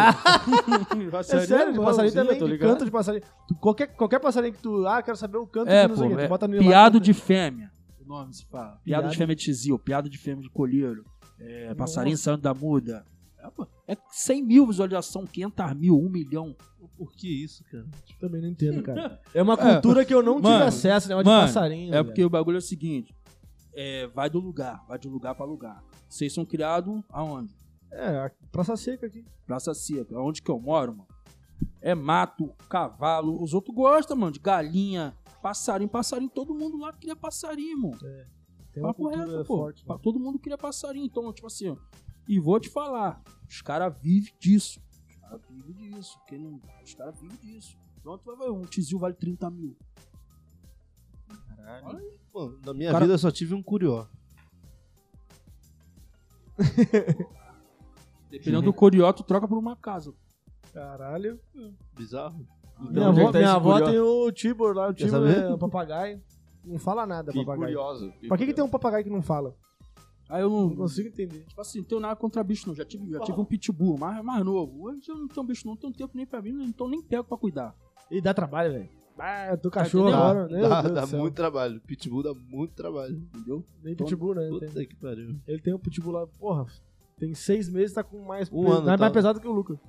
A: É
D: Passarinho
A: sério, de
D: bom,
A: passarinho
B: sim,
A: também,
B: eu tô
A: de
B: ligado.
A: canto de passarinho. Qualquer passarinho que tu... quero saber o canto
D: É,
A: que não sei o
D: pô,
A: quê. Tu bota no
D: piado
A: lá,
D: de fêmea. O nome se fala. Piada
A: Piada.
D: de fêmea de tizil, piada de fêmea de colheiro. Passarinho saindo da muda. É 100 mil visualização, 500 mil, 1 milhão.
C: Por que isso, cara?
A: Também não entendo, cara. É uma cultura que eu não tive
D: Mano,
A: acesso, né? De
D: mano,
A: passarinho.
D: É porque o bagulho é o seguinte: vai de lugar pra lugar. Vocês são criados aonde?
A: a Praça Seca aqui.
D: Praça Seca. Aonde que eu moro, mano? É mato, cavalo. Os outros gostam, mano, de galinha, passarinho. Passarinho, todo mundo lá cria passarinho, mano.
A: Tem uma
D: Papo
A: cultura
D: reto, pô.
A: forte. né?
D: Todo mundo cria passarinho. Então, tipo assim, ó. E vou te falar, os caras vivem disso. Os caras vivem disso. Então tu vai ver, um tizil vale 30 mil.
B: Caralho.
C: Pô, na minha
D: Cara-
C: vida eu só tive um curió.
D: Dependendo do corió, tu troca por uma casa.
A: Caralho.
C: Bizarro.
A: Minha
B: onde é
A: avó,
B: que tá
A: minha
B: esse
A: avó
B: curió?
A: tem o Tibor lá. O
C: Quer
A: Tibor
C: saber?
A: é um papagaio. Não fala nada,
B: Que
A: papagaio.
B: curioso.
A: Pra que tem um papagaio que não fala?
D: Aí eu
A: Não
D: não.
A: consigo entender.
D: Tipo assim, não tenho nada contra bicho, não. Já tive um pitbull, mais novo. Hoje eu não tenho bicho, não tenho tempo nem pra mim, então nem pego pra cuidar.
A: E dá trabalho, velho. Eu tô cachorro
D: entendendo?
A: agora. Meu Deus
C: Dá
A: do céu.
C: muito trabalho. Pitbull dá muito trabalho.
D: Entendeu?
A: Nem pitbull, né?
C: Puta que pariu.
A: Ele tem um pitbull lá, porra. Tem 6 meses, tá com mais.
C: Um ano,
A: mais
C: tá?
A: pesado que o Lucas.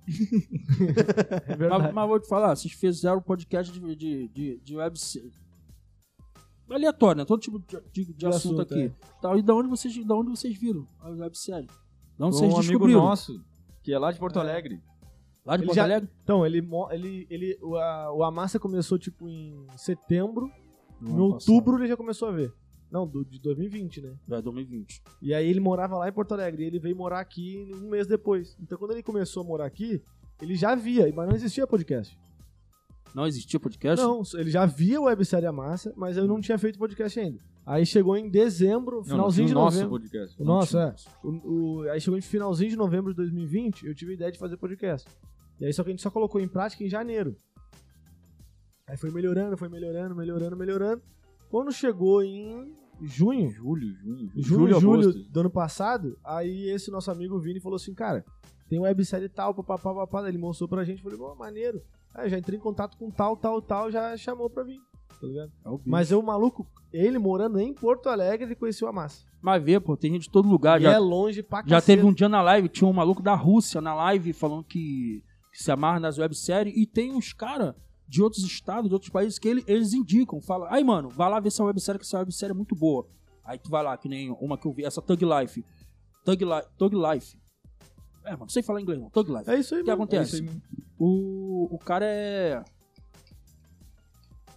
A: É verdade.
D: Mas vou te falar, vocês fizeram podcast de websérie. Aleatório, né? Todo tipo de assunto aqui.
A: é.
D: Tal, e da onde vocês viram a websérie? Da onde
B: Um
D: vocês
B: amigo
D: descobriram?
B: nosso, que é lá de Porto Alegre.
D: Lá de
A: Ele
D: Porto
A: já-
D: Alegre?
A: Então, o Amassa começou, tipo, em setembro. Em outubro ele já começou a ver. Não, de 2020, né?
D: É, 2020.
A: E aí ele morava lá em Porto Alegre. E ele veio morar aqui um mês depois. Então, quando ele começou a morar aqui, ele já via, mas não existia podcast.
D: Não existia podcast?
A: Não, ele já via websérie Amassa, mas eu não tinha feito podcast ainda. Aí chegou em dezembro, finalzinho de
B: nosso
A: novembro.
B: podcast.
A: O nosso, aí chegou em finalzinho de novembro de 2020, eu tive a ideia de fazer podcast. E aí só que a gente só colocou em prática em janeiro. Aí foi melhorando. Quando chegou em junho, julho do ano passado, aí esse nosso amigo Vini falou assim, cara, tem websérie tal, papapá, ele mostrou pra gente, falei, maneiro. Aí já entrei em contato com tal, já chamou pra vir, tá ligado?
D: É o bicho.
A: Mas o maluco, ele morando em Porto Alegre, ele conheceu a Massa.
D: Mas vê, pô, tem gente de todo lugar.
A: E
D: Já,
A: é longe pra
D: já
A: cacete.
D: teve um dia na live, tinha um maluco da Rússia na live falando que se amarra nas webséries. E tem uns caras de outros estados, de outros países, que eles indicam. Falam, aí, mano, vai lá ver essa websérie, que essa websérie é muito boa. Aí tu vai lá, que nem uma que eu vi, essa Thug Life. Thug Life. Mano, não sei falar inglês, não. Thug Life.
A: É isso aí,
D: O que
A: mano.
D: acontece? O cara é...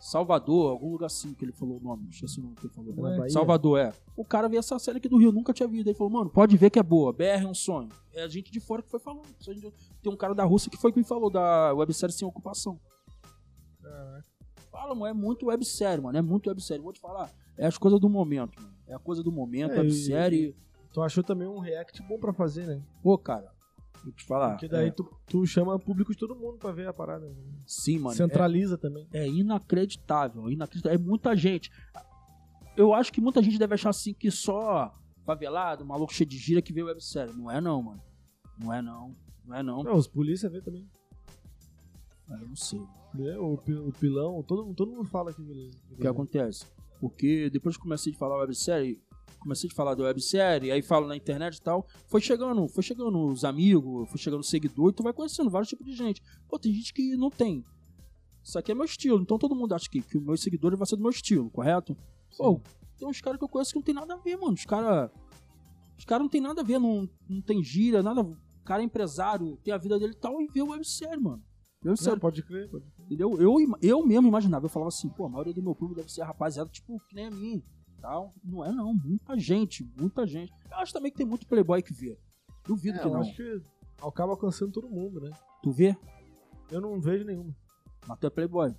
D: Salvador, algum lugar assim que ele falou o nome, não esqueci o nome que ele falou.
A: Na Bahia.
D: Salvador, O cara veio essa série aqui do Rio, nunca tinha visto. Ele falou, mano, pode ver que é boa, BR é um sonho. É a gente de fora que foi falando. Tem um cara da Rússia que foi que me falou da websérie Sem Ocupação.
A: Caraca.
D: Fala, mano, é muito websérie, mano, é muito websérie. Vou te falar, é as coisas do momento, mano. É a coisa do momento, websérie.
A: Tu achou também um react bom pra fazer, né?
D: Pô, cara, vou te falar.
A: Porque daí tu chama público de todo mundo pra ver a parada. Né?
D: Sim, mano.
A: Centraliza também.
D: É inacreditável, inacreditável. É muita gente. Eu acho que muita gente deve achar assim que só favelado, maluco cheio de gira que vê websérie. Não é não, mano. Não é não. Não é não.
A: Não, os polícia vê também.
D: Eu não sei.
A: O pilão, todo mundo fala que
D: O que acontece? Porque depois que comecei a falar websérie, da websérie, aí falo na internet e tal, foi chegando os amigos, foi chegando o seguidor, e tu vai conhecendo vários tipos de gente. Pô, tem gente que não tem. Isso aqui é meu estilo, então todo mundo acha que o meu seguidor vai ser do meu estilo, correto?
A: Sim.
D: Pô, tem uns caras que eu conheço que não tem nada a ver, mano. Os caras não tem nada a ver, não tem gira, nada. O cara é empresário, tem a vida dele e tal, e vê o websérie, mano.
A: Não, pode crer.
D: Entendeu? Eu mesmo imaginava, eu falava assim, pô, a maioria do meu público deve ser rapaziada, tipo, que nem a mim. Tal. Não é não, muita gente. Eu acho também que tem muito playboy que vê. Duvido que não.
A: Eu acho que acaba alcançando todo mundo, né?
D: Tu vê?
A: Eu não vejo nenhuma.
D: Mas tu é playboy?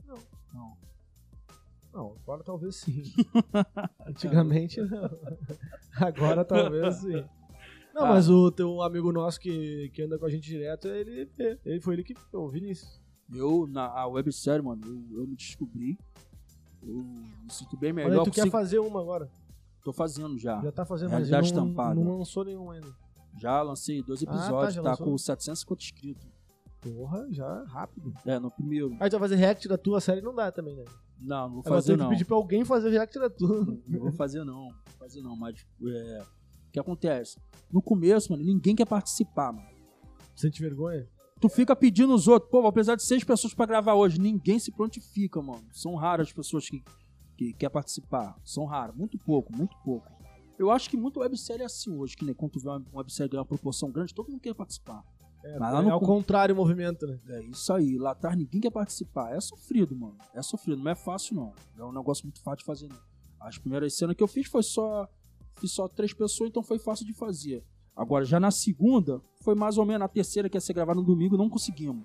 A: Não, agora talvez sim. Antigamente não. Agora talvez sim. Não, mas o teu amigo nosso que anda com a gente direto, foi ele que... O Vinícius.
D: A websérie, mano, eu me descobri. Eu me sinto bem melhor.
A: Mas aí tu quer fazer uma agora?
D: Tô fazendo já.
A: Já tá fazendo,
D: Realidade
A: mas
D: estampada.
A: não lançou nenhum ainda.
D: Já lancei 2 episódios,
A: já
D: tá
A: lançou.
D: com 750 inscritos.
A: Porra, já rápido.
D: No primeiro.
A: Aí tu vai fazer react da tua série, não dá também, né?
D: Não vou
A: Aí vai
D: fazer
A: ter
D: não.
A: que pedir pra alguém fazer o react da tua.
D: Não vou fazer não, mas o que acontece? No começo, mano, ninguém quer participar, mano.
A: Sente vergonha?
D: Tu fica pedindo os outros, pô, vou precisar de 6 pessoas pra gravar hoje. Ninguém se prontifica, mano. São raras as pessoas que querem participar. São raras, muito pouco. Eu acho que muito websérie é assim hoje, que nem quando tu vê uma websérie ganhar uma proporção grande, todo mundo quer participar. Mas lá
A: ao contrário o movimento, né?
D: É isso aí, lá atrás ninguém quer participar. É sofrido, mano. É sofrido, não é fácil não. É um negócio muito fácil de fazer, não. As primeiras cenas que eu fiz fiz só 3 pessoas, então foi fácil de fazer. Agora, já na segunda, foi mais ou menos, na terceira, que ia ser gravada no domingo, não conseguimos.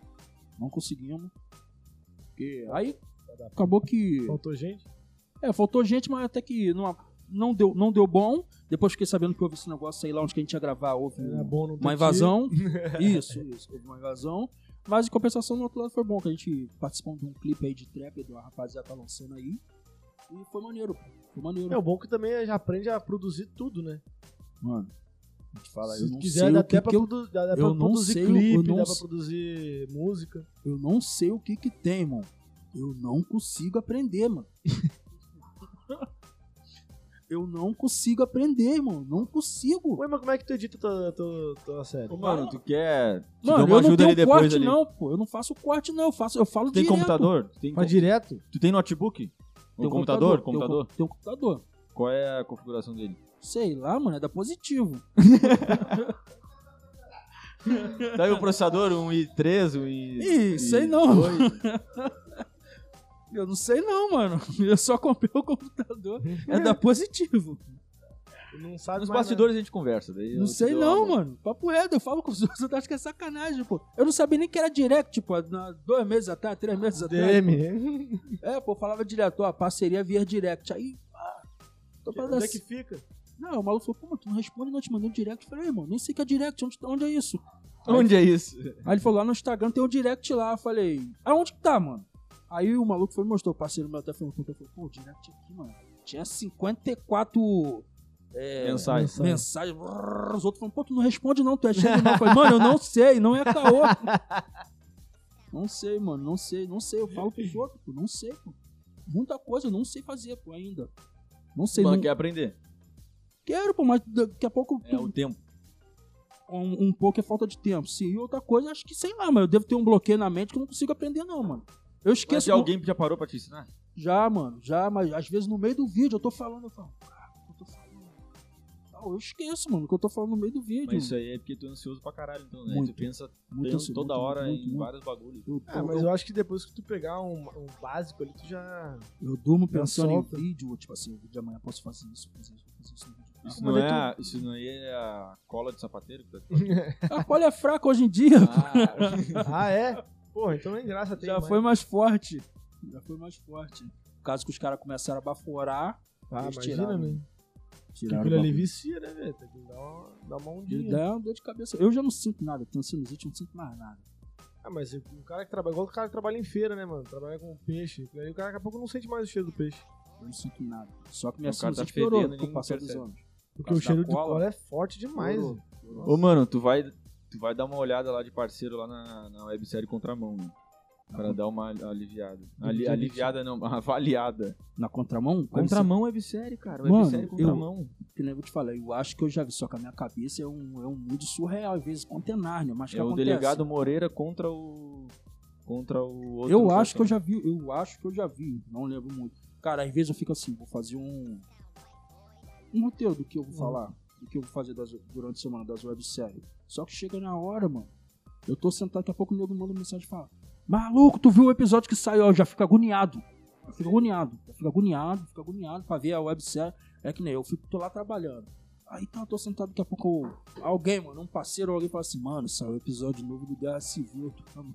D: Porque aí, acabou que...
A: Faltou gente?
D: Faltou gente, mas até que não deu bom. Depois fiquei sabendo que houve esse negócio aí lá onde que a gente ia gravar, houve uma invasão. Isso, houve uma invasão. Mas em compensação, no outro lado foi bom, que a gente participou de um clipe aí de trap, do rapaziada tá lançando aí. E foi maneiro, pô.
A: É o bom que também já aprende a produzir tudo, né?
D: Mano, a gente fala,
A: se quiser, dá até pra produzir clipe, dá pra produzir música.
D: Eu não sei o que tem, irmão. Eu não consigo aprender, mano. Eu não consigo aprender, irmão. Não consigo.
A: Ué, mas como é que tu edita tua série?
B: Ô, mano, tu quer... Te
D: Mano,
B: dou uma
D: eu não
B: ajuda
D: tenho
B: ali depois
D: corte
B: ali.
D: não, pô. Eu não faço corte não. Eu falo
B: Tem
D: direto.
B: computador?
A: Faz direto?
B: Tu tem notebook?
D: Tem
B: Um computador?
D: Tem um computador.
B: Qual é a configuração dele?
D: Sei lá, mano. É da Positivo.
B: Daí o processador, um i3, um i...
D: Ih, sei não. Eu não sei não, mano. Eu só comprei o computador. É da Positivo.
A: Não sabe
B: Nos
A: mais
B: bastidores a gente conversa. Daí
D: Não sei não, mano. Papo reto, eu falo com os outros, eu acho que é sacanagem, pô. Eu não sabia nem que era direct, tipo, 2 meses atrás, 3 meses atrás.
A: DM.
D: Pô, falava direto, ó, parceria via direct. Aí, tô falando
A: Onde é
D: assim.
A: que fica?
D: Não, o maluco falou, pô, mas tu não responde, não, te mandei um direct. Eu falei, irmão, nem sei que é direct, onde é isso?
B: Onde é isso?
D: Aí ele falou, lá no Instagram tem um direct lá. Eu falei, aonde que tá, mano? Aí o maluco foi e mostrou, o parceiro meu até falou, pô, o direct aqui, mano. Tinha 54 mensagens. Os outros falaram, pô, tu não responde não, tu é cheio de mal. Eu falei, mano, eu não sei, não é caô. Não sei, mano, não sei. Eu falo pros outros, pô, não sei, pô. Muita coisa eu não sei fazer, pô, ainda. Não sei.
B: Mano,
D: não...
B: quer aprender?
D: Quero, pô, mas daqui a pouco...
B: É o tempo.
D: Um pouco é falta de tempo. Sim, e outra coisa, acho que, sei lá, mas eu devo ter um bloqueio na mente que eu não consigo aprender não, mano. Eu esqueço...
B: Mas alguém já parou pra te ensinar?
D: Já, mano, já, mas às vezes no meio do vídeo eu tô falando, Eu esqueço, mano, o que eu tô falando no meio do vídeo.
B: Mas isso aí é porque tu é ansioso pra caralho, então, né?
D: Muito.
B: Tu pensa
D: Muito,
B: toda
D: muito,
B: hora
D: muito,
B: em
D: muito.
B: vários bagulhos.
A: Mas eu acho que depois que tu pegar um básico ali, tu já...
D: Eu durmo pensando em
A: solta.
D: vídeo, tipo assim, o vídeo de amanhã posso fazer isso, fazer isso no vídeo.
B: Isso
A: mas
B: não,
A: daí
B: isso não é a cola de sapateiro? Que tá...
D: A cola é fraca hoje em dia.
A: Ah, é? Porra, então nem graça tem
D: Já
A: mais.
D: foi mais forte. Caso que os caras começaram a baforar,
A: Ah,
D: eles
A: imagina,
D: tiraram.
A: né? Porque
D: tiraram
A: aquilo
D: o
A: ali
D: bagulho.
A: vicia, né, velho? Tem que dar uma ondinha.
D: Dá uma dor de cabeça. Eu já não sinto nada, tenho sinusite, eu não sinto mais nada.
A: Ah, mas o cara que trabalha... Igual o cara que trabalha em feira, né, mano? Trabalha com peixe. Aí o cara daqui a pouco não sente mais o cheiro do peixe.
D: Eu não sinto nada. Só que minha
B: O cara tá
D: sinusite piorou
B: fedendo e
D: com o
B: ninguém
D: passar dos
B: percebe.
D: anos.
A: Porque
D: Por
A: o
D: causa
A: cheiro
D: da
A: de cola é forte demais.
D: Piorou.
A: velho.
B: Ô, mano, tu vai dar uma olhada lá de parceiro lá na websérie Contramão, né? Pra dar uma aliviada. Aliviada não, uma avaliada.
D: Na contramão?
B: Contramão websérie, cara.
D: Mano,
B: Websérie Contramão.
D: Que nem eu vou te falar, eu acho que eu já vi, só que a minha cabeça é um mundo surreal, às vezes contenar, né? Mas que
B: É o
D: acontece?
B: delegado Moreira contra o outro.
D: Eu acho que eu já vi, não lembro muito. Cara, às vezes eu fico assim, vou fazer um roteiro do que eu vou falar, do que eu vou fazer durante a semana das webséries. Só que chega na hora, mano, eu tô sentado, daqui a pouco o nego manda mensagem e fala: maluco, tu viu o episódio que saiu? Eu já fico agoniado. Fico agoniado pra ver a websérie. É que nem eu tô lá trabalhando. Aí tá, eu tô sentado, daqui a pouco alguém, mano, um parceiro, alguém fala assim: mano, saiu o episódio novo do Guerra Civil. Eu tô falando,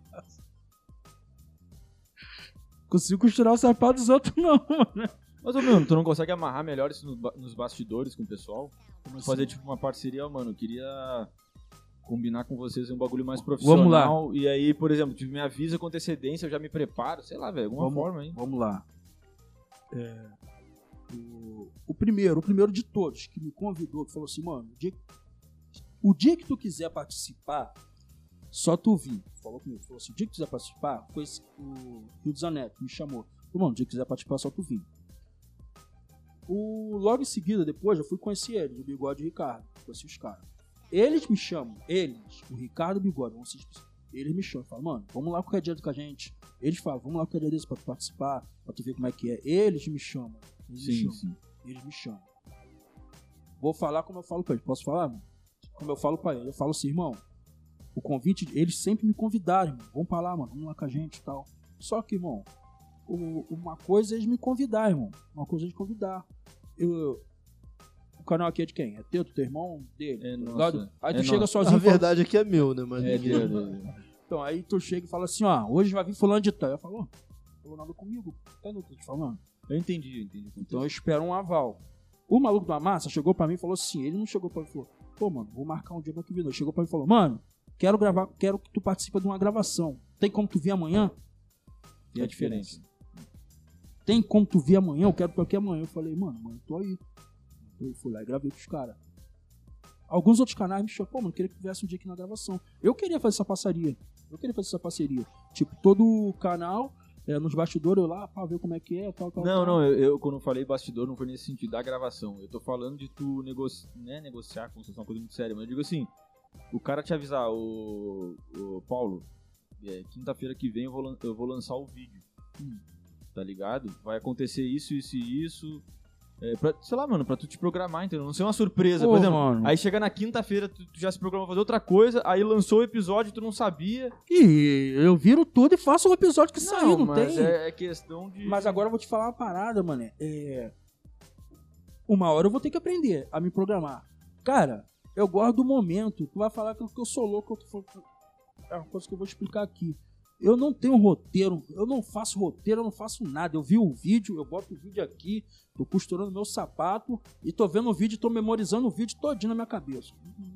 D: consigo costurar o sapato dos outros, não, mano.
B: Mas, ô, meu, tu não consegue amarrar melhor isso nos bastidores com o pessoal?
D: Como assim?
B: Fazer tipo uma parceria, mano, eu queria combinar com vocês um bagulho mais profissional.
D: Vamos lá.
B: E aí, por exemplo, tu me avisa com antecedência, eu já me preparo, sei lá, velho, alguma forma, hein?
D: Vamos lá. O primeiro de todos que me convidou, que falou assim: mano, o dia que tu quiser participar, só tu vir. Falou comigo, falou assim: o dia que tu quiser participar, foi o Rio de Janeiro, me chamou. Falou: mano, o dia que quiser participar, só tu vir. Logo em seguida, depois, eu fui conhecer eles, o Bigode e o Ricardo. Conheci os caras. Eles me chamam, o Ricardo e o Bigode, eles me chamam, falam: mano, vamos lá qualquer dia com a gente. Eles falam: vamos lá qualquer dia desse pra tu participar, pra tu ver como é que é. Eles me chamam. Eles me chamam. Vou falar como eu falo pra eles. Posso falar, mano? Como eu falo pra eles. Eu falo assim: irmão, o convite, eles sempre me convidaram, irmão. Vamos pra lá, mano, vamos lá com a gente e tal. Só que, irmão, uma coisa é eles me convidar, irmão. Uma coisa é eles convidar. O canal aqui é de quem? É teu irmão? Dele?
B: É
D: tá
B: nossa.
D: ligado? Aí tu
B: É
D: chega
B: nossa.
D: sozinho
C: Na
D: e fala:
C: verdade aqui é meu, né? Mas
B: É,
D: então, aí tu chega e fala assim: ó, hoje vai vir fulano de tal. Eu falo: não falou nada comigo, tá no que eu tô te falando.
B: Eu entendi.
D: Então eu espero um aval. O maluco da massa chegou pra mim e falou assim: ele não chegou pra mim e falou: pô, mano, vou marcar um dia pra tu vir. Ele chegou pra mim e falou: mano, quero que tu participe de uma gravação. Tem como tu vir amanhã?
B: E a diferença?
D: Tem como tu vir amanhã? Eu quero tu aqui amanhã. Eu falei: mano, tô aí. Eu fui lá e gravei com os caras. Alguns outros canais me chamaram: pô, mano, queria que tu viesse um dia aqui na gravação. Eu queria fazer essa parceria. Tipo, todo o canal, nos bastidores, eu lá, pra ver como é que é, tal.
B: Não, eu quando falei bastidor não foi nesse sentido da gravação. Eu tô falando de tu negociar como se fosse uma coisa muito séria, mas eu digo assim, o cara te avisar: o Paulo, quinta-feira que vem eu vou lançar o vídeo. Tá ligado? Vai acontecer isso. Sei lá, mano, pra tu te programar, entendeu? Não ser uma surpresa.
D: Pô,
B: por exemplo,
D: mano.
B: aí chega na quinta-feira, tu já se programou pra fazer outra coisa, aí lançou o episódio e tu não sabia.
D: E eu viro tudo e faço o episódio que saiu, não
B: mas
D: tem.
B: é questão de...
D: Mas agora eu vou te falar uma parada, mano. Uma hora eu vou ter que aprender a me programar. Cara, eu gosto do momento. Tu vai falar que eu sou louco. É uma coisa que eu vou explicar aqui. Eu não tenho roteiro, eu não faço roteiro, eu não faço nada. Eu vi o vídeo, eu boto o vídeo aqui, tô costurando meu sapato e tô vendo o vídeo, tô memorizando o vídeo todinho na minha cabeça.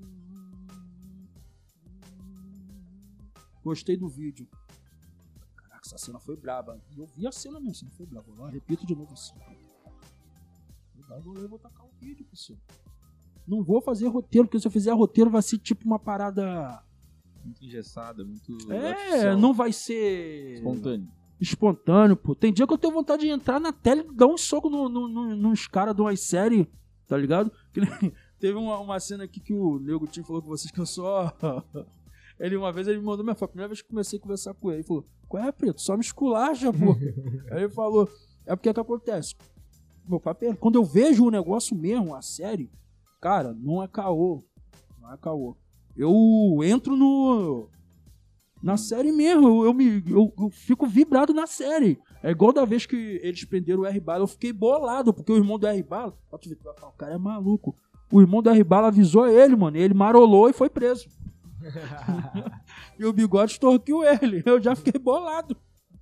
D: Gostei do vídeo. Caraca, essa cena foi braba. E eu vi a cena mesmo, a cena foi braba. Eu repito de novo assim. Eu vou tacar um vídeo, pessoal. Não vou fazer roteiro, porque se eu fizer roteiro vai ser tipo uma parada...
B: muito engessada, muito artificial.
D: Não vai ser...
B: espontâneo,
D: pô. Tem dia que eu tenho vontade de entrar na tela e dar um soco nos caras de uma série, tá ligado? Teve uma cena aqui que o Nego Tim falou com vocês que eu só... Uma vez ele me mandou foi a primeira vez que comecei a conversar com ele. Ele falou: qual é, Preto? Só me esculacha, pô. Aí ele falou: é porque que acontece? Meu papel, quando eu vejo o negócio mesmo, a série, Cara, não é caô. Não é caô. Eu entro na série mesmo. Eu fico vibrado na série. É igual da vez que eles prenderam o R-Bala. Eu fiquei bolado, porque o irmão do R-Bala... Tu vai falar, o cara é maluco. O irmão do R-Bala avisou ele, mano. Ele marolou e foi preso. E o Bigode extorquiu ele. Eu já fiquei bolado.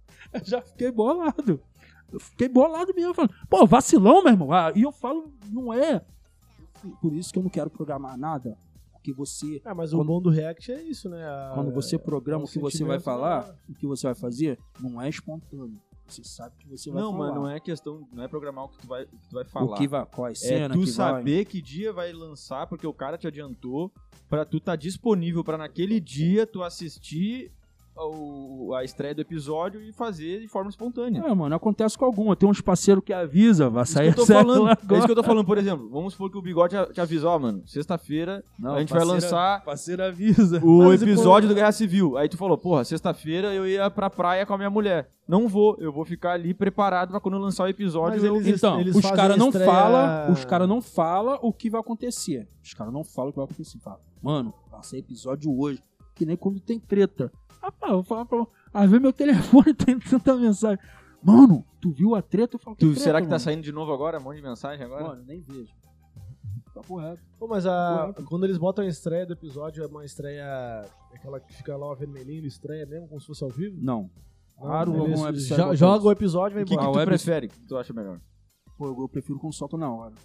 D: Eu fiquei bolado mesmo. Falando, pô, vacilão, meu irmão. E eu falo, não é. Por isso que eu não quero programar nada. Porque você...
A: mas o bom do React é isso, né?
D: Quando você programa o que você vai falar, o que você vai fazer, não é espontâneo. Você sabe que você vai falar.
B: Não, mas não é questão... Não é programar o que tu vai falar.
D: O que vai... Qual é a cena
B: tu saber que dia vai lançar, porque o cara te adiantou, pra tu tá disponível pra naquele dia tu assistir a estreia do episódio e fazer de forma espontânea.
D: Mano, acontece com alguma. Tem uns parceiros que avisa, vai sair
B: É isso que eu tô falando, por exemplo. Vamos supor que o Bigode te avisou, mano, sexta-feira a gente vai lançar
D: parceiro avisa.
B: o episódio do Guerra Civil. Aí tu falou, porra, sexta-feira eu ia pra praia com a minha mulher. Não vou, eu vou ficar ali preparado pra quando eu lançar o episódio.
D: Então, os caras não falam o que vai acontecer. Os caras não falam o que vai acontecer. Fala, mano, lancei episódio hoje. Que nem quando tem treta. Rapaz, eu falo pra... Às vezes meu telefone tem tanta mensagem. Mano, tu viu a treta? Eu falo, que treta,
B: será que
D: mano?
B: tá saindo de novo agora? Um monte de mensagem agora?
D: Mano, nem vejo. Tá correto.
A: Pô, mas quando eles botam a estreia do episódio, é uma estreia... Aquela que fica lá, o vermelhinho, estreia mesmo, como se fosse ao vivo?
D: Não.
A: Claro, joga o episódio e vai
B: O que
A: embora.
B: tu prefere? O que tu acha melhor?
D: Pô, eu prefiro quando solta na hora.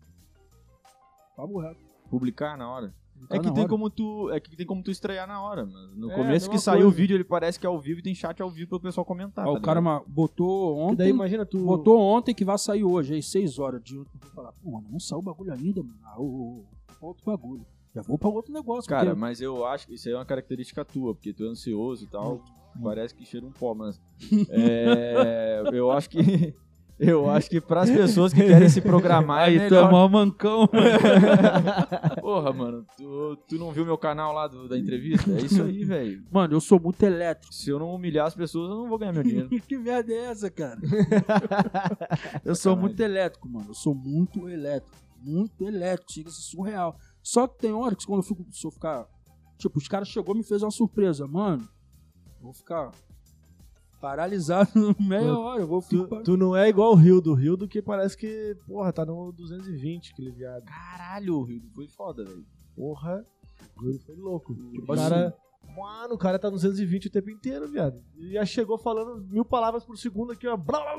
D: Papo reto.
B: Publicar na hora?
D: Publicar
B: É que
D: na
B: tem
D: hora.
B: como tu estrear na hora, mano. No
A: É,
B: começo que
A: mesma
B: saiu o
A: coisa.
B: vídeo, ele parece que é ao vivo e tem chat ao vivo pro pessoal comentar.
D: Ó,
B: tá
D: o cara
B: ligado?
D: botou
A: E
D: ontem.
A: daí imagina tu...
D: Botou ontem que vai sair hoje, aí 6 horas de ontem. Eu vou falar, pô, mano, não saiu o bagulho ainda, mano. Outro bagulho. Já vou pra outro negócio.
B: Cara,
D: porque...
B: mas eu acho que isso aí é uma característica tua, porque tu é ansioso e tal, parece que cheira um pó, mas eu acho que pras pessoas que querem se programar
D: Aí,
B: é
D: tu é
B: melhor.
D: mó mancão, mano.
B: Porra, mano, tu não viu meu canal lá da entrevista? É isso aí, velho.
D: Mano, eu sou muito elétrico.
B: Se eu não humilhar as pessoas, eu não vou ganhar meu dinheiro.
D: Que merda é essa, cara? Eu sou muito elétrico, mano. Eu sou muito elétrico. Muito elétrico. Chega a ser surreal. Só que tem hora que quando se eu ficar... Tipo, os caras chegou e me fez uma surpresa. Mano, eu vou ficar paralisado meia hora. Eu vou ficar...
A: Tu não é igual o Rildo que parece que, porra, tá no 220, aquele viado.
B: Caralho, o Rio foi foda, velho.
A: Porra, o Rildo foi louco.
D: Tipo
A: O cara... Mano, o cara tá no 220 o tempo inteiro, viado. E já chegou falando 1000 palavras por segundo aqui, ó.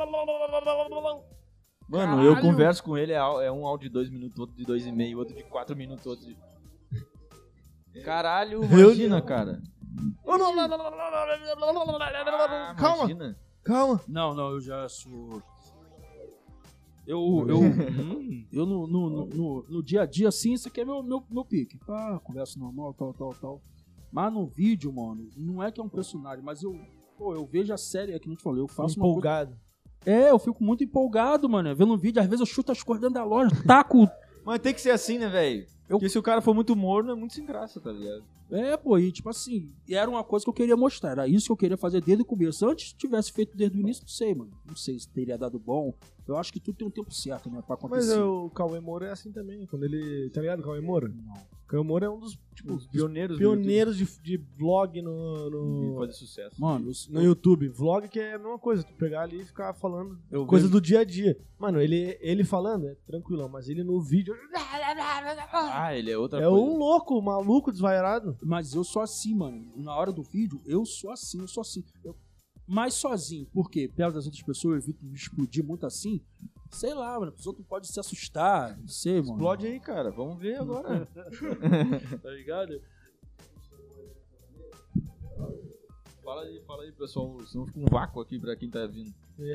B: Mano,
D: Caralho.
B: eu converso com ele, é um áudio de 2 minutos, outro de 2,5, outro de 4 minutos, outro de... Caralho, imagina, cara.
A: Calma,
B: Imagina.
A: calma.
D: Não, eu já sou... Eu no dia a dia, assim, isso aqui é meu pique. Conversa normal, tal. Mas no vídeo, mano, não é que é um personagem, mas eu vejo a série, é que não te falei, eu faço uma coisa...
A: Empolgado.
D: Eu fico muito empolgado, mano. Vendo um vídeo, às vezes eu chuto as coisas dentro da loja, taco...
B: Mas tem que ser assim, né, velho? Porque se o cara for muito morno, é muito sem graça, tá ligado?
D: E tipo assim, era uma coisa que eu queria mostrar. Era isso que eu queria fazer desde o começo. Antes tivesse feito desde o início, não sei, mano. Não sei se teria dado bom. Eu acho que tudo tem um tempo certo, né, pra acontecer.
A: Mas o Cauê Moura é assim também. Quando ele... Tá ligado o Cauê Moura?
D: Não.
A: O Cauê Moura é um dos
B: Pioneiros
A: de vlog
B: de
A: no
B: fazer sucesso.
D: Mano,
A: no YouTube. Vlog que é a mesma coisa. Tu pegar ali e ficar falando
D: eu
A: coisa
D: vejo-
A: do dia a dia. Mano, ele falando é tranquilão, mas ele no vídeo
B: Ah, ele é outra
A: é
B: coisa.
A: um louco, maluco, desvairado.
D: Mas eu sou assim, mano. Na hora do vídeo, eu sou assim. Mais sozinho. Por quê? Perto das outras pessoas, eu evito me explodir muito assim. Sei lá, mano. Os outros podem se assustar. Não sei, mano.
B: Explode aí, cara. Vamos ver agora.
D: Tá ligado?
B: Fala aí, pessoal. Senão fica um vácuo aqui pra quem tá vindo.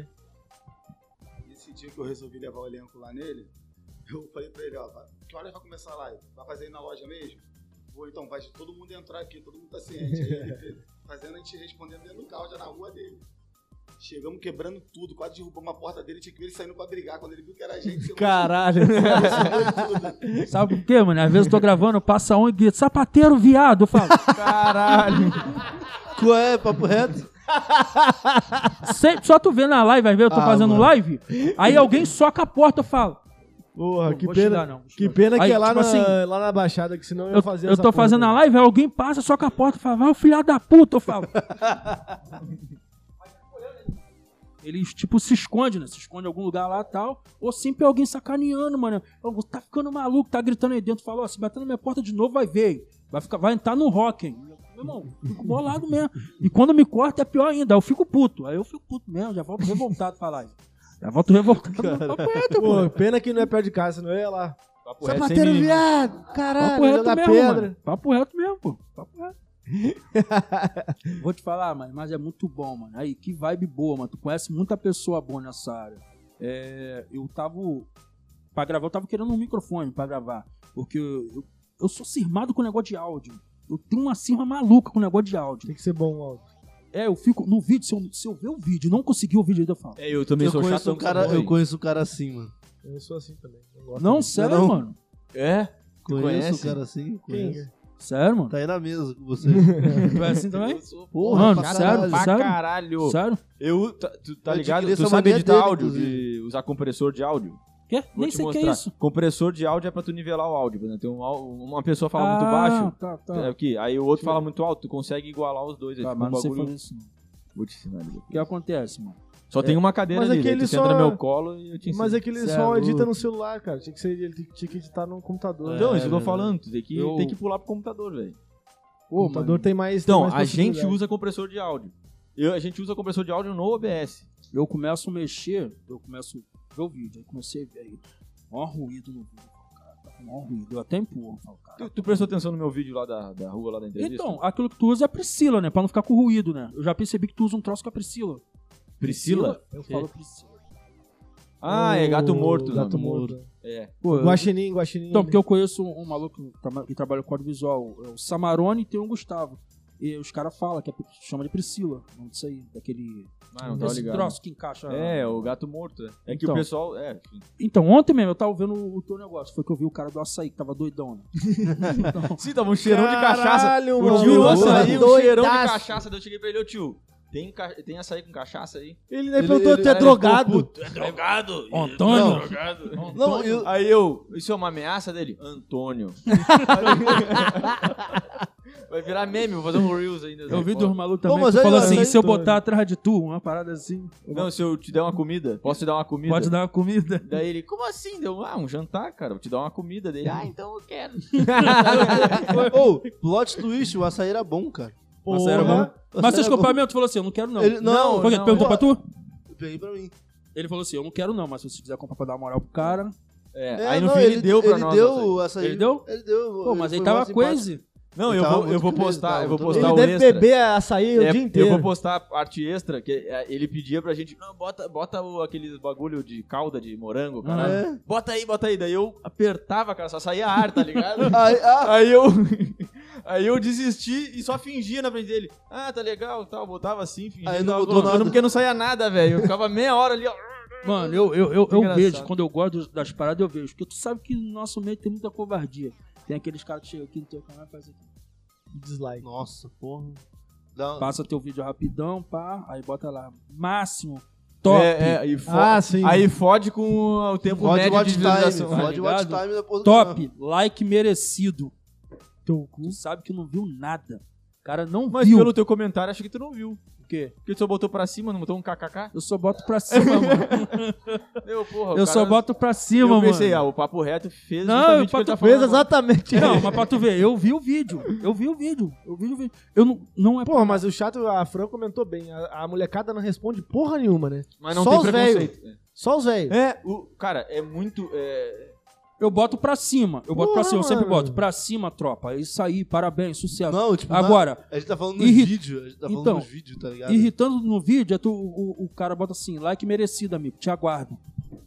F: Esse dia que eu resolvi levar o elenco lá nele, eu falei pra ele, ó, que hora vai começar a live? Vai fazer aí na loja mesmo? Vou, então, vai todo mundo entrar aqui, todo mundo tá ciente. Aí ele fazendo, a gente respondendo dentro do carro, já na rua dele. Chegamos quebrando tudo, quase derrubamos a porta dele, tinha que ver ele saindo pra brigar. Quando ele viu que era a gente, você
A: Caralho.
F: tudo.
D: Sabe por quê, mano? Às vezes eu tô gravando, passa um e grita, sapateiro, viado. Eu falo,
B: Caralho.
C: Qual é, papo reto?
D: só tu vê na live, às vezes eu tô fazendo
C: mano.
D: live, aí alguém soca a porta, eu falo,
A: Porra,
D: Não
A: que
D: vou
A: pena.
D: xingar, não.
A: Que pena que
D: Aí,
A: é lá,
D: tipo assim,
A: lá na Baixada, que senão eu fazia
D: eu
A: essa
D: tô
A: porra
D: fazendo a
A: também.
D: live, aí alguém passa, só com a porta e fala, vai o filho da puta, eu falo. Eles, tipo, se escondem, né? Se esconde em algum lugar lá e tal. Ou sempre alguém sacaneando, mano. Ô, tá ficando maluco, tá gritando aí dentro. Falou, se bater na minha porta de novo, vai ver. Vai entrar no rock, hein? Meu irmão, fico bolado mesmo. E quando me corta é pior ainda. Eu fico puto. Aí eu fico puto mesmo, já volto revoltado pra live. Já volto revoltado.
A: Pô, pena que não é perto de casa, senão eu ia lá.
B: Papo
A: Só
B: reto, sem
A: bateram
B: mimimi.
A: viado, caralho,
D: Papo reto
A: jogar
D: mesmo,
A: pedra.
D: mano. Papo reto mesmo, pô. Papo reto. Vou te falar, mano, mas é muito bom, mano. Aí, que vibe boa, mano. Tu conhece muita pessoa boa nessa área. Eu tava... Pra gravar, eu tava querendo um microfone pra gravar. Porque eu sou cismado com o negócio de áudio. Eu tenho uma cisma maluca com o negócio de áudio.
A: Tem que ser bom o áudio.
D: Eu fico no vídeo, se eu ver o vídeo e não conseguir o vídeo, ainda eu falo.
B: Eu também sou chato.
C: Eu conheço um cara assim, mano.
A: Eu sou assim também. Eu gosto
D: Não,
A: disso.
D: sério,
C: Não.
D: mano.
B: É? Tu
C: Conheço
B: conhece?
C: um cara assim. Conheço.
D: Sério, mano.
C: Tá aí na mesa com você.
D: Tu é assim também?
C: Porra,
D: Mano,
C: pra
D: sério,
C: caralho.
B: Pra
D: sério?
B: caralho.
D: Sério?
B: Tu tá
C: Eu
B: ligado?
C: adquiri
B: Tu
C: essa
B: sabe
C: mania
B: editar
C: dele,
B: áudio,
C: inclusive.
B: de usar compressor de áudio?
D: Quê?
B: Vou
D: Nem
B: te
D: sei o que é
B: mostrar.
D: isso.
B: Compressor de áudio é pra tu nivelar o áudio. Né? Tem uma pessoa fala muito baixo,
D: Tá.
B: aqui, aí o outro fala muito alto, tu consegue igualar os dois. Aí
D: Tá,
B: fica
D: mas
B: um
D: não sei
B: bagulho...
D: fazer isso, não.
B: Vou te ensinar.
D: O que acontece, mano?
B: Só tem uma cadeira
A: Mas
B: ali,
A: aquele
B: daí tu senta
A: só-
B: no meu colo e eu te ensino.
A: Mas é que ele
D: Cê é
A: só edita
D: louco.
A: no celular, cara. Tinha que editar no computador.
B: Então, isso que eu tô
C: verdade.
B: falando, tu tem que,
D: Eu-
B: tem que pular pro computador, velho.
A: O computador tem mais.
B: Então,
A: tem mais
B: a gente
A: possibilidade.
B: usa compressor de áudio. A gente usa compressor de áudio no OBS.
D: Eu começo a mexer, eu começo a ver o vídeo, aí comecei a ver aí, maior ruído no vídeo, cara, tá com maior ruído, eu até empurro, falo, cara.
B: Tu prestou atenção no meu vídeo lá da rua, lá da entrevista?
D: Então, aquilo que tu usa é a Priscila, né, pra não ficar com ruído, né, eu já percebi que tu usa um troço com a Priscila.
B: Priscila?
D: Eu falo Priscila.
B: Ah, é Gato Morto. o
A: Gato
B: nome.
A: Morto.
B: É.
D: Pô,
A: Guaxinim.
D: então, porque eu conheço um maluco que trabalha com audiovisual, é o Samarone e tem o Gustavo. E os caras falam que chama de Priscila, não disso aí, daquele...
B: Ah, não tá
D: Esse
B: ligado.
D: troço que encaixa...
B: É, o Gato Morto. É que
D: Então.
B: o pessoal... É, enfim.
D: Então, ontem mesmo eu tava vendo o teu negócio, foi que eu vi o cara do açaí, que tava doidão, né?
B: Sim, tava um cheirão de cachaça.
A: Caralho,
B: O
A: mano.
B: tio
A: Porra,
B: açaí, um cheirão de
A: doidaço.
B: cachaça. Daí eu cheguei pra ele, ô tio, tem açaí com cachaça aí?
A: Ele perguntou, tu é
B: Aí ele
A: drogado?
B: ficou puto. É drogado?
D: Antônio?
C: Não, eu,
B: Aí isso é uma ameaça dele? Antônio. Vai virar meme, vou fazer um Reels ainda.
D: Eu vi
B: Pô.
D: dos malucos também,
C: Pô, mas
D: que falou
C: aí,
D: assim,
C: aí,
D: se eu
A: Antônio.
D: botar atrás de tu, uma parada assim,
B: Não, se eu te der uma comida, posso te dar uma comida?
D: pode dar uma comida.
B: Daí ele, como assim? Deu, um jantar, cara, vou te dar uma comida. Dele, então eu quero.
C: Ô, plot twist, o açaí era bom, cara.
D: Nossa, era bom. Mas seus complementos falou assim, eu não quero não.
C: Ele- não,
D: Por quê?
B: não,
D: Perguntou pra tu?
C: Eu peguei pra mim.
D: Ele falou assim, eu não quero não, mas se você quiser comprar pra dar uma moral pro cara...
B: Aí no fim ele deu pra nós.
C: Deu
B: açaí.
C: o açaí.
D: Ele deu?
C: Ele deu.
D: Pô, mas
C: ele
D: aí
C: foi
D: tava
C: mó simpático.
D: Crazy.
B: Não,
C: Ele tava
B: eu vou
C: muito
B: postar, eu vou
C: feliz,
B: postar
A: Ele
B: o
A: deve
B: extra.
A: beber açaí o dia inteiro.
B: Eu vou postar a parte extra, que ele pedia pra gente, não, bota aqueles bagulho de calda de morango, caralho.
C: É.
B: Bota aí. Daí eu apertava, cara, só saía ar, tá ligado?
C: Aí,
B: Aí eu desisti e só fingia na frente dele. Ah, tá legal, tal, botava assim, fingia.
C: Aí não
B: tava
C: botou
B: colocando
C: nada.
B: porque não saía nada, velho. Eu ficava meia hora ali, ó.
D: Mano, eu
B: Engraçado.
D: vejo, quando eu gosto das paradas, eu vejo. Porque tu sabe que no nosso meio tem muita covardia. Tem aqueles caras que chegam aqui no teu canal e fazem aqui.
A: Dislike.
C: Nossa, porra. Dá-
D: Passa teu vídeo rapidão, pá, aí bota lá, máximo, top.
B: Aí fode com o tempo
C: Fode
B: médio
C: watch
B: de visualização.
C: time. Fode
D: tá
C: watch
D: ligado?
C: time da porra do
D: Top, like merecido. Teu cu sabe que não viu nada. O cara não
B: Mas
D: viu.
B: pelo teu comentário, acho que tu não viu.
D: O quê?
B: Porque tu só botou pra cima, não botou um kkk?
D: Eu só boto pra cima, mano.
B: Porra,
D: Eu só boto pra cima,
B: Eu pensei,
D: mano.
B: o Papo Reto fez
D: Não,
B: justamente
D: o
B: o que ele tá
D: Papo
A: Fez
B: falando.
A: exatamente.
D: Não, mas pra tu ver, eu vi o vídeo. Eu não é...
A: Porra, mas o chato, a Fran comentou bem. A molecada não responde porra nenhuma, né?
B: Mas não
A: Só
B: tem
A: os
B: preconceito.
A: Só os velhos.
B: Cara, é muito...
D: Eu boto pra cima. Eu boto pra
A: Porra,
D: cima, eu sempre
A: mano.
D: boto. Pra cima, tropa. É isso aí, parabéns, sucesso.
C: Não, tipo,
D: Agora,
C: a gente tá falando nos
D: irri-
C: vídeos. A gente tá falando
D: Então,
C: nos vídeos, tá ligado?
D: irritando no vídeo, é o cara bota assim, like merecido, amigo, te aguardo.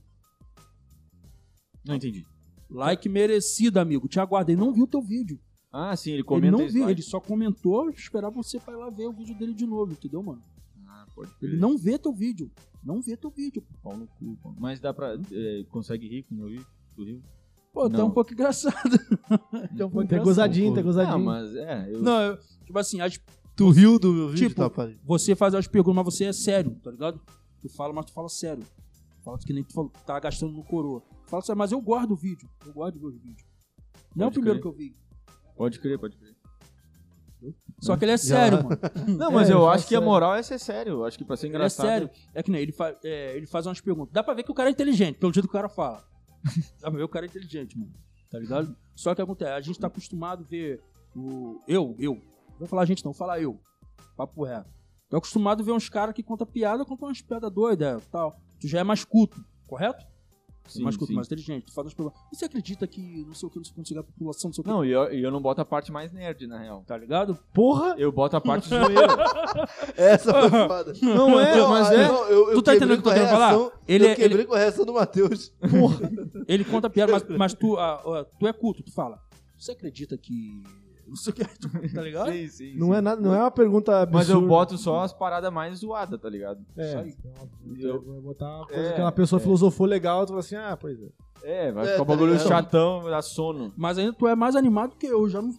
B: Não entendi.
D: Like merecido, amigo, te aguardo. Ele não viu teu vídeo.
B: Ah, sim, ele
D: Ele
B: comenta
D: não
B: isso
D: viu,
B: lá.
D: ele só comentou, esperar você pra ir lá ver o vídeo dele de novo, entendeu, mano?
B: Ah, pode
D: Ele
B: crer.
D: não vê teu vídeo. Não vê teu vídeo.
B: Pau no cu, pau. Mas dá pra... consegue rir com o meu vídeo? Tu riu?
D: Pô, tá
B: Não.
D: um pouco engraçado. Tá um pouco
A: Tem
D: engraçado.
A: gozadinho, tem
B: Ah,
A: gozadinho.
B: mas
D: Não, tipo assim,
C: Tu riu do meu vídeo,
D: Tipo,
C: tá, pai?
D: você faz as perguntas, mas você é sério, tá ligado? Tu fala, mas tu fala sério. Fala que nem tu falou, tá gastando no coroa. Fala assim, mas eu gosto do vídeo. Eu gosto de ver os vídeos. Não é o primeiro que eu vi.
B: Pode crer.
D: Só que ele é sério, mano.
B: Não, mas eu acho que a moral é ser sério. Eu acho que pra ser engraçado...
D: Ele é sério. É que nem ele faz umas perguntas. Dá pra ver que o cara é inteligente, pelo jeito que o cara fala. Dá pra ver que o cara é inteligente, mano. Tá ligado? Só que acontece, a gente tá acostumado a ver o... Eu. Vou falar a gente não, vou falar eu. Papo reto. Tô acostumado a ver uns caras que contam umas piadas doidas e tal. Tu já é mais culto, correto?
B: Sim,
D: mais culto,
B: sim.
D: mais inteligente. Tu faz umas perguntas. Você acredita que não sei o que, não sei quando chegar a população, não sei o que?
B: Não, e eu não boto a parte mais nerd, na real.
D: Tá ligado?
A: Porra!
B: Eu boto a parte zoeira.
C: Essa foi foda.
B: Não é, mas é.
C: Não, eu
D: Tu tá entendendo o que eu tô querendo falar?
C: Eu quebrei com a reação do Matheus.
D: Porra! Ele conta piada, mas tu é culto, tu fala. Você acredita que... Não sei o que, tá ligado?
B: Sim.
A: Não é nada, não é uma pergunta absurda.
B: Mas eu boto só as paradas mais zoadas, tá ligado?
A: É,
B: Isso aí.
A: eu vou botar uma coisa que uma pessoa filosofou legal, tu fala assim, pois é.
B: Vai ficar um bagulho
C: ligado?
B: chatão, dá sono.
D: Mas ainda tu é mais animado que eu já não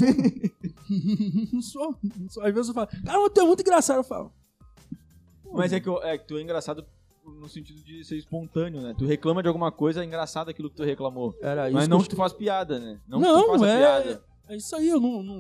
D: sou. não sou. Às vezes eu falo, cara, tu é muito engraçado, eu falo.
B: Mas é que tu é engraçado no sentido de ser espontâneo, né? Tu reclama de alguma coisa, é engraçado aquilo que tu reclamou.
D: Era isso.
B: Mas não que tu faz piada, né? Não que tu
D: Não,
B: faça piada.
D: é isso aí, eu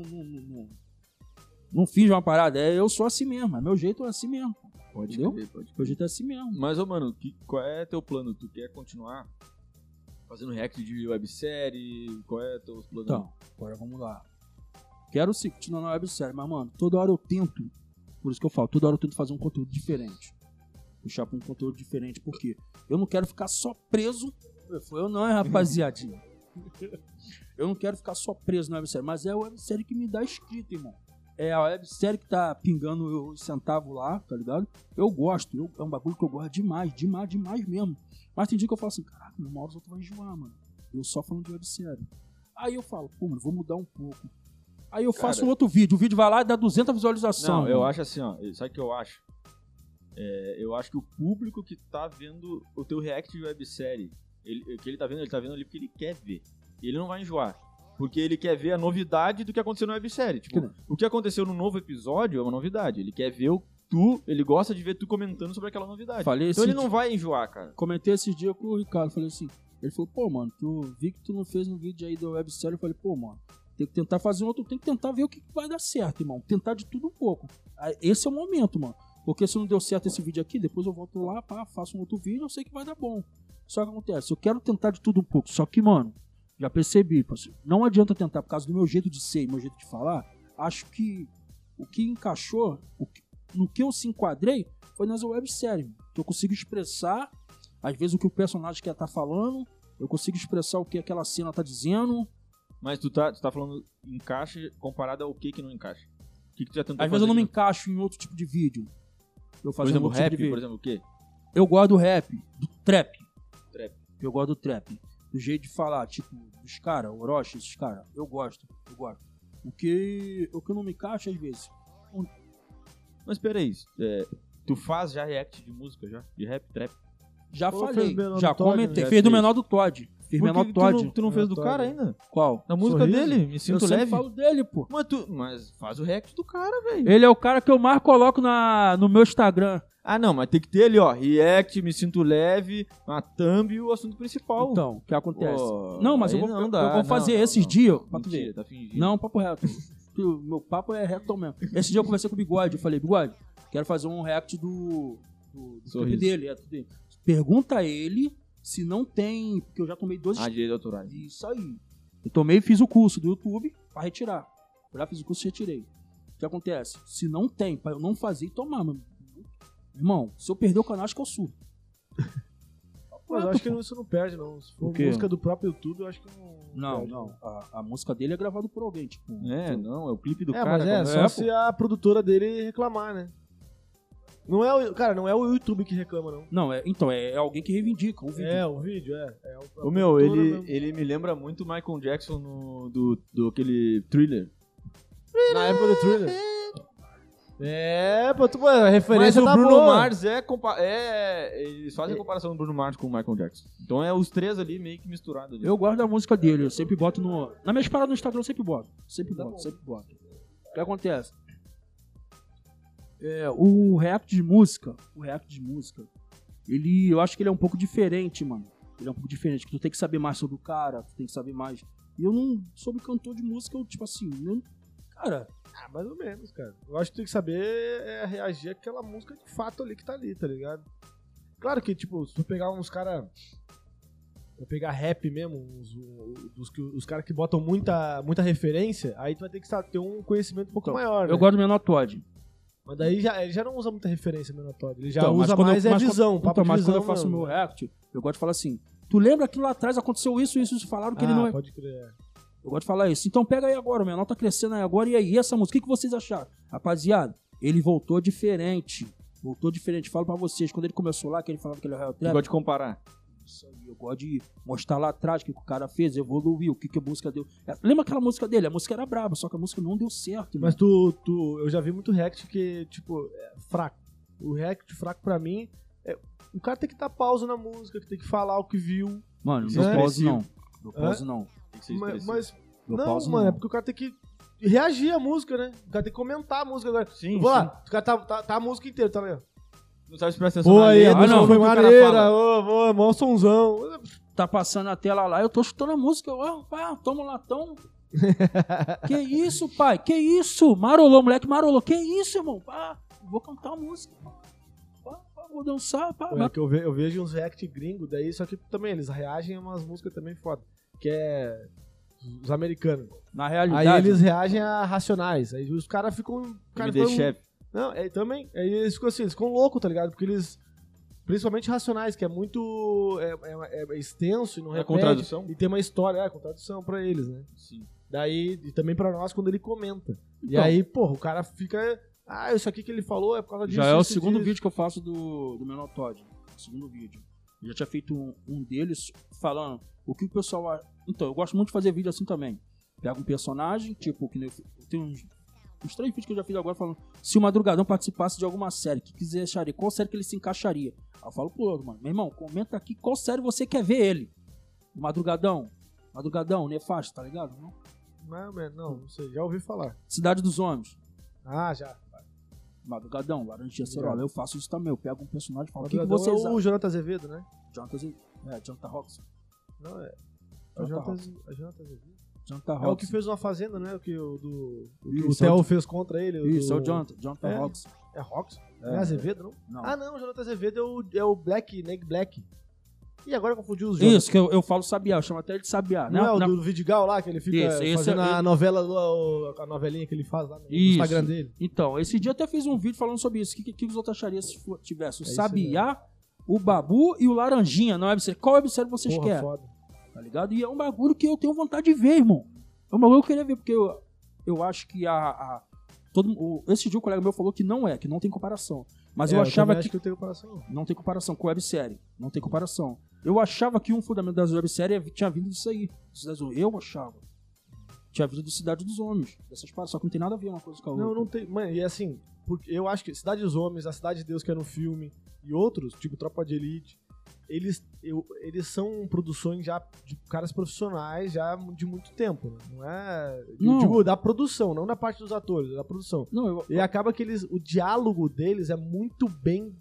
D: não fiz uma parada, eu sou assim mesmo, meu jeito é assim mesmo.
B: Pode
D: Entendeu?
B: crer.
D: Meu jeito é assim mesmo.
B: Mas, ô, mano, qual é teu plano? Tu quer continuar fazendo react de websérie? Qual é teus planos?
D: Então, agora vamos lá. Quero sim continuar na websérie, mas, mano, toda hora eu tento, por isso que eu falo, toda hora eu tento fazer um conteúdo diferente. Puxar pra um conteúdo diferente, porque eu não quero ficar só preso. Foi eu não, rapaziadinha. Eu não quero ficar só preso na websérie, mas é a websérie que me dá inscrito, irmão. É a websérie que tá pingando os centavos lá, tá ligado? Eu gosto, é um bagulho que eu gosto demais mesmo. Mas tem dia que eu falo assim, caraca, uma hora os outros vão enjoar, mano. Eu só falando de websérie. Aí eu falo, pô, mano, vou mudar um pouco. Aí eu faço um outro vídeo, o vídeo vai lá e dá 200 visualizações.
B: Não, eu
D: mano.
B: acho assim, ó. Sabe o que eu acho? Eu acho que o público que tá vendo o teu react de websérie, ele tá vendo ali porque ele quer ver. Ele não vai enjoar. Porque ele quer ver a novidade do que aconteceu na websérie. Tipo, o que aconteceu no novo episódio é uma novidade. Ele quer ver ele gosta de ver tu comentando sobre aquela novidade. Então ele não vai enjoar, cara.
D: Comentei esses dias com o Ricardo, falei assim, ele falou, pô, mano, vi que tu não fez um vídeo aí da websérie, eu falei, pô, mano, tem que tentar fazer um outro, tem que tentar ver o que vai dar certo, irmão. Tentar de tudo um pouco. Esse é o momento, mano. Porque se não deu certo esse vídeo aqui, depois eu volto lá, faço um outro vídeo, eu sei que vai dar bom. Só que acontece, eu quero tentar de tudo um pouco, só que, mano, já percebi, parceiro, não adianta tentar, por causa do meu jeito de ser e meu jeito de falar, acho que o que encaixou, no que eu se enquadrei, foi nas webséries, que eu consigo expressar, às vezes, o que o personagem quer estar falando, eu consigo expressar o que aquela cena tá dizendo.
B: Mas tu tá falando encaixe comparado ao que não encaixa? O que tu já tentou fazer?
D: Às vezes eu não me encaixo em outro tipo de vídeo. Eu
B: Por
D: faço
B: exemplo,
D: outro
B: rap,
D: tipo de vídeo.
B: por exemplo, o quê?
D: Eu gosto do rap, do trap.
B: Trap.
D: Eu gosto do trap. Do jeito de falar, tipo, dos caras, o Orochi, esses caras. Eu gosto. O que não me encaixa, às vezes.
B: Mas peraí, tu faz já react de música já? De rap, trap?
D: Já
A: Pô,
D: falei,
A: fez Menor
D: já
A: do Todd,
D: comentei.
B: né?
D: Fez do
B: Já
D: Menor do Todd. Fiz
B: Por
D: Menor
B: que
D: do Todd.
B: tu não fez do
A: Todd,
B: cara
A: né?
B: ainda?
D: Qual?
B: Na música
A: Sorriso?
B: dele, Me
D: Eu
B: Sinto
D: sempre
B: Leve.
D: falo dele, pô.
B: Mas faz o react do cara, velho.
D: Ele é o cara que eu mais coloco no meu Instagram.
B: Ah, não, mas tem que ter ali, ó, react, Me Sinto Leve, a thumb e o assunto principal.
D: Então, o que acontece?
B: Pô,
D: Não, mas
B: aí
D: eu vou,
B: não
D: eu
B: dá,
D: vou fazer
B: não,
D: esses
B: não.
D: dias, pra tu
B: Mentira,
D: ver.
B: tá fingindo.
D: Não, papo reto. Meu papo é reto mesmo. Esse dia eu conversei com o Bigode, eu falei, Bigode, quero fazer um react do clipe
B: Sorriso.
D: dele. Pergunta a ele se não tem, porque eu já tomei 2
B: direitos autorais.
D: Isso aí. Eu tomei e fiz o curso do YouTube pra retirar. Eu já fiz o curso e retirei. O que acontece? Se não tem, pra eu não fazer e tomar, mano. Irmão, se eu perder o canal, acho que eu subo.
A: Mas eu acho que isso não perde, não. Se for
D: O quê?
A: música do próprio YouTube, eu acho que não.
D: Não,
A: perde,
D: não. A música dele é gravada por alguém, tipo.
B: Não, é o clipe do
A: É,
B: cara.
A: mas é
B: como
A: só se a produtora dele reclamar, né? Não é o YouTube que reclama, não.
D: Não, então, é alguém que reivindica o vídeo.
A: É, o vídeo, a
B: O meu,
A: produtora mesmo.
B: ele me lembra muito o Michael Jackson do aquele Thriller.
A: Na época do Thriller. Pô, a referência
B: Mas o
A: tá
B: Bruno
A: boa.
B: Mars eles fazem a comparação do Bruno Mars com o Michael Jackson. Então é os três ali meio que misturados. Ali.
D: Eu gosto da música dele, eu sempre boto na minha paradas no Instagram, eu sempre boto. Sempre boto. O que acontece? O react de música, eu acho que ele é um pouco diferente, mano. Ele é um pouco diferente, que tu tem que saber mais sobre o cara, tu tem que saber mais. E eu não soube cantor de música, eu, tipo assim, não, cara.
A: Ah, mais ou menos, cara. Eu acho que tem que saber reagir àquela música de fato ali que tá ali, tá ligado? Claro que, tipo, se tu pegar uns caras. Vou pegar rap mesmo, os caras que botam muita referência, aí tu vai ter que ter um conhecimento um pouco maior, né?
D: Eu gosto do Menor Todd.
A: Mas daí ele já não usa muita referência, Menor Todd. Ele já
D: Então,
A: usa mais visão, papo de
D: mas
A: visão.
D: Quando eu faço o meu react, eu gosto de falar assim, tu lembra que lá atrás aconteceu isso, falaram que ele não é...
A: pode crer.
D: Eu gosto de falar isso. Então pega aí agora, o Menor tá crescendo aí agora, e aí, e essa música, o que vocês acharam? Rapaziada, ele voltou diferente. Falo pra vocês, quando ele começou lá, que ele falava que ele era real trap.
B: Eu gosto de comparar.
D: Isso aí, eu gosto de mostrar lá atrás o que o cara fez, evoluiu, o que a música deu. Lembra aquela música dele? A música era braba, só que a música não deu certo.
A: Mas eu já vi muito react que, tipo, é fraco. O react fraco pra mim o cara tem que dar pausa na música, que tem que falar o que viu.
D: Mano, não pausa não. Não pausa não.
B: Tem que ser
A: Mas
D: Não,
A: não,
D: pausa,
A: mano,
D: não.
A: é porque o cara tem que reagir à música, né? O cara tem que comentar a música agora.
B: Sim,
A: Eu vou lá, o cara tá a música inteira, tá ligado?
B: Não sabe se presta atenção
A: Pô,
B: na
A: aí,
B: letra.
A: a música
D: não,
A: foi
D: o que o cara
A: maneira,
D: fala.
A: mó sonzão.
D: Tá passando a tela lá, eu tô chutando a música, toma um latão. Que isso, pai? Que isso? Marolou, moleque marolou. Que isso, irmão? Pá, vou cantar a música. Pá, vou dançar, pá.
A: É que eu vejo uns react gringos, daí só que também eles reagem a umas músicas também foda. Que é os americanos.
D: Na realidade...
A: Aí eles reagem a Racionais. Aí os caras ficam...
B: MD Chef.
A: Não, também. Aí eles ficam assim, eles ficam loucos, tá ligado? Porque eles... Principalmente Racionais, que é muito... É extenso e não repete.
B: Com tradução?
A: E tem uma história, com tradução pra eles, né?
B: Sim.
A: Daí, e também pra nós quando ele comenta. E
D: Então.
A: aí, porra, o cara fica... isso aqui que ele falou é por causa disso.
D: Já é o
A: isso,
D: segundo
A: disso.
D: vídeo que eu faço do Menor Todd. O segundo vídeo. Eu já tinha feito um deles falando o que o pessoal... Então, eu gosto muito de fazer vídeo assim também. Pega um personagem, tipo, que eu tenho uns 3 vídeos que eu já fiz agora falando se o Madrugadão participasse de alguma série, que quiser acharia, qual série que ele se encaixaria. Aí eu falo pro outro, mano, meu irmão, comenta aqui qual série você quer ver ele. O Madrugadão, Nefasto, tá ligado?
A: Não sei, já ouvi falar.
D: Cidade dos Homens,
A: Já.
D: Madrugadão, Laranjinha Cerola, eu faço isso também, eu pego um personagem e falo, o que
A: Madrugadão
D: vocês
A: é o Jonathan Azevedo, né?
D: Jonathan Roxon.
A: Não, é
D: Jonathan
A: Jonathan Azevedo.
D: Jonathan
A: É o
D: Roxon.
A: que fez uma fazenda, né? O que o
D: Isso,
A: Theo fez contra ele.
D: Isso, é o Jonathan
A: É.
D: Roxon.
A: É Rox? Não é Azevedo, não?
D: Não.
A: Ah, não, o Jonathan Azevedo é o Black, Neg Black. E agora confundiu os
D: Isso, que eu falo Sabiá, eu chamo até ele de Sabiá.
A: Não é o do Vidigal lá, que ele fica
D: Isso,
A: fazendo
D: esse é-
A: a novela, a novelinha que ele faz lá no
D: Isso.
A: Instagram dele.
D: Então, esse dia eu até fiz um vídeo falando sobre isso. O que os outros achariam se tivesse o
A: isso
D: Sabiá, o Babu e o Laranjinha na websérie? Qual websérie vocês
A: Porra,
D: querem?
A: foda.
D: Tá ligado? E é um bagulho que eu tenho vontade de ver, irmão. É um bagulho que eu queria ver, porque eu acho que esse dia o colega meu falou que não tem comparação. Mas eu achava
A: também acho que eu tenho comparação.
D: não tem comparação com websérie. Não tem comparação. Eu achava que um fundamento das webséries tinha vindo disso aí. Eu achava. Tinha vindo do Cidade dos Homens. Dessas paradas. Só que não tem nada a ver uma coisa com a outra.
A: Não tem. Mano, e assim, porque eu acho que Cidade dos Homens, A Cidade de Deus, que é no filme, e outros, tipo Tropa de Elite, eles são produções já de caras profissionais já de muito tempo, né? Não é.
D: Não.
A: Eu digo da produção, não da parte dos atores, da produção.
D: Não,
A: E acaba que o diálogo deles é muito bem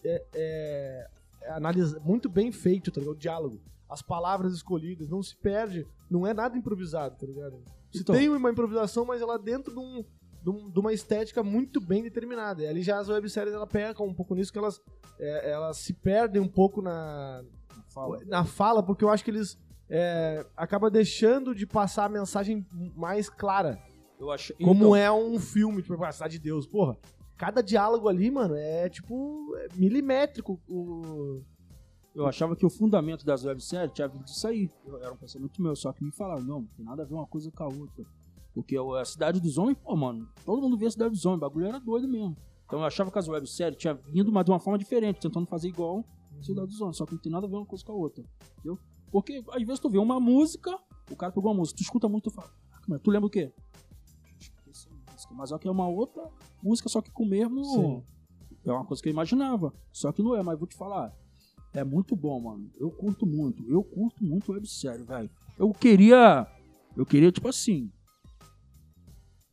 A: muito bem feito, tá ligado? O diálogo. As palavras escolhidas, não se perde, não é nada improvisado, tá ligado? Se
D: Então.
A: tem uma improvisação, mas ela dentro de uma estética muito bem determinada. E ali já as webséries ela pecam um pouco nisso, que elas se perdem um pouco na fala, porque eu acho que eles acabam deixando de passar a mensagem mais clara.
D: eu acho.
A: Como
D: Então,
A: é um filme, tipo, A Cidade de Deus. Porra, cada diálogo ali, mano, é tipo milimétrico.
D: Eu achava que o fundamento das webséries tinha vindo disso aí. Era um pensamento meu, só que me falaram, não tem nada a ver uma coisa com a outra. Porque a Cidade dos Homens, pô, mano, todo mundo via a Cidade dos Homens, o bagulho era doido mesmo. Então eu achava que as webséries tinham vindo, mas de uma forma diferente, tentando fazer igual a Cidade dos Homens, só que não tem nada a ver uma coisa com a outra, entendeu? Porque às vezes tu vê uma música, o cara pegou uma música, tu escuta muito, tu fala, mas tu lembra o quê? Mas é que é uma outra música, só que com o mesmo...
A: Sim.
D: É uma coisa que eu imaginava, só que não é, mas vou te falar, é muito bom, mano. Eu curto muito websérie, velho. Eu queria, tipo assim...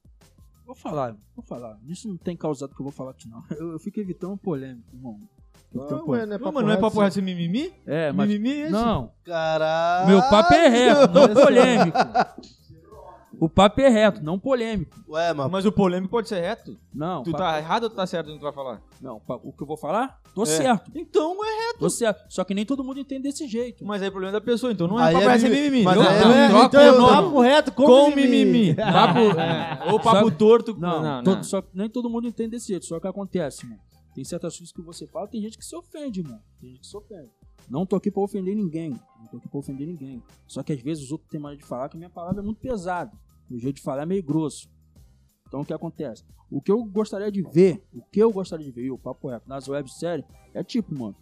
D: Vou falar. Isso não tem causado que eu vou falar aqui, não. Eu fico evitando polêmica, irmão. Então,
A: Ué, não é
B: Mas não é papo reto ser mimimi?
D: É, mas...
B: Mimimi é esse?
D: Não,
C: Caralho.
D: meu papo é reto, não polêmico. O papo é reto, não polêmico.
C: Ué, mas...
B: Mas o polêmico pode ser reto.
D: Não,
B: Tu tá errado ou tu tá certo no que tu vai falar?
D: Não, o que eu vou falar, tô certo.
B: Então é reto.
D: Tô certo. Só que nem todo mundo entende desse jeito.
B: Mas aí é problema da pessoa, então não é
C: Aí
B: papo
C: é
B: reto ser
C: mimimi.
B: mimimi.
C: Mas
B: Eu-
C: aí
B: então,
C: é-
B: troca
A: Então
B: o
A: é
B: nome.
A: papo reto
B: Com
A: mimimi.
B: mimimi. Papo, ou papo
D: Só-
B: torto.
D: Não, só que nem todo mundo entende desse jeito. Só que acontece, mano. Tem certas coisas que você fala, tem gente que se ofende, mano. Tem gente que se ofende. Não tô aqui pra ofender ninguém. Não tô aqui pra ofender ninguém. Só que às vezes os outros têm maneira de falar que a minha palavra é muito pesada. O jeito de falar é meio grosso. Então o que acontece? O que eu gostaria de ver, e o papo reto nas webséries, é tipo, mano,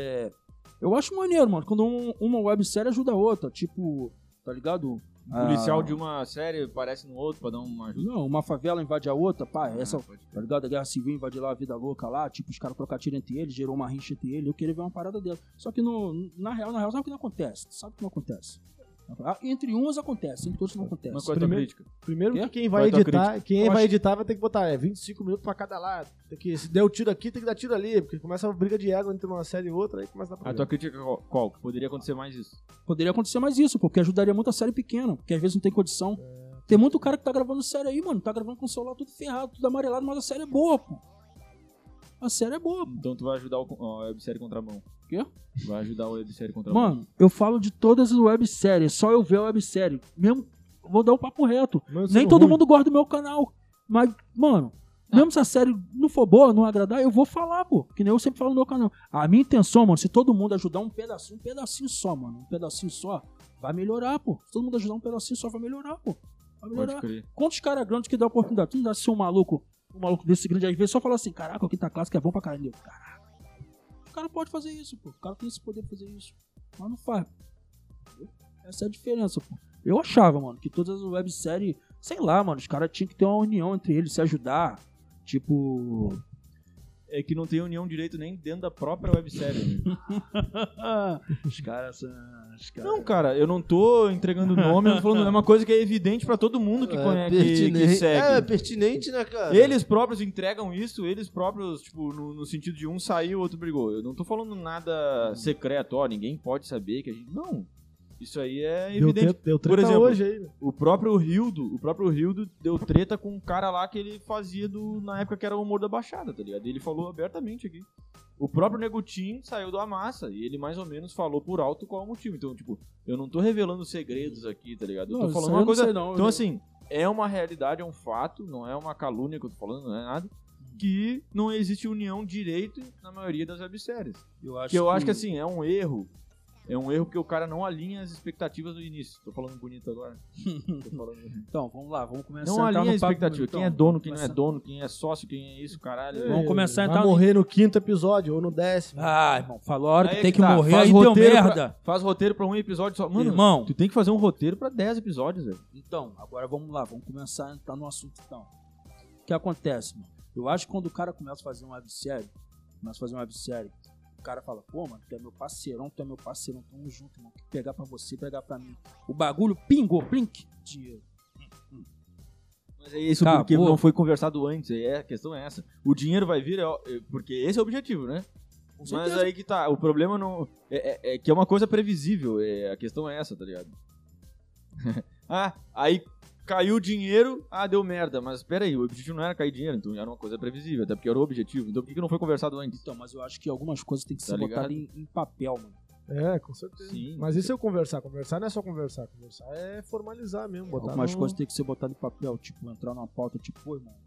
D: eu acho maneiro, mano, quando uma websérie ajuda a outra, tipo, tá ligado?
B: O policial de uma série aparece no outro pra dar uma ajuda.
D: Não, uma favela invade a outra, pá, tá ligado? A guerra civil invadiu lá a vida louca lá, tipo, os caras trocaram tiro entre eles, gerou uma rixa entre eles, eu queria ver uma parada dela. Só que na real, sabe o que não acontece? Sabe o que não acontece? Entre uns acontece, entre outros não acontece.
B: Mas qual é a tua crítica?
A: Primeiro
D: Quê?
A: que quem vai
B: Qual é a tua
A: editar, quem
D: Eu
A: vai
D: acho-
A: editar vai ter que botar 25 minutos pra cada lado. Tem que, se der o tiro aqui, tem que dar tiro ali, porque começa a briga de ego entre uma série e outra, aí começa a dar
B: A tua crítica qual? Que poderia acontecer mais isso?
D: Poderia acontecer mais isso, porque ajudaria muito a série pequena, porque às vezes não tem condição. Tem muito cara que tá gravando série aí, mano, tá gravando com o celular tudo ferrado, tudo amarelado, mas a série é boa, pô. A série é boa, pô.
B: Então tu vai ajudar a websérie Contramão.
D: Quê?
B: Vai ajudar a websérie Contramão.
D: Mano, eu falo de todas as webséries, só eu ver a websérie. Mesmo, vou dar um papo reto. Nem todo mundo gosta do meu canal. Mas, mano, mesmo se a série não for boa, não agradar, eu vou falar, pô. Que nem eu sempre falo no meu canal. A minha intenção, mano, se todo mundo ajudar um pedacinho só, mano. Um pedacinho só, vai melhorar, pô. Se todo mundo ajudar um pedacinho só, vai melhorar, pô. Vai
B: Pode
D: melhorar.
B: crer.
D: Quantos caras grandes que dá oportunidade? Tu não dá ser um maluco desse grande, às vezes só fala assim, caraca, o Quinta Clássica é bom pra caralho. Caraca. O cara pode fazer isso, pô. O cara tem esse poder de fazer isso. Mas não faz. Essa é a diferença, pô. Eu achava, mano, que todas as webséries, sei lá, mano, os caras tinham que ter uma união entre eles, se ajudar. Tipo.
B: É que não tem união direito nem dentro da própria websérie. Né?
D: Os caras são.
B: Não, cara, eu não tô entregando nome, eu tô falando, é uma coisa que é evidente pra todo mundo que conhece, que segue.
C: É pertinente, né, cara?
B: Eles próprios entregam isso, eles próprios, tipo, no sentido de um saiu, o outro brigou. Eu não tô falando nada secreto, ó, ninguém pode saber que a gente... Não, isso aí é evidente.
A: Deu
B: Por
A: treta
B: exemplo,
A: hoje aí, né?
B: o próprio Rildo deu treta com um cara lá que ele fazia na época que era o Humor da Baixada, tá ligado? Ele falou abertamente aqui. O próprio Negutin saiu do Amassa e ele mais ou menos falou por alto qual é o motivo. Então, tipo, eu não tô revelando segredos aqui, tá ligado? Eu tô
D: Não,
B: falando
D: isso aí
B: uma
D: eu não
B: coisa...
D: sei não,
B: Então,
D: eu-
B: assim, é uma realidade, é um fato, não é uma calúnia que eu tô falando, não é nada, que não existe união direito na maioria das webséries.
D: Eu acho
B: Que eu acho que, assim, é um erro. É um erro porque o cara não alinha as expectativas do início. Tô falando bonito agora. Tô falando...
D: Então, vamos lá, vamos começar
B: Não
D: a entrar
B: alinha a
D: no papo.
B: expectativa.
D: Então,
B: quem é dono, quem não é
D: começar-
B: dono, quem é sócio, quem é isso, caralho.
D: Vamos começar a
A: Vai
D: entrar no-
A: morrer no 5º episódio ou no 10º.
D: Ah, irmão, falou a hora que
B: Aí
D: tem que
B: tá,
D: morrer,
B: faz
D: aí deu
B: roteiro
D: merda.
B: Faz roteiro pra um episódio só. Mano,
D: Irmão.
B: tu tem que fazer um roteiro pra 10 episódios, velho.
D: Então, agora vamos lá, vamos começar a entrar no assunto então. O que acontece, mano? Eu acho que quando o cara começa a fazer uma websérie, o cara fala, pô, mano, tu é meu parceirão, tamo junto, irmão. Que pegar pra você, pegar pra mim. O bagulho pingou, blink, dinheiro.
B: Mas é isso
D: Tá,
B: porque
D: pô.
B: não foi conversado antes. A questão é essa. O dinheiro vai vir, porque esse é o objetivo, né?
D: Com
B: Mas
D: certeza.
B: aí que tá. O problema não. É que é uma coisa previsível. A questão é essa, tá ligado? Aí caiu o dinheiro, deu merda. Mas pera aí, o objetivo não era cair dinheiro, então era uma coisa previsível, até porque era o objetivo. Então por que não foi conversado antes?
D: Então, mas eu acho que algumas coisas tem que
B: Tá
D: ser
B: ligado?
D: botadas em papel, mano.
A: É, com certeza.
B: Sim.
A: Mas isso é o conversar. Conversar não é só conversar. Conversar é formalizar mesmo. Botar
D: Algumas
A: no...
D: coisas tem que ser botadas em papel, tipo, entrar numa pauta, tipo, pô, irmão,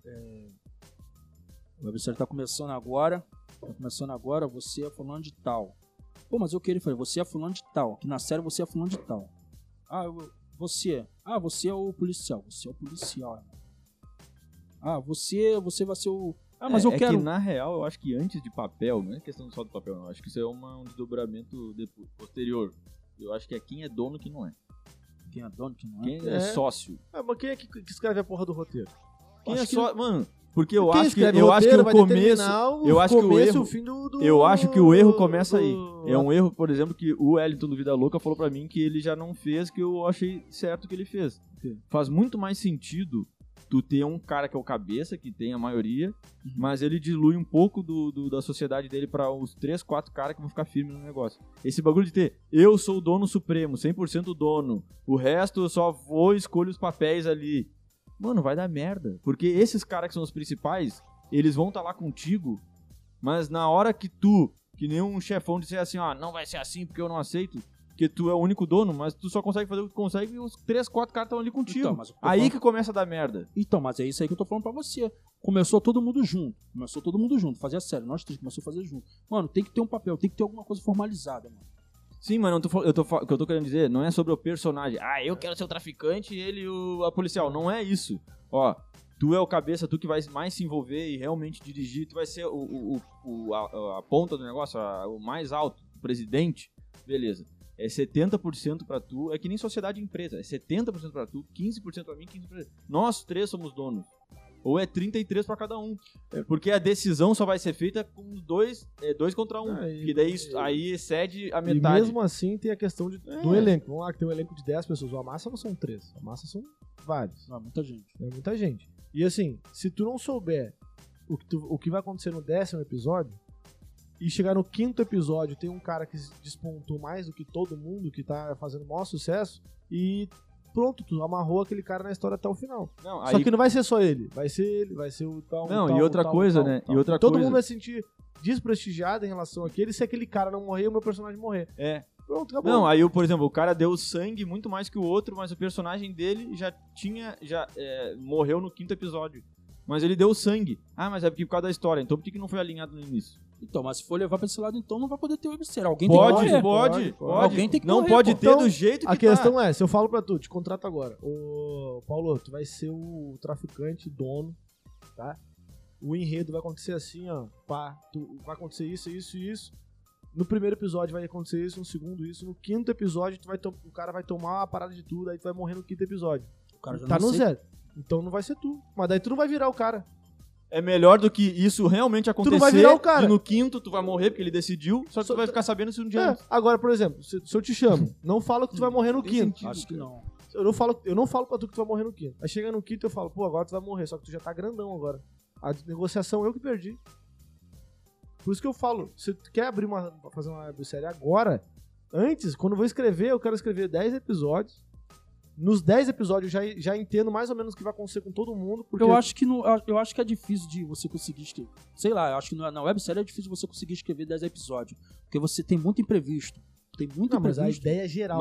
D: o websérie tá começando agora, você é fulano de tal. Pô, mas eu queria falar, você é fulano de tal, que na série você é fulano de tal. Você é o policial, irmão. Você vai ser o... mas eu quero...
B: que na real, eu acho que antes de papel, não é questão só do papel, não. Eu acho que isso é um desdobramento posterior. Eu acho que é quem é dono e quem não é.
D: Quem é dono, quem não é?
B: Quem é sócio.
A: Mas quem é que escreve a porra do roteiro?
B: Quem
A: Acho
B: é
A: que-
B: só... Mano, porque eu
A: Quem
B: acho que
A: escreve
B: eu
A: o
B: acho que
A: roteiro
B: o
A: vai
B: começo...
A: determinar o
B: eu acho que o
A: começo
B: erro-
A: e o fim do...
B: Eu acho que o erro começa aí. É um erro, por exemplo, que o Wellington do Vida Louca falou pra mim que ele já não fez, que eu achei certo que ele fez. Faz muito mais sentido tu ter um cara que é o cabeça, que tem a maioria, mas ele dilui um pouco da sociedade dele pra os 3, 4 caras que vão ficar firmes no negócio. Esse bagulho de ter, eu sou o dono supremo, 100% dono, o resto eu só vou e escolho os papéis ali. Mano, vai dar merda. Porque esses caras que são os principais, eles vão estar lá contigo, mas na hora que tu, que nem um chefão disser assim, não vai ser assim porque eu não aceito, porque tu é o único dono, mas tu só consegue fazer o que tu consegue e os 3, 4 caras estão ali contigo.
D: Então, mas
B: aí que começa a dar merda.
D: Então, mas é isso aí que eu tô falando pra você. Começou todo mundo junto. Fazia sério. Nós três começou a fazer junto. Mano, tem que ter um papel, tem que ter alguma coisa formalizada, mano.
B: Sim, mano, o que eu tô querendo dizer não é sobre o personagem. Eu quero ser o traficante e ele a policial. Não é isso. Ó, tu é o cabeça, tu que vai mais se envolver e realmente dirigir. Tu vai ser a ponta do negócio, o mais alto, o presidente. Beleza. É 70% pra tu, é que nem sociedade e empresa. É 70% pra tu, 15% pra mim, 15% pra... Nós 3 somos donos. Ou é 33 pra cada um. Porque a decisão só vai ser feita com 2 contra 1. Que daí aí excede a metade.
A: E mesmo assim tem a questão do elenco. Vamos lá, que tem um elenco de 10 pessoas. A massa não são 3. A massa são vários.
D: Muita gente.
A: É muita gente. E assim, se tu não souber o que vai acontecer no 10º episódio, e chegar no 5º episódio, tem um cara que despontou mais do que todo mundo, que tá fazendo o maior sucesso, e pronto, tu amarrou aquele cara na história até o final.
B: Não,
A: só que não vai ser só ele, vai ser ele, vai ser o tal.
B: Não,
A: tal,
B: e outra
A: tal,
B: coisa,
A: tal,
B: né?
A: Tal.
B: E outra
A: todo
B: coisa...
A: mundo vai se sentir desprestigiado em relação àquele, se aquele cara não morrer, o meu personagem morrer. Pronto, acabou.
B: Não, aí, por exemplo, o cara deu sangue muito mais que o outro, mas o personagem dele morreu no 5º episódio. Mas ele deu sangue. Mas é porque por causa da história. Então por que não foi alinhado no início?
D: Então, mas se for levar pra esse lado, então não vai poder ter websérie. Alguém
B: pode,
D: tem que
B: morrer. Pode.
D: Alguém tem que
B: não
D: morrer,
B: pode
D: pô.
B: ter
A: Então,
B: do jeito que
A: a questão é, se eu falo pra tu, te contrato agora. Ô, Paulo, tu vai ser o traficante, dono, tá? O enredo vai acontecer assim, vai acontecer isso, isso e isso. No primeiro episódio vai acontecer isso, no segundo isso. No 5º episódio, o cara vai tomar uma parada de tudo, aí tu vai morrer no 5º episódio.
D: O cara já
A: tá
D: não
A: no
D: aceita.
A: 0. Então não vai ser tu. Mas daí tu não vai virar o cara.
B: É melhor do que isso realmente acontecer.
A: Tu não vai virar o cara.
B: E no 5º tu vai morrer porque ele decidiu, só que tu vai ficar sabendo se um dia...
A: Agora, por exemplo, se eu te chamo, não falo que tu vai morrer no 5º.
D: Acho que não.
A: Eu não falo pra tu que tu vai morrer no 5º. Aí chega no 5º eu falo, agora tu vai morrer, só que tu já tá grandão agora. A negociação eu que perdi. Por isso que eu falo, se tu quer fazer uma websérie agora, antes, quando eu vou escrever, eu quero escrever 10 episódios. Nos 10 episódios eu já entendo mais ou menos o que vai acontecer com todo mundo. Porque...
D: Eu acho que é difícil de você conseguir escrever. Sei lá, eu acho que na websérie é difícil você conseguir escrever 10 episódios. Porque você tem muito imprevisto.
A: Mas a ideia é geral.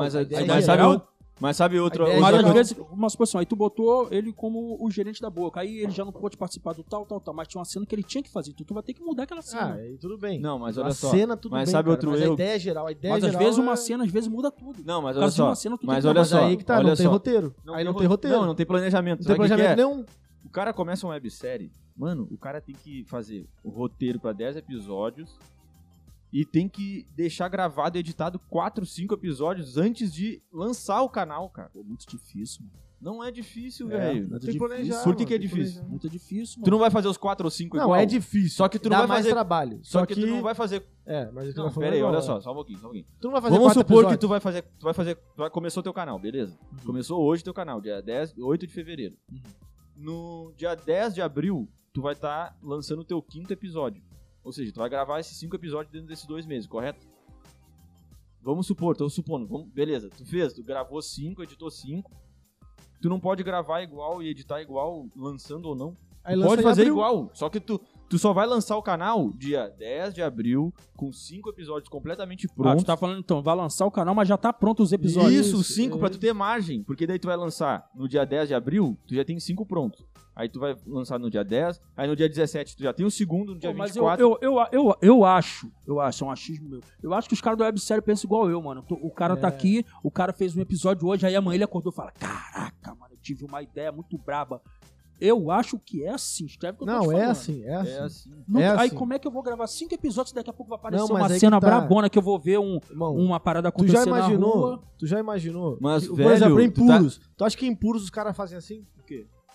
B: Mas sabe outro...
D: Mas às vezes, uma situação, aí tu botou ele como o gerente da Boca, aí ele já não pôde participar do tal, mas tinha uma cena que ele tinha que fazer, então tu vai ter que mudar aquela cena.
A: Aí tudo bem.
B: Não, mas olha só.
A: A cena tudo
B: mas
A: bem,
B: sabe
A: cara,
B: outro
A: mas
B: erro?
A: a ideia é geral.
D: Mas às vezes uma cena, às vezes muda tudo.
B: Não, mas
D: Por
B: olha
D: causa de
B: só.
D: uma cena, tu
B: Mas
D: tem que
B: olha
D: mudar.
B: só.
A: Mas aí que tá,
B: olha
A: não tem
B: só.
A: roteiro. Aí não tem roteiro.
B: Não tem planejamento.
A: Não tem planejamento nenhum.
B: O cara começa uma websérie, mano, o cara tem que fazer o roteiro pra 10 episódios e tem que deixar gravado e editado 4, 5 episódios antes de lançar o canal, cara.
D: Pô, muito difícil, mano.
B: Não é difícil, velho.
A: Tem que planejar.
B: Por que é
A: tem que
B: difícil?
A: planejar.
D: Muito difícil, mano.
B: Tu não vai fazer os 4 ou 5 igual?
A: Não, é difícil.
B: Só que tu não
A: dá
B: vai
A: mais
B: fazer
A: trabalho.
B: Só que tu não vai fazer...
A: Mas tu
B: Não,
A: vai fazer
B: pera aí,
A: igual,
B: olha só um pouquinho.
A: Tu não vai fazer
B: Vamos
A: 4
B: supor que
A: episódios.
B: tu vai fazer, começou teu canal, beleza? Começou hoje teu canal, dia 8 de fevereiro. No dia 10 de abril, tu vai estar lançando o teu 5º episódio. Ou seja, tu vai gravar esses 5 episódios dentro desses 2 meses, correto? Vamos supor, tô supondo, beleza, tu gravou 5, editou 5. Tu não pode gravar igual e editar igual, lançando ou não.
A: Aí
B: Tu
A: lança
B: pode
A: em
B: fazer
A: abril.
B: igual, só que tu só vai lançar o canal dia 10 de abril, com 5 episódios completamente prontos.
D: Tu tá falando então, vai lançar o canal, mas já tá pronto os episódios.
B: Isso, 5 pra tu ter margem, porque daí tu vai lançar no dia 10 de abril, tu já tem 5 prontos. Aí tu vai lançar no dia 10, aí no dia 17 tu já tem o segundo, no dia
D: Mas
B: 24...
D: eu acho, é um achismo meu. Eu acho que os caras do websérie pensam igual eu, mano. O cara tá aqui, o cara fez um episódio hoje, aí amanhã ele acordou e fala: caraca, mano, eu tive uma ideia muito braba. Eu acho que é assim, escreve o que eu tô te
A: Não,
D: falando.
A: é assim.
B: É assim.
D: Não,
A: É
D: aí
A: assim.
D: como é que eu vou gravar 5 episódios e daqui a pouco vai aparecer
A: Não, mas
D: uma
A: aí que
D: cena
A: tá.
D: brabona que eu vou ver
A: Irmão,
D: uma parada
A: tu já
D: acontecer na
A: imaginou?
D: rua.
A: Tu já imaginou?
B: Mas,
A: Por
B: velho,
A: exemplo, em
B: tu tá-
A: Puros. Tu acha que em Puros os caras fazem assim? O quê?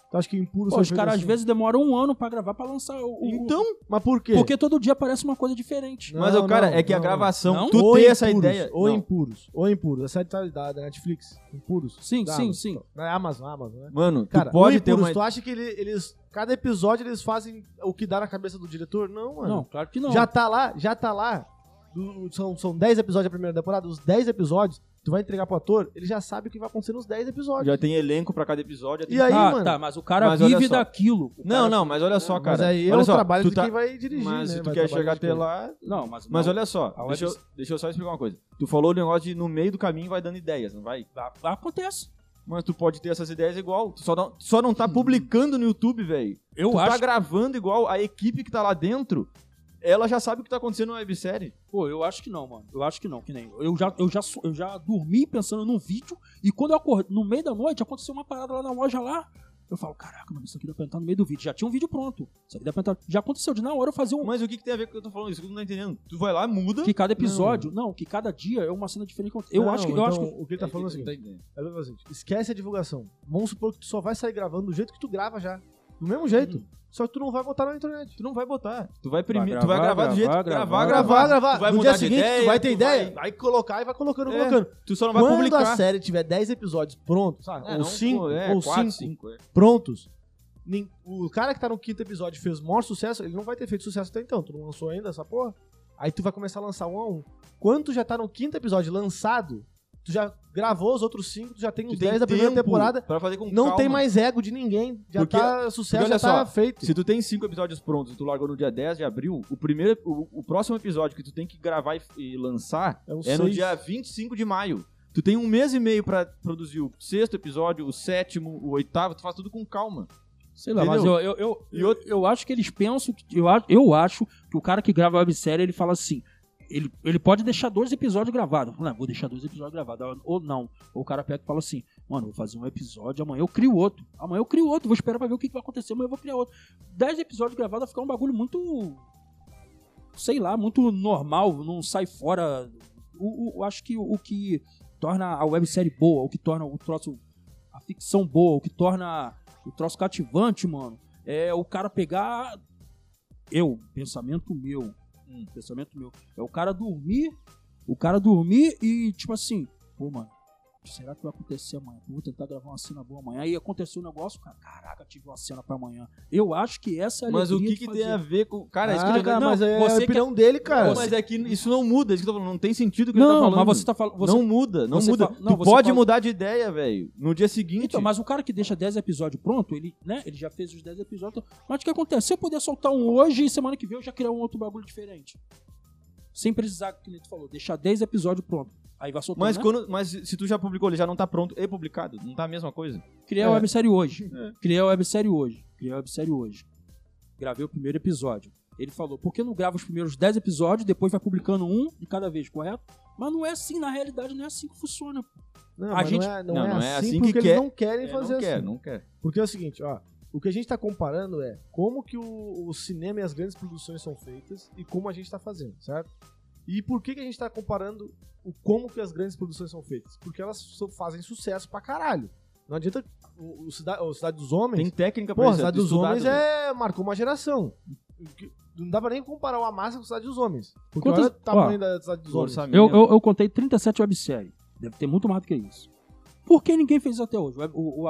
A: Tu acha que Impuros
D: Pô,
A: foi
D: os
A: feito
D: caras
A: assim?
D: às vezes demoram um ano pra gravar pra lançar o...
B: Então,
A: Mas por quê?
D: Porque todo dia aparece uma coisa diferente.
A: Não,
B: mas o cara,
A: não,
B: é que a
A: não.
B: gravação,
D: Não?
B: tu
A: Ou
B: ter essa
A: Impuros,
B: ideia...
A: Ou
B: não.
A: Impuros. A série tá da Netflix. Impuros.
D: Sim,
A: Da
D: sim,
A: Amazon.
D: sim.
A: Não é Amazon, né?
B: Mano, tu
A: Cara,
B: pode
A: o
B: ter
A: Impuros,
B: uma...
A: tu acha que eles... Cada episódio eles fazem o que dá na cabeça do diretor? Não, mano.
D: Não, claro que não.
A: Já tá lá. São 10 episódios da primeira temporada. Os 10 episódios, tu vai entregar pro ator, ele já sabe o que vai acontecer nos 10 episódios.
B: Já tem elenco pra cada episódio. já
A: E
B: tem-
A: aí,
D: Tá,
A: mano?
D: tá, mas o cara
B: Mas olha
D: vive
B: só.
D: daquilo. O cara-
B: Não, mas olha só, cara.
A: Mas aí é
B: olha
A: o
B: só,
A: trabalho
B: tu
A: de
B: tá-
A: quem vai dirigir,
B: Mas
A: né?
B: se tu
A: Vai
B: quer
A: trabalhar
B: chegar
A: de
B: até
A: quem?
B: lá...
D: Não,
B: Mas olha só,
D: a
B: deixa eu só explicar uma coisa. Tu falou o negócio de no meio do caminho vai dando ideias, não vai?
D: Acontece.
B: Mas tu pode ter essas ideias igual. Tu só não tá publicando no YouTube, velho.
D: Eu
B: Tu
D: acho...
B: tá gravando igual. A equipe que tá lá dentro, ela já sabe o que tá acontecendo na websérie.
D: Pô, eu acho que não, mano. Eu acho que não, que nem eu já dormi pensando num vídeo e quando eu acordei, no meio da noite, aconteceu uma parada lá na loja lá. Eu falo, caraca, mano, isso aqui dá pra entrar no meio do vídeo. Já tinha um vídeo pronto. Isso aqui dá pra entrar... Já aconteceu de na hora eu fazer um...
B: Mas o que tem a ver com o que eu tô falando? Isso que tu não tá entendendo. Tu vai lá, muda.
D: Que cada episódio... Não, que cada dia é uma cena diferente. Eu acho que...
A: O que ele tá falando é o
B: não tá
A: seguinte.
B: entendendo.
A: É o seguinte, esquece a divulgação. Vamos supor que tu só vai sair gravando do jeito que tu grava já. Do mesmo jeito. Só que tu não vai botar na internet.
B: Tu não vai botar. Tu vai primeiro.
D: Vai
B: Tu vai
D: gravar,
B: gravar do jeito que
D: gravar,
A: Gravar.
B: Tu vai
A: No
B: mudar
A: dia
B: de
A: seguinte,
B: ideia,
A: tu vai ter
B: tu
A: ideia, vai colocar e vai colocando.
B: Tu só não vai
A: Quando
B: publicar.
A: a série tiver 10 episódios prontos, sabe?
B: É,
A: ou
B: não,
A: 5,
B: pô,
A: ou
B: 4,
A: 5
B: 5.
A: prontos, o cara que tá no 5º episódio e fez o maior sucesso, ele não vai ter feito sucesso até então. Tu não lançou ainda essa porra? Aí tu vai começar a lançar um a um. Quando tu já tá no 5º episódio lançado, tu já gravou os outros 5, tu já tem os 10 da primeira temporada.
B: Pra fazer com
A: Não
B: calma.
A: tem mais ego de ninguém. Já
B: Porque-
A: tá sucesso,
B: porque olha
A: já tá
B: só,
A: feito.
B: Se tu tem 5 episódios prontos e tu largou no dia 10 de abril, o próximo episódio que tu tem que gravar e lançar
A: É o
B: é no
A: 6.
B: dia 25 de maio. Tu tem 1 mês e meio pra produzir o 6º episódio, o 7º, o 8º, tu faz tudo com calma.
D: Sei lá, mas
B: Entendeu?
D: eu acho que eles pensam... Eu acho que o cara que grava a websérie, ele fala assim... Ele pode deixar 2 episódios gravados. Não, vou deixar 2 episódios gravados. Ou não. Ou o cara pega e fala assim, mano, vou fazer um episódio, amanhã eu crio outro. Vou esperar pra ver o que vai acontecer, amanhã eu vou criar outro. 10 episódios gravados vai ficar um bagulho muito... Sei lá, muito normal, não sai fora. Eu acho que o que torna a websérie boa, o que torna o troço... A ficção boa, o que torna o troço cativante, mano, é o cara pegar... Pensamento meu, é o cara dormir e, tipo assim, pô, mano, será que vai acontecer amanhã? Eu vou tentar gravar uma cena boa amanhã. Aí aconteceu um negócio, cara, caraca, tive uma cena pra amanhã. Eu acho que essa é a
B: Mas o
D: alegria
B: que
D: de
B: tem
D: fazer.
B: a ver com... Cara, isso que eu tô
A: cara,
B: dizendo.
A: mas é
D: você
A: a opinião dele, cara.
B: Não, mas é que isso não muda, é isso que eu tô falando. Não tem sentido o que ele tá
D: Não,
B: falando.
D: mas você tá falando...
B: Não muda.
D: você
B: Tu
D: não, você
B: pode
D: fala-
B: mudar de ideia, velho. No dia seguinte.
D: Então, mas o cara que deixa 10 episódios pronto, ele já fez os 10 episódios. Mas o que acontece? Se eu puder soltar um hoje e semana que vem eu já criar um outro bagulho diferente. Sem precisar, que nem tu falou, deixar 10 episódios pronto. Aí vai soltar,
B: Mas se tu já publicou, ele já não tá pronto e publicado. Não tá a mesma coisa.
D: Criei a websérie hoje. Criei a websérie hoje. Gravei o primeiro episódio. Ele falou, por que não grava os primeiros 10 episódios, depois vai publicando um de cada vez, correto? Mas não é assim, na realidade não é assim que funciona.
A: Não,
D: A
A: mas
D: gente-
A: não é assim
B: que
A: porque
B: quer.
A: eles não querem fazer assim.
B: Não quer.
A: Porque é o seguinte, ó. O que a gente tá comparando é como que o cinema e as grandes produções são feitas e como a gente tá fazendo, certo? E por que a gente tá comparando como que as grandes produções são feitas? Porque elas fazem sucesso pra caralho. Não adianta o Cidade dos Homens...
B: Tem técnica pra
A: Porra,
B: isso.
A: Cidade dos
B: estudado,
A: Homens
B: velho.
A: marcou uma geração. Não dá pra nem comparar o Amassa com Cidade dos Homens. Porque
D: Quantas-
A: olha o tamanho da Cidade dos Homens.
B: Orçamento.
D: Eu contei 37 webséries. Deve ter muito mais do que isso. Por que ninguém fez isso até hoje?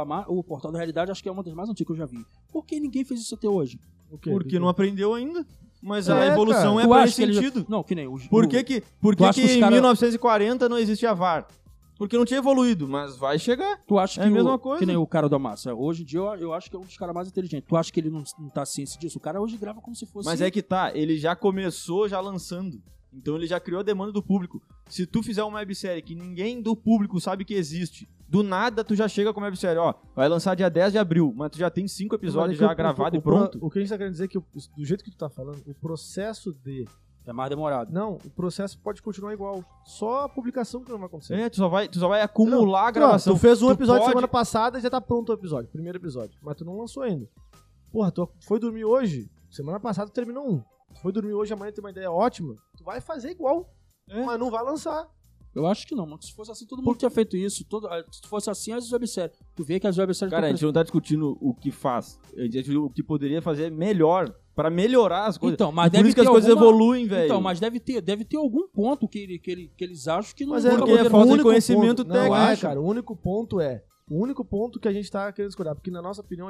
D: O Portal da Realidade acho que é uma das mais antigas que eu já vi. Por que ninguém fez isso até hoje?
A: O quê?
B: Porque não aprendeu ainda. Mas
A: É,
B: a evolução
A: cara.
B: é
D: Tu
B: pra
D: acha
B: esse
D: que ele já-
B: sentido.
D: Não, que nem
B: Por que que
D: acha que os
B: em
D: cara-
B: 1940 não existia VAR? Porque não tinha evoluído, mas vai chegar.
D: Tu acha
B: É
D: que
B: a mesma coisa.
D: Que nem o cara da massa. Hoje em dia eu acho que é um dos caras mais inteligentes. Tu acha que ele não tá ciente disso? O cara hoje grava como se fosse...
B: Mas é que tá, ele já começou já lançando. Então ele já criou a demanda do público. Se tu fizer uma websérie que ninguém do público sabe que existe, do nada tu já chega com uma websérie, ó, vai lançar dia 10 de abril, mas tu já tem 5 episódios já gravados e pronto.
A: O que a gente tá querendo dizer é que, do jeito que tu tá falando, o processo
D: É mais demorado.
A: Não, o processo pode continuar igual. Só a publicação que não vai acontecer.
B: É, tu só vai acumular a gravação.
A: Tu fez um
B: Tu
A: episódio
B: pode-
A: semana passada e já tá pronto o episódio. Primeiro episódio. Mas tu não lançou ainda. Porra, tu foi dormir hoje. Semana passada tu terminou um. Tu foi dormir hoje, amanhã tem uma ideia ótima. Tu vai fazer igual.
B: É.
A: Mas não vai lançar.
D: Eu acho que não, mas se fosse assim, todo mundo tinha feito isso. Se fosse assim, as webséries. Tu vê que as webséries...
B: Cara, a gente não tá discutindo o que faz. A gente discute o que poderia fazer melhor pra melhorar as coisas.
D: Então, mas
B: por isso que as coisas evoluem, velho.
D: Então, mas deve ter algum ponto que eles acham que não...
A: Mas
B: porque é falta de conhecimento técnico.
A: Não, cara, o único ponto que a gente tá querendo escolher, porque na nossa opinião,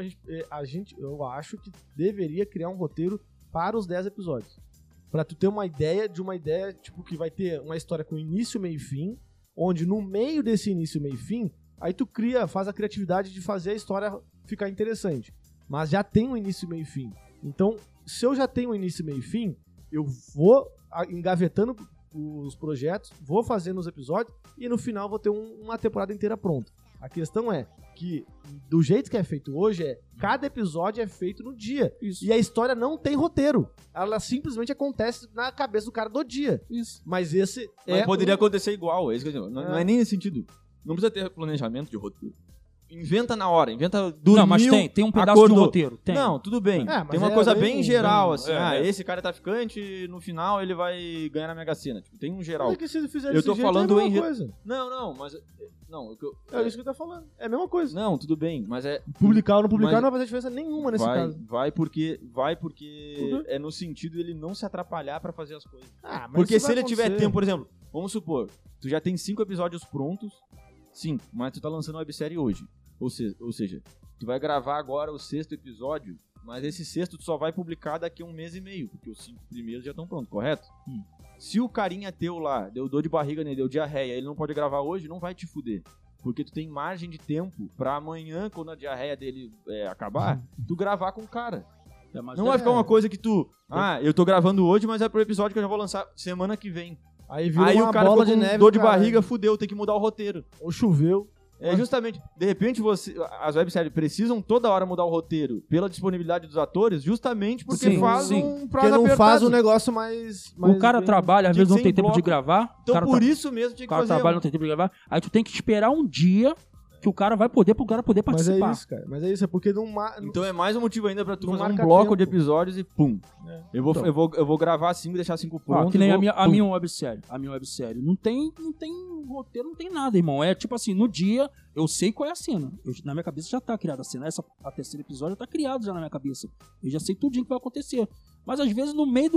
A: eu acho que deveria criar um roteiro para os 10 episódios. Pra tu ter uma ideia, tipo, que vai ter uma história com início, meio e fim, onde no meio desse início, meio e fim, aí tu faz a criatividade de fazer a história ficar interessante. Mas já tem um início, meio e fim. Então, se eu já tenho um início, meio e fim, eu vou engavetando os projetos, vou fazendo os episódios e no final vou ter uma temporada inteira pronta. A questão é que, do jeito que é feito hoje, cada episódio é feito no dia.
D: Isso.
A: E a história não tem roteiro. Ela simplesmente acontece na cabeça do cara do dia.
D: Isso.
A: Mas esse
B: Mas poderia acontecer igual. É isso que eu digo. Não é nem nesse sentido. Não precisa ter planejamento de roteiro. Inventa na hora, dormiu.
D: Não, mas tem um pedaço de roteiro. Tem.
B: Não, tudo bem.
A: mas
B: tem uma coisa bem geral, assim.
D: é.
B: Esse cara é traficante, no final ele vai ganhar na Mega Sena. Tipo, tem um geral.
A: É que se fizer
B: Eu tô
A: desse
B: falando
A: jeito, é a
B: em...
A: mesma coisa.
B: Não, mas... Não,
A: É isso que eu tô falando. É a mesma coisa.
B: Não, tudo bem, mas é...
A: Publicar ou não publicar
B: Mas-
A: não vai fazer diferença nenhuma nesse caso.
B: Vai porque
A: Uhum.
B: é no sentido ele não se atrapalhar pra fazer as coisas.
A: Ah, mas
B: Porque
A: isso
B: se
A: vai
B: ele tiver
A: acontecer.
B: tempo, por exemplo, vamos supor, tu já tem 5 episódios prontos, 5, mas tu tá lançando uma websérie hoje. Ou seja, tu vai gravar agora o 6º episódio, mas esse 6º tu só vai publicar daqui a 1 mês e meio, porque os 5 primeiros já estão prontos, correto? Se o carinha teu lá deu dor de barriga nele, deu diarreia, ele não pode gravar hoje, não vai te fuder. Porque tu tem margem de tempo pra amanhã, quando a diarreia dele acabar, tu gravar com o cara. Não vai ficar uma coisa que eu tô gravando hoje, mas é pro episódio que eu já vou lançar semana que vem.
A: Aí vira
B: Aí
A: uma
B: o cara
A: bola
B: ficou
A: de
B: com
A: neve
B: dor
A: do
B: de
A: caralho.
B: barriga, fudeu, tem que mudar o roteiro.
A: Ou choveu.
B: É justamente, de repente as webséries precisam toda hora mudar o roteiro pela disponibilidade dos atores, justamente porque
D: Sim,
B: faz
D: sim.
B: um prazo
A: Porque não
B: apertado.
A: faz o negócio mais
D: O cara
A: bem-
D: trabalha, às
B: tinha
D: vezes
B: que
D: não
B: ser
D: tem
B: em
D: tempo de
B: bloco.
D: gravar.
B: Então
D: o cara
B: por isso mesmo tinha
D: o
B: que
D: cara
B: fazer.
D: trabalha, não tem tempo de gravar. Aí tu tem que esperar um dia que o cara vai poder, pro cara poder
A: Mas
D: participar.
A: é isso, cara. Mas é isso, é porque não...
B: Então é mais um motivo ainda pra tu
A: Não
B: fazer um
A: marca
B: bloco de
A: tempo.
B: episódios e pum.
A: É.
B: Eu vou gravar 5, deixar 5
D: Ó,
B: prontos.
D: que nem
B: e
D: a
B: vou-
D: minha websérie. A minha websérie. Não tem roteiro, não tem nada, irmão. É tipo assim, no dia, eu sei qual é a cena. Na minha cabeça já tá criada a cena. A terceiro episódio já tá criado já na minha cabeça. Eu já sei tudinho que vai acontecer. Mas às vezes no meio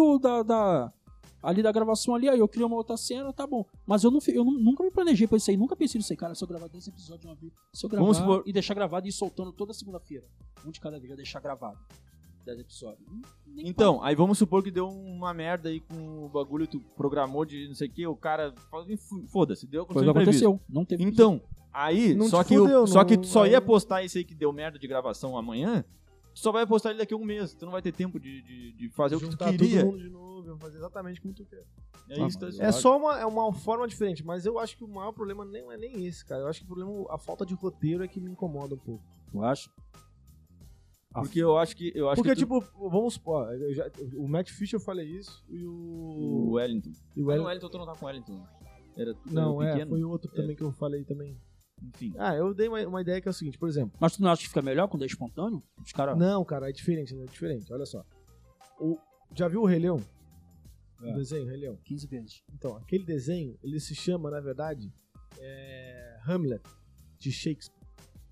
D: ali da gravação ali, aí eu crio uma outra cena, tá bom. Mas eu nunca me planejei pra isso aí. Nunca pensei nisso aí, cara. Se eu gravar 10 episódios de uma vez, se eu gravar
B: Vamos supor-
D: e deixar gravado e ir soltando toda segunda-feira. Um de cada vez, já deixar gravado. 10 episódios. Nem
B: Então, aí vamos supor que deu uma merda aí com o bagulho, tu programou de não sei o que, o cara... Foda-se, deu
D: coisa aconteceu. Não teve.
B: Então, aí,
A: Não
B: só
A: te
B: que
A: fudeu,
B: tu só
A: não-
B: ia postar esse aí que deu merda de gravação amanhã, tu só vai postar ele daqui a 1 mês. Tu não vai ter tempo de fazer o que tu
A: juntar
B: queria.
A: todo mundo de novo, fazer exatamente como tu quer.
B: É isso, tá
A: É só uma forma diferente, mas eu acho que o maior problema não é nem esse, cara. Eu acho que o problema, a falta de roteiro é que me incomoda um pouco.
D: Tu acha?
B: Porque eu acho que...
A: Porque,
B: tu-
A: tipo, vamos supor, o Matt Fisher eu falei isso e
B: O
A: o...
B: Wellington.
A: E o
B: Mas
A: Wellington-
B: o Wellington tu não tá com o Wellington. Era
A: Não,
B: pequeno.
A: foi outro também que eu falei também.
B: Enfim.
A: Ah, eu dei uma ideia que é o seguinte, por exemplo.
D: Mas tu não acha que fica melhor quando é espontâneo? Os caras...
A: Não, cara, é diferente, olha só. Já viu o Rei Leão? O desenho, Rei Leão?
D: 15 vezes.
A: Então, aquele desenho, ele se chama, na verdade, Hamlet, de Shakespeare.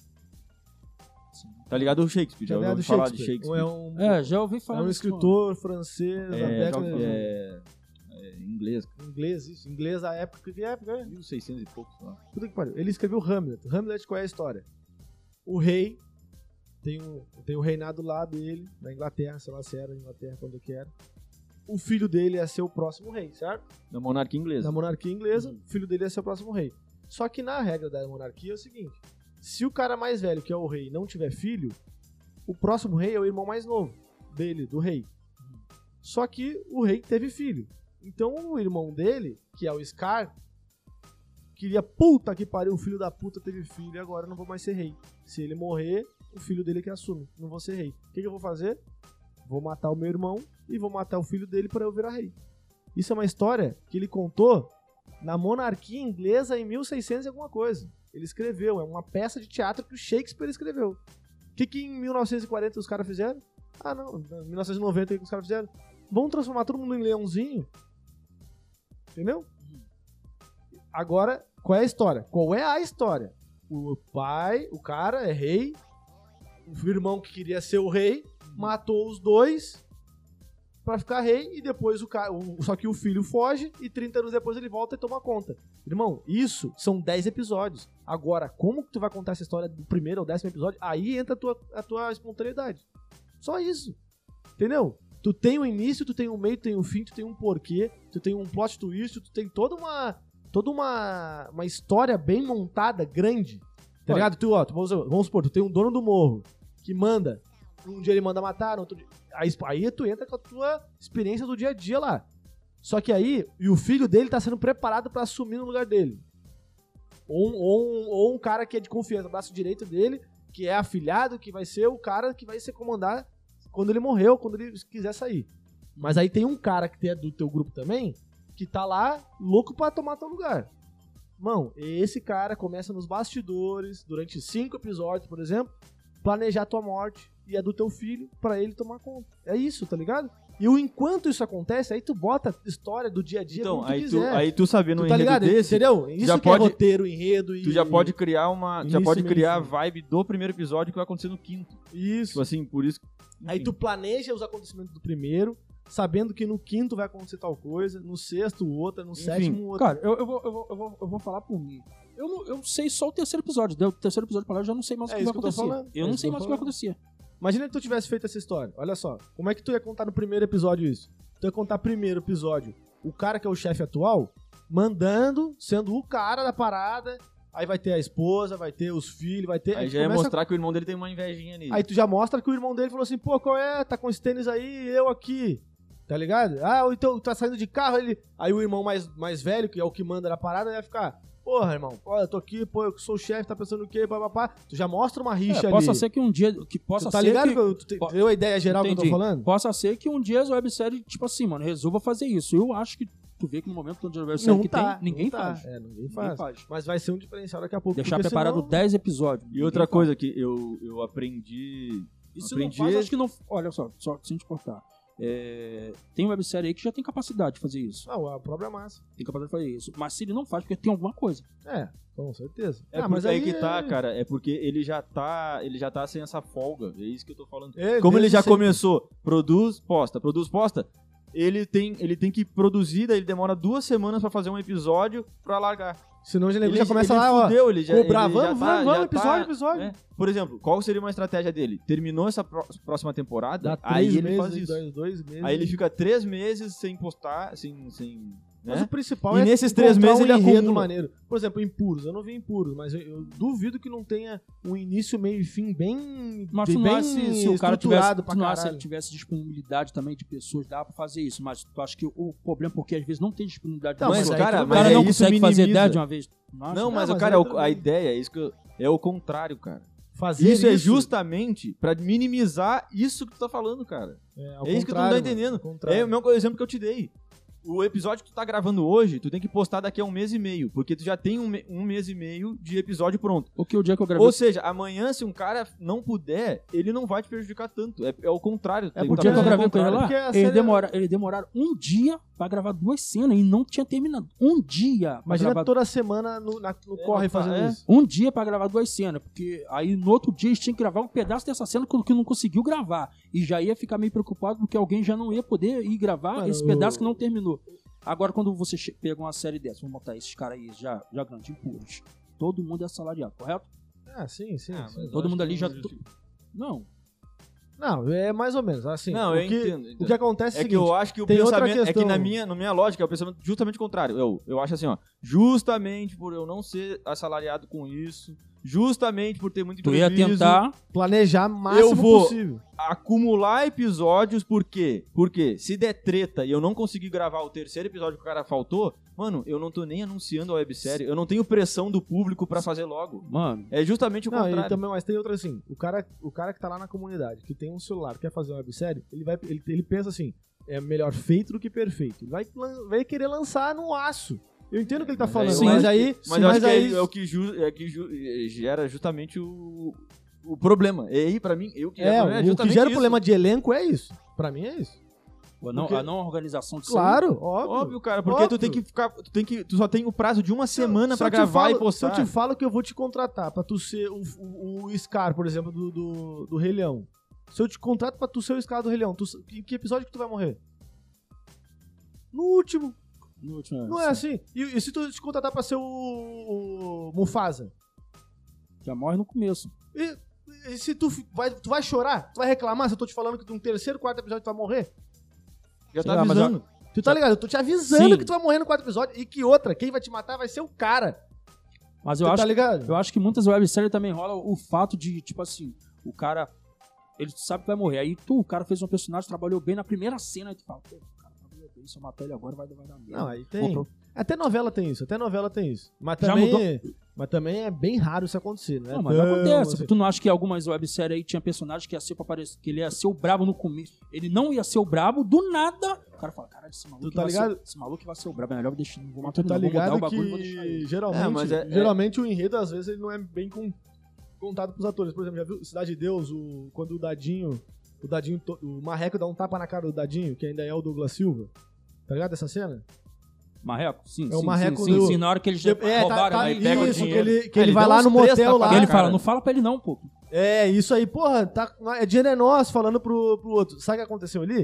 B: Tá ligado o Shakespeare? Já
A: Tá ligado
B: ouviu
A: do
B: falar de
A: Shakespeare?
B: Shakespeare?
D: Já ouvi falar
A: É um
D: disso,
A: escritor francês da década
B: Inglês.
A: inglês da época. Que época é?
B: 1600 e pouco, sei lá.
A: Puta que pariu. Ele escreveu Hamlet. Hamlet, qual é a história? O rei tem o reinado lá dele, na Inglaterra, sei lá se era na Inglaterra, quando que era. O filho dele ia ser o próximo rei, certo?
B: Da monarquia inglesa.
A: Na monarquia inglesa, o filho dele ia ser o próximo rei. Só que na regra da monarquia é o seguinte: se o cara mais velho, que é o rei, não tiver filho, o próximo rei é o irmão mais novo dele, do rei. Só que o rei teve filho. Então o irmão dele, que é o Scar, queria, puta que pariu, o filho da puta teve filho e agora eu não vou mais ser rei. Se ele morrer, o filho dele que assume, não vou ser rei. O que eu vou fazer? Vou matar o meu irmão e vou matar o filho dele para eu virar rei. Isso é uma história que ele contou na monarquia inglesa em 1600 e alguma coisa. Ele escreveu, é uma peça de teatro que o Shakespeare escreveu. O que em 1940 os caras fizeram? Ah, não, em 1990 o que os caras fizeram? Vamos transformar todo mundo em leãozinho? Entendeu? Agora, qual é a história? Qual é a história? O pai, o cara é rei, o irmão que queria ser o rei, matou os dois pra ficar rei, e depois só que o filho foge, e 30 anos depois ele volta e toma conta. Irmão, isso são 10 episódios. Agora, como que tu vai contar essa história do primeiro ao 10º episódio? Aí entra a tua espontaneidade. Só isso. Entendeu? Tu tem um início, tu tem um meio, tu tem um fim, tu tem um porquê, tu tem um plot twist, tu tem toda uma história bem montada, grande. Tá ligado? Vamos supor, tu tem um dono do morro que manda. Um dia ele manda matar, no outro dia. Aí tu entra com a tua experiência do dia a dia lá. Só que aí, e o filho dele tá sendo preparado pra assumir no lugar dele. Ou um cara que é de confiança, o braço direito dele, que é afilhado, que vai ser o cara que vai se comandar quando ele morreu, quando ele quiser sair. Mas aí tem um cara que é do teu grupo também, que tá lá louco pra tomar teu lugar. Mano, esse cara começa nos bastidores, durante 5 episódios, por exemplo, planejar tua morte e a do teu filho pra ele tomar conta. É isso, tá ligado? E enquanto isso acontece, aí tu bota a história do dia a dia
B: então,
A: como tu quiser.
B: Aí tu sabendo um
A: tá
B: enredo
A: ligado?
B: desse...
A: Entendeu? Isso
B: já
A: que
B: pode,
A: é roteiro, enredo e...
B: Tu já pode criar
A: Início,
B: a vibe do primeiro episódio que vai acontecer no 5º.
A: Isso.
B: Tipo assim, por isso...
A: Aí tu planeja os acontecimentos do primeiro, sabendo que no 5º vai acontecer tal coisa, no 6º outra, no 7º outra.
D: Cara, eu vou falar por mim. Eu sei só o 3º episódio. Deu o 3º episódio pra lá, eu já não sei mais o que vai acontecer. Eu não sei mais o que vai acontecer.
A: Imagina que tu tivesse feito essa história. Olha só, como é que tu ia contar no primeiro episódio isso? Tu ia contar primeiro episódio o cara que é o chefe atual, mandando, sendo o cara da parada, aí vai ter a esposa, vai ter os filhos, vai ter...
B: Aí já ia mostrar que o irmão dele tem uma invejinha nele.
A: Aí tu já mostra que o irmão dele falou assim, pô, qual é? Tá com esse tênis aí, eu aqui. Tá ligado? Ah, ou então tá saindo de carro, aí o irmão mais velho, que é o que manda na parada, ia ficar... Porra, irmão, eu tô aqui, pô, eu sou o chefe, tá pensando o quê, papapá. Tu já mostra uma rixa ali.
D: Possa ser que um dia... Tu
A: tá ligado? Tu deu a ideia geral que eu tô falando?
D: Possa ser que um dia a websérie, tipo assim, mano, resolva fazer isso. Eu acho que tu vê que no momento onde a websérie ninguém faz.
A: Ninguém faz. Mas vai ser um diferencial daqui a pouco.
D: Deixar preparado senão... 10 episódios.
B: E outra coisa que eu aprendi...
D: Isso não faz, acho que não... Olha só sem te cortar. Tem websérie aí que já tem capacidade de fazer isso.
A: Não, a própria massa.
D: Tem capacidade de fazer isso. Mas se ele não faz, porque tem alguma coisa.
A: Com certeza.
B: Mas aí que tá, cara. É porque ele já tá sem essa folga. É isso que eu tô falando.
A: É,
B: como ele já começou, produz, posta. Ele tem que produzir, daí ele demora 2 semanas pra fazer um episódio pra largar.
A: Senão ele já começa lá,
B: fudeu, ele já
A: cobrar,
B: ele
A: vamos, episódio.
B: Né? Por exemplo, qual seria uma estratégia dele? Terminou essa próxima temporada,
A: aí
B: ele faz isso.
A: 2 meses.
B: Aí ele fica 3 meses sem postar, sem
A: Mas
B: né?
A: o principal
B: e
A: é
B: nesses 3 meses ele acumula.
A: maneiro. Por exemplo, Impuros. Eu não vi Impuros, mas eu duvido que não tenha um início, meio e fim bem
D: mas tu não acha se o cara
A: tivesse
D: disponibilidade também de pessoas, dá pra fazer isso. Mas tu acha que o problema é porque às vezes não tem disponibilidade de
B: pessoas.
D: O
B: cara
D: não consegue fazer 10 de uma vez.
B: Não, mas a ideia é isso que é o contrário, cara.
A: Fazer
B: isso é justamente pra minimizar isso que tu tá falando, cara. É isso que tu não tá entendendo. É o meu exemplo que eu te dei. O episódio que tu tá gravando hoje, tu tem que postar daqui a 1 mês e meio, porque tu já tem um mês e meio de episódio pronto.
D: O dia que eu gravei...
B: Ou seja, amanhã, se um cara não puder, ele não vai te prejudicar tanto. É o contrário.
D: O dia que eu gravei com ele lá, eles demoraram 1 dia pra gravar 2 cenas e não tinha terminado. 1 dia.
A: Imagina toda semana no corre fazendo isso.
D: 1 dia pra gravar 2 cenas, porque aí no outro dia eles tinham que gravar um pedaço dessa cena que não conseguiu gravar. E já ia ficar meio preocupado porque alguém já não ia poder ir gravar esse pedaço que não terminou. Agora, quando você pega uma série dessa, vamos botar esses caras aí já grandes, impuros. Todo mundo é assalariado, correto?
A: Sim.
D: Todo mundo ali já...
A: Não, é mais ou menos assim.
B: Não, eu entendo.
A: O que acontece é o seguinte,
B: que eu acho que o pensamento é que na minha lógica é o pensamento justamente contrário. Eu acho assim, ó, justamente por eu não ser assalariado com isso, justamente por ter muito imprevisto,
D: tu ia tentar
A: planejar o máximo possível.
B: Acumular episódios, por quê? Porque se der treta e eu não conseguir gravar o 3º episódio que o cara faltou, mano, eu não tô nem anunciando a websérie, eu não tenho pressão do público pra fazer logo.
D: Mano,
B: é justamente o contrário.
A: Mas tem outra assim, o cara que tá lá na comunidade, que tem um celular, quer fazer uma websérie, ele pensa assim, é melhor feito do que perfeito. Ele vai querer lançar no aço. Eu entendo o que ele tá falando, mas aí...
B: é o que gera justamente o problema. E aí, pra mim,
A: o que gera o problema de elenco é isso. Pra mim é isso.
D: A não organização de
A: Claro, óbvio.
B: Óbvio, cara, porque tu tem que ficar. Tu só tem o prazo de uma semana pra gravar e postar.
A: Se eu te falo que eu vou te contratar pra tu ser o Scar, por exemplo, do Rei Leão. Se eu te contrato pra tu ser o Scar do Rei Leão, em que episódio que tu vai morrer? No último. Não é assim? E se tu te contratar pra ser o Mufasa?
D: Já morre no começo.
A: E se tu vai chorar? Tu vai reclamar se eu tô te falando que no terceiro, quarto episódio tu vai morrer?
B: Já tá avisando.
A: Tu tá ligado? Eu tô te avisando
D: Sim.
A: que tu vai morrer no quarto episódio e que outra, quem vai te matar vai ser o cara.
D: Mas
A: Tu tá ligado?
D: eu acho que muitas webséries também rola o fato de, tipo assim, o cara, ele sabe que vai morrer. Aí o cara fez um personagem, trabalhou bem na primeira cena, aí tu fala, pô, o cara trabalhou bem, se eu matar ele agora vai dar merda.
A: Não, aí tem. Até novela tem isso. Mas
D: Já
A: também é bem raro isso acontecer, né?
D: Não, mas acontece. Assim. Tu não acha que algumas webséries aí tinha personagem que ia ser pra aparecer, que ele ia ser o brabo no começo. Ele não ia ser o brabo, do nada. O cara fala, caralho, esse maluco, esse maluco vai ser o brabo. É melhor deixar, não vou matar ele,
A: tá
D: não, vou
A: ligado
D: mudar o bagulho,
A: que
D: vou deixar ele.
A: Geralmente o enredo, às vezes, ele não é bem contado pros atores. Por exemplo, já viu Cidade de Deus, quando o Marreco dá um tapa na cara do Dadinho, que ainda é o Douglas Silva. Tá ligado essa cena?
D: Marreco? Sim,
A: o Marreco
D: sim, na hora que eles roubaram,
A: tá,
D: aí pega o
A: dinheiro. Que ele vai lá no motel lá.
D: E ele fala, não fala pra ele não, pô.
A: É, isso aí, porra, dinheiro é nosso, falando pro outro. Sabe o que aconteceu ali?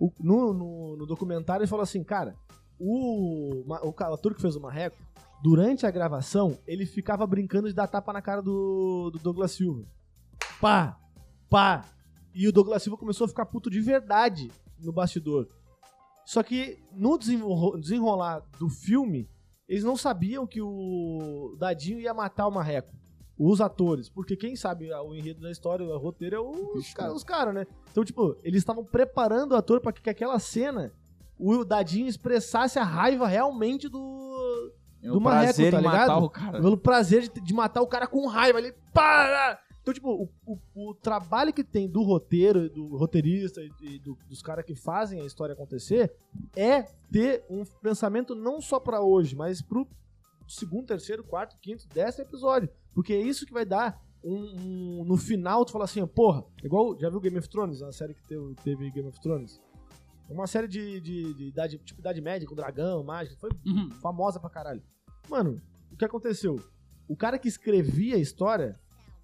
A: No documentário ele falou assim, cara, o ator que fez o Marreco, durante a gravação, ele ficava brincando de dar tapa na cara do Douglas Silva. Pá! E o Douglas Silva começou a ficar puto de verdade no bastidor. Só que no desenrolar do filme, eles não sabiam que o Dadinho ia matar o Marreco. Os atores. Porque quem sabe o enredo da história, o roteiro é os caras, né? Então, tipo, eles estavam preparando o ator pra que aquela cena o Dadinho expressasse a raiva realmente do Marreco, tá ligado?
B: Matar o cara.
A: Pelo prazer de matar o cara com raiva. Ele para! Então, tipo, o trabalho que tem do roteiro, do roteirista e dos caras que fazem a história acontecer é ter um pensamento não só pra hoje, mas pro segundo, terceiro, quarto, quinto, 10º episódio. Porque é isso que vai dar no final, tu fala assim, porra, igual, já viu Game of Thrones? A série que teve Game of Thrones? Uma série de idade média, com dragão, mágica, foi famosa pra caralho. Mano, o que aconteceu? O cara que escrevia a história,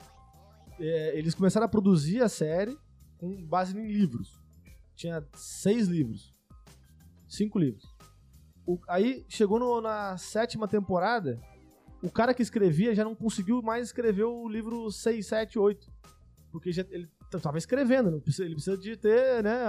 A: eles começaram a produzir a série com base em livros. Tinha 6 livros. 5 livros. Aí chegou na 7ª temporada, o cara que escrevia já não conseguiu mais escrever o livro 6, 7, 8. Porque ele tava escrevendo, ele precisa de ter, né,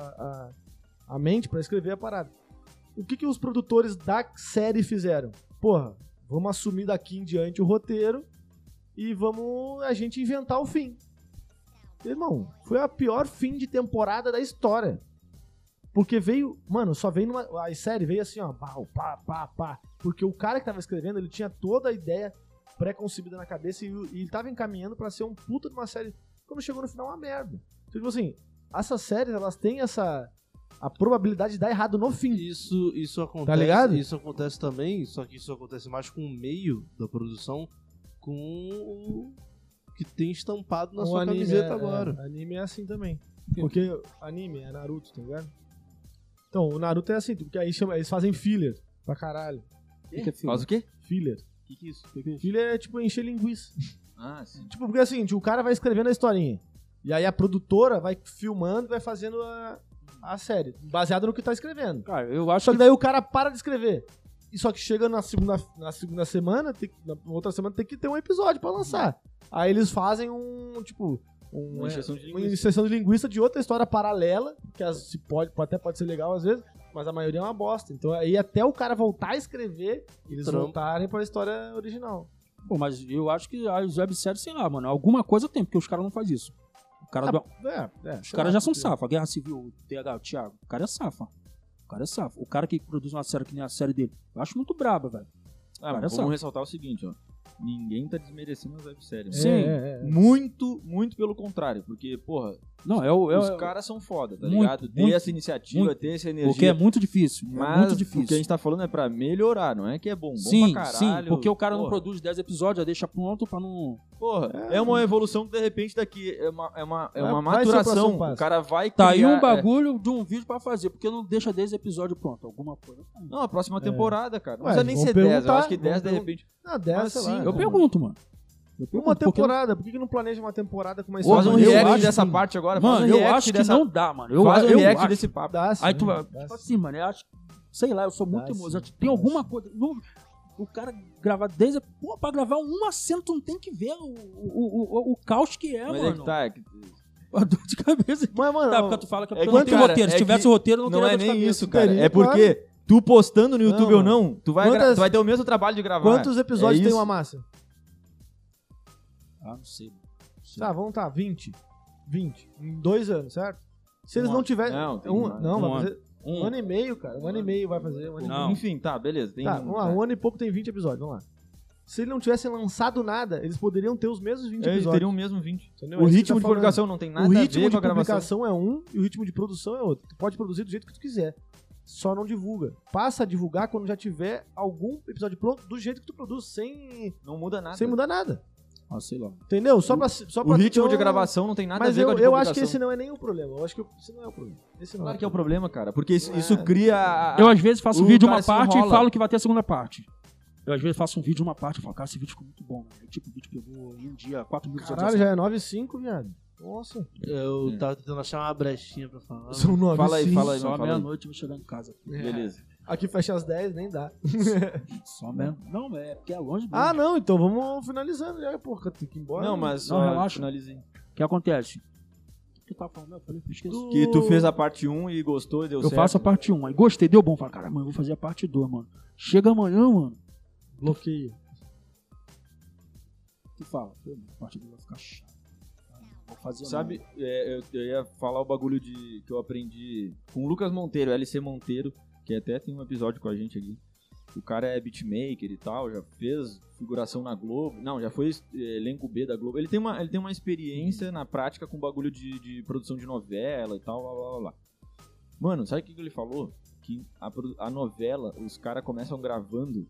A: a mente pra escrever a parada. O que os produtores da série fizeram? Porra, vamos assumir daqui em diante o roteiro e vamos a gente inventar o fim. Irmão, foi a pior fim de temporada da história. Porque veio, mano, só veio a série veio assim, ó, pá. Porque o cara que tava escrevendo, ele tinha toda a ideia pré-concebida na cabeça e ele tava encaminhando pra ser um puta de uma série. Quando chegou no final, uma merda. Então, tipo assim, essas séries, elas têm a probabilidade de dar errado no fim.
C: Isso acontece.
A: Tá ligado?
C: Isso acontece também, só que isso acontece mais com o meio da produção, com o que tem estampado na sua camiseta agora.
A: Anime é assim também. Porque anime é Naruto, tá ligado? Então, o Naruto é assim, porque aí eles fazem filler pra caralho.
B: Faz o quê?
A: Filler.
B: O que é isso?
A: Filler é tipo encher linguiça.
B: Ah, sim.
A: Tipo, porque assim, o cara vai escrevendo a historinha. E aí a produtora vai filmando e vai fazendo a série, baseado no que tá escrevendo.
D: Cara, eu acho
A: Só que daí o cara para de escrever. E só que chega na segunda semana, na outra semana tem que ter um episódio pra lançar. Aí eles fazem uma inserção de linguiça de outra história paralela, que até pode ser legal às vezes, mas a maioria é uma bosta. Então aí até o cara voltar a escrever, eles voltarem pra história original.
D: Pô, mas eu acho que as webséries, sei lá, mano, alguma coisa tem, porque os caras não fazem isso. Os caras já são safos. A Guerra Civil, o Thiago, o cara é safa. O cara que produz uma série que nem a série dele, eu acho muito braba, velho.
B: Vamos ressaltar o seguinte, ó. Ninguém tá desmerecendo as webséries.
A: Sim.
B: Muito, muito pelo contrário. Porque, porra,
D: Não,
B: Os caras são foda, tá
D: muito,
B: ligado? Ter
D: muito,
B: essa iniciativa, ter essa energia.
D: Porque é muito difícil.
B: Mas
D: muito difícil.
B: o que a gente tá falando é pra melhorar, não é que é bom.
D: Sim,
B: pra caralho.
D: sim, porque o cara não
B: Porra.
D: produz 10 episódios, já deixa pronto pra não...
B: Porra, é uma evolução que de repente daqui é uma
A: vai ser o
B: maturação.
A: próximo passo.
B: O cara vai
D: Tá aí
B: criar,
D: um bagulho de um vídeo pra fazer, porque não deixa 10 episódios pronto, alguma coisa.
B: Não, a próxima temporada, cara. Não
A: Ué,
B: precisa nem
A: vamos
B: ser 10, eu
A: perguntar,
B: acho que 10 de
A: vamos
B: repente.
A: Ah, 10,
B: Mas
A: sei
B: sim,
A: lá.
D: Eu pergunto, mano.
A: Uma temporada, por que não planeja uma temporada com uma
B: Faz
A: história?
B: um
D: eu
B: react
D: acho
B: dessa
D: que-
B: parte agora.
D: Mano,
B: faz um
D: eu
B: react
D: acho que
B: dessa...
D: não dá, mano.
B: Faz um
D: eu
B: react
D: acho-
B: desse papo.
A: Dá, sim,
D: Aí tu vai,
A: dá
D: tipo
A: sim.
D: assim, mano, eu acho, sei lá, eu sou muito
A: Dá
D: teimoso.
A: sim,
D: Tem
A: dá
D: alguma
A: sim.
D: coisa. O cara gravar 10. Pô, pra gravar uma cena, tu não tem que ver o caos que é,
B: Mas
D: mano.
B: é que tá, é que...
D: A dor de cabeça.
A: Mas, mano,
D: Tá, porque tu fala que
B: É que,
D: não tem
B: cara,
D: roteiro. Se
B: é
D: tivesse
B: que
D: roteiro, não
B: Não
D: teria
B: é
D: dor de
B: nem
D: cabeça.
B: isso, cara.
A: teria,
B: É porque tu postando no
A: Não,
B: YouTube ou
A: mano.
B: não, tu vai,
A: Quantas-
B: tu vai ter o mesmo trabalho de gravar.
A: quantos episódios
B: É
A: tem
B: isso.
A: uma massa?
D: Ah, não sei.
A: Tá, vamos 20. 20. Em 2 anos, certo? Se eles não tiverem.
B: Não, tem
A: não,
B: um
A: vai fazer. Um ano e meio, cara. Um ano e meio vai fazer. Um ano e meio.
D: Não.
B: Enfim, tá, beleza. Tem
A: Tá,
B: um,
A: vamos lá. Um ano e pouco tem 20 episódios. Vamos lá. Se eles não tivessem lançado nada, eles poderiam ter os mesmos 20
B: Eles
A: episódios.
B: teriam mesmo 20.
A: Entendeu?
B: O
A: É isso que
B: ritmo
A: tá
B: de
A: falando.
B: publicação não tem nada
A: O
B: a
A: ritmo
B: ver
A: de
B: com a gravação.
A: publicação é um e o ritmo de produção é outro. Tu pode produzir do jeito que tu quiser. Só não divulga. Passa a divulgar quando já tiver algum episódio pronto do jeito que tu produz, sem
B: Não muda nada.
A: mudar nada.
D: Ah, sei lá.
A: Entendeu? Só pra
B: O ritmo de gravação não tem nada a
A: Mas
B: ver com a de
A: eu
B: publicação.
A: acho que esse não é nem o problema. Eu acho que esse não é o problema. Esse não
B: Claro
A: é
B: que é o problema, cara. Porque isso cria...
D: Eu às vezes faço
B: o
D: um vídeo de
B: cara
D: uma
B: se
D: parte e
B: enrola.
D: falo que vai ter a segunda parte. Eu às vezes faço um vídeo de uma parte e falo, cara, esse vídeo ficou muito bom. Mano. E, tipo, o vídeo pegou em um dia 4 mil
A: Caralho, já é 9,5, viado. Nossa.
C: Eu tava tentando achar uma brechinha pra falar.
A: São 9,5.
B: Fala aí, fala aí,
D: Só
B: mano, fala aí.
D: meia-noite eu vou chegar em casa.
B: Beleza.
A: Aqui fecha às 10, nem dá.
D: Só mesmo. Não, é porque é longe mesmo.
A: Ah, não, então vamos finalizando já, porra. Tem que ir embora.
B: Não, mas
D: Não,
B: só
D: relaxa.
B: finalizei.
D: O que acontece? O que eu tava falando? Eu falei, esqueci.
B: Que tu fez a parte 1 e gostou e deu
D: Eu
B: certo.
D: faço a parte 1, aí gostei, deu bom. Falei, cara, mano, eu vou fazer a parte 2, mano. Chega amanhã, mano.
A: Bloqueio.
D: Tu fala, pô, mano, a parte 2 vai ficar chata. Vou fazer
B: Sabe, eu ia falar o bagulho que eu aprendi com o Lucas Monteiro, LC Monteiro, que até tem um episódio com a gente aqui. O cara é beatmaker e tal, já fez figuração na Globo. Não, já foi elenco B da Globo. Ele tem uma experiência na prática com bagulho de produção de novela e tal, blá, blá, blá, blá. Mano, sabe o que ele falou? Que a novela, os caras começam gravando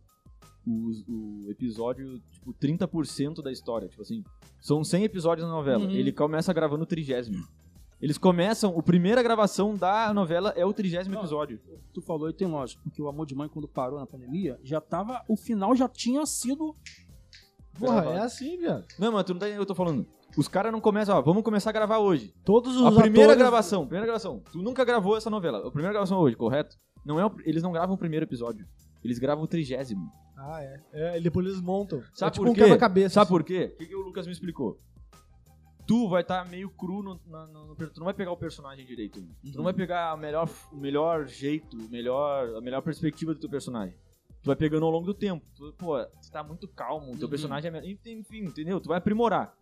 B: o episódio, tipo, 30% da história. Tipo assim, são 100 episódios na novela. Ele começa gravando o 30º. Eles começam, a primeira gravação da novela é o 30º episódio.
D: Tu falou e tem lógico, porque o Amor de Mãe, quando parou na pandemia, já tava. O final já tinha sido.
A: Porra,
B: Gravado.
A: é assim, viado.
B: Não, mas tu não tá entendendo o que eu tô falando. Os caras não começam, ó, vamos começar a gravar hoje.
A: Todos os
B: A primeira
A: atores-
B: gravação. Tu nunca gravou essa novela. A primeira gravação é hoje, correto? Não é eles não gravam o primeiro episódio. Eles gravam o 30º.
A: Ah, é. E depois eles montam.
B: Sabe
A: é tipo
B: por
A: um
B: quê?
A: quebra-cabeça.
B: Sabe por quê? O que o Lucas me explicou? Tu vai estar meio cru tu não vai pegar o personagem direito. Tu não vai pegar o melhor jeito, a melhor perspectiva do teu personagem. Tu vai pegando ao longo do tempo. Tu tá muito calmo, o teu personagem é... Enfim, entendeu? Tu vai aprimorar.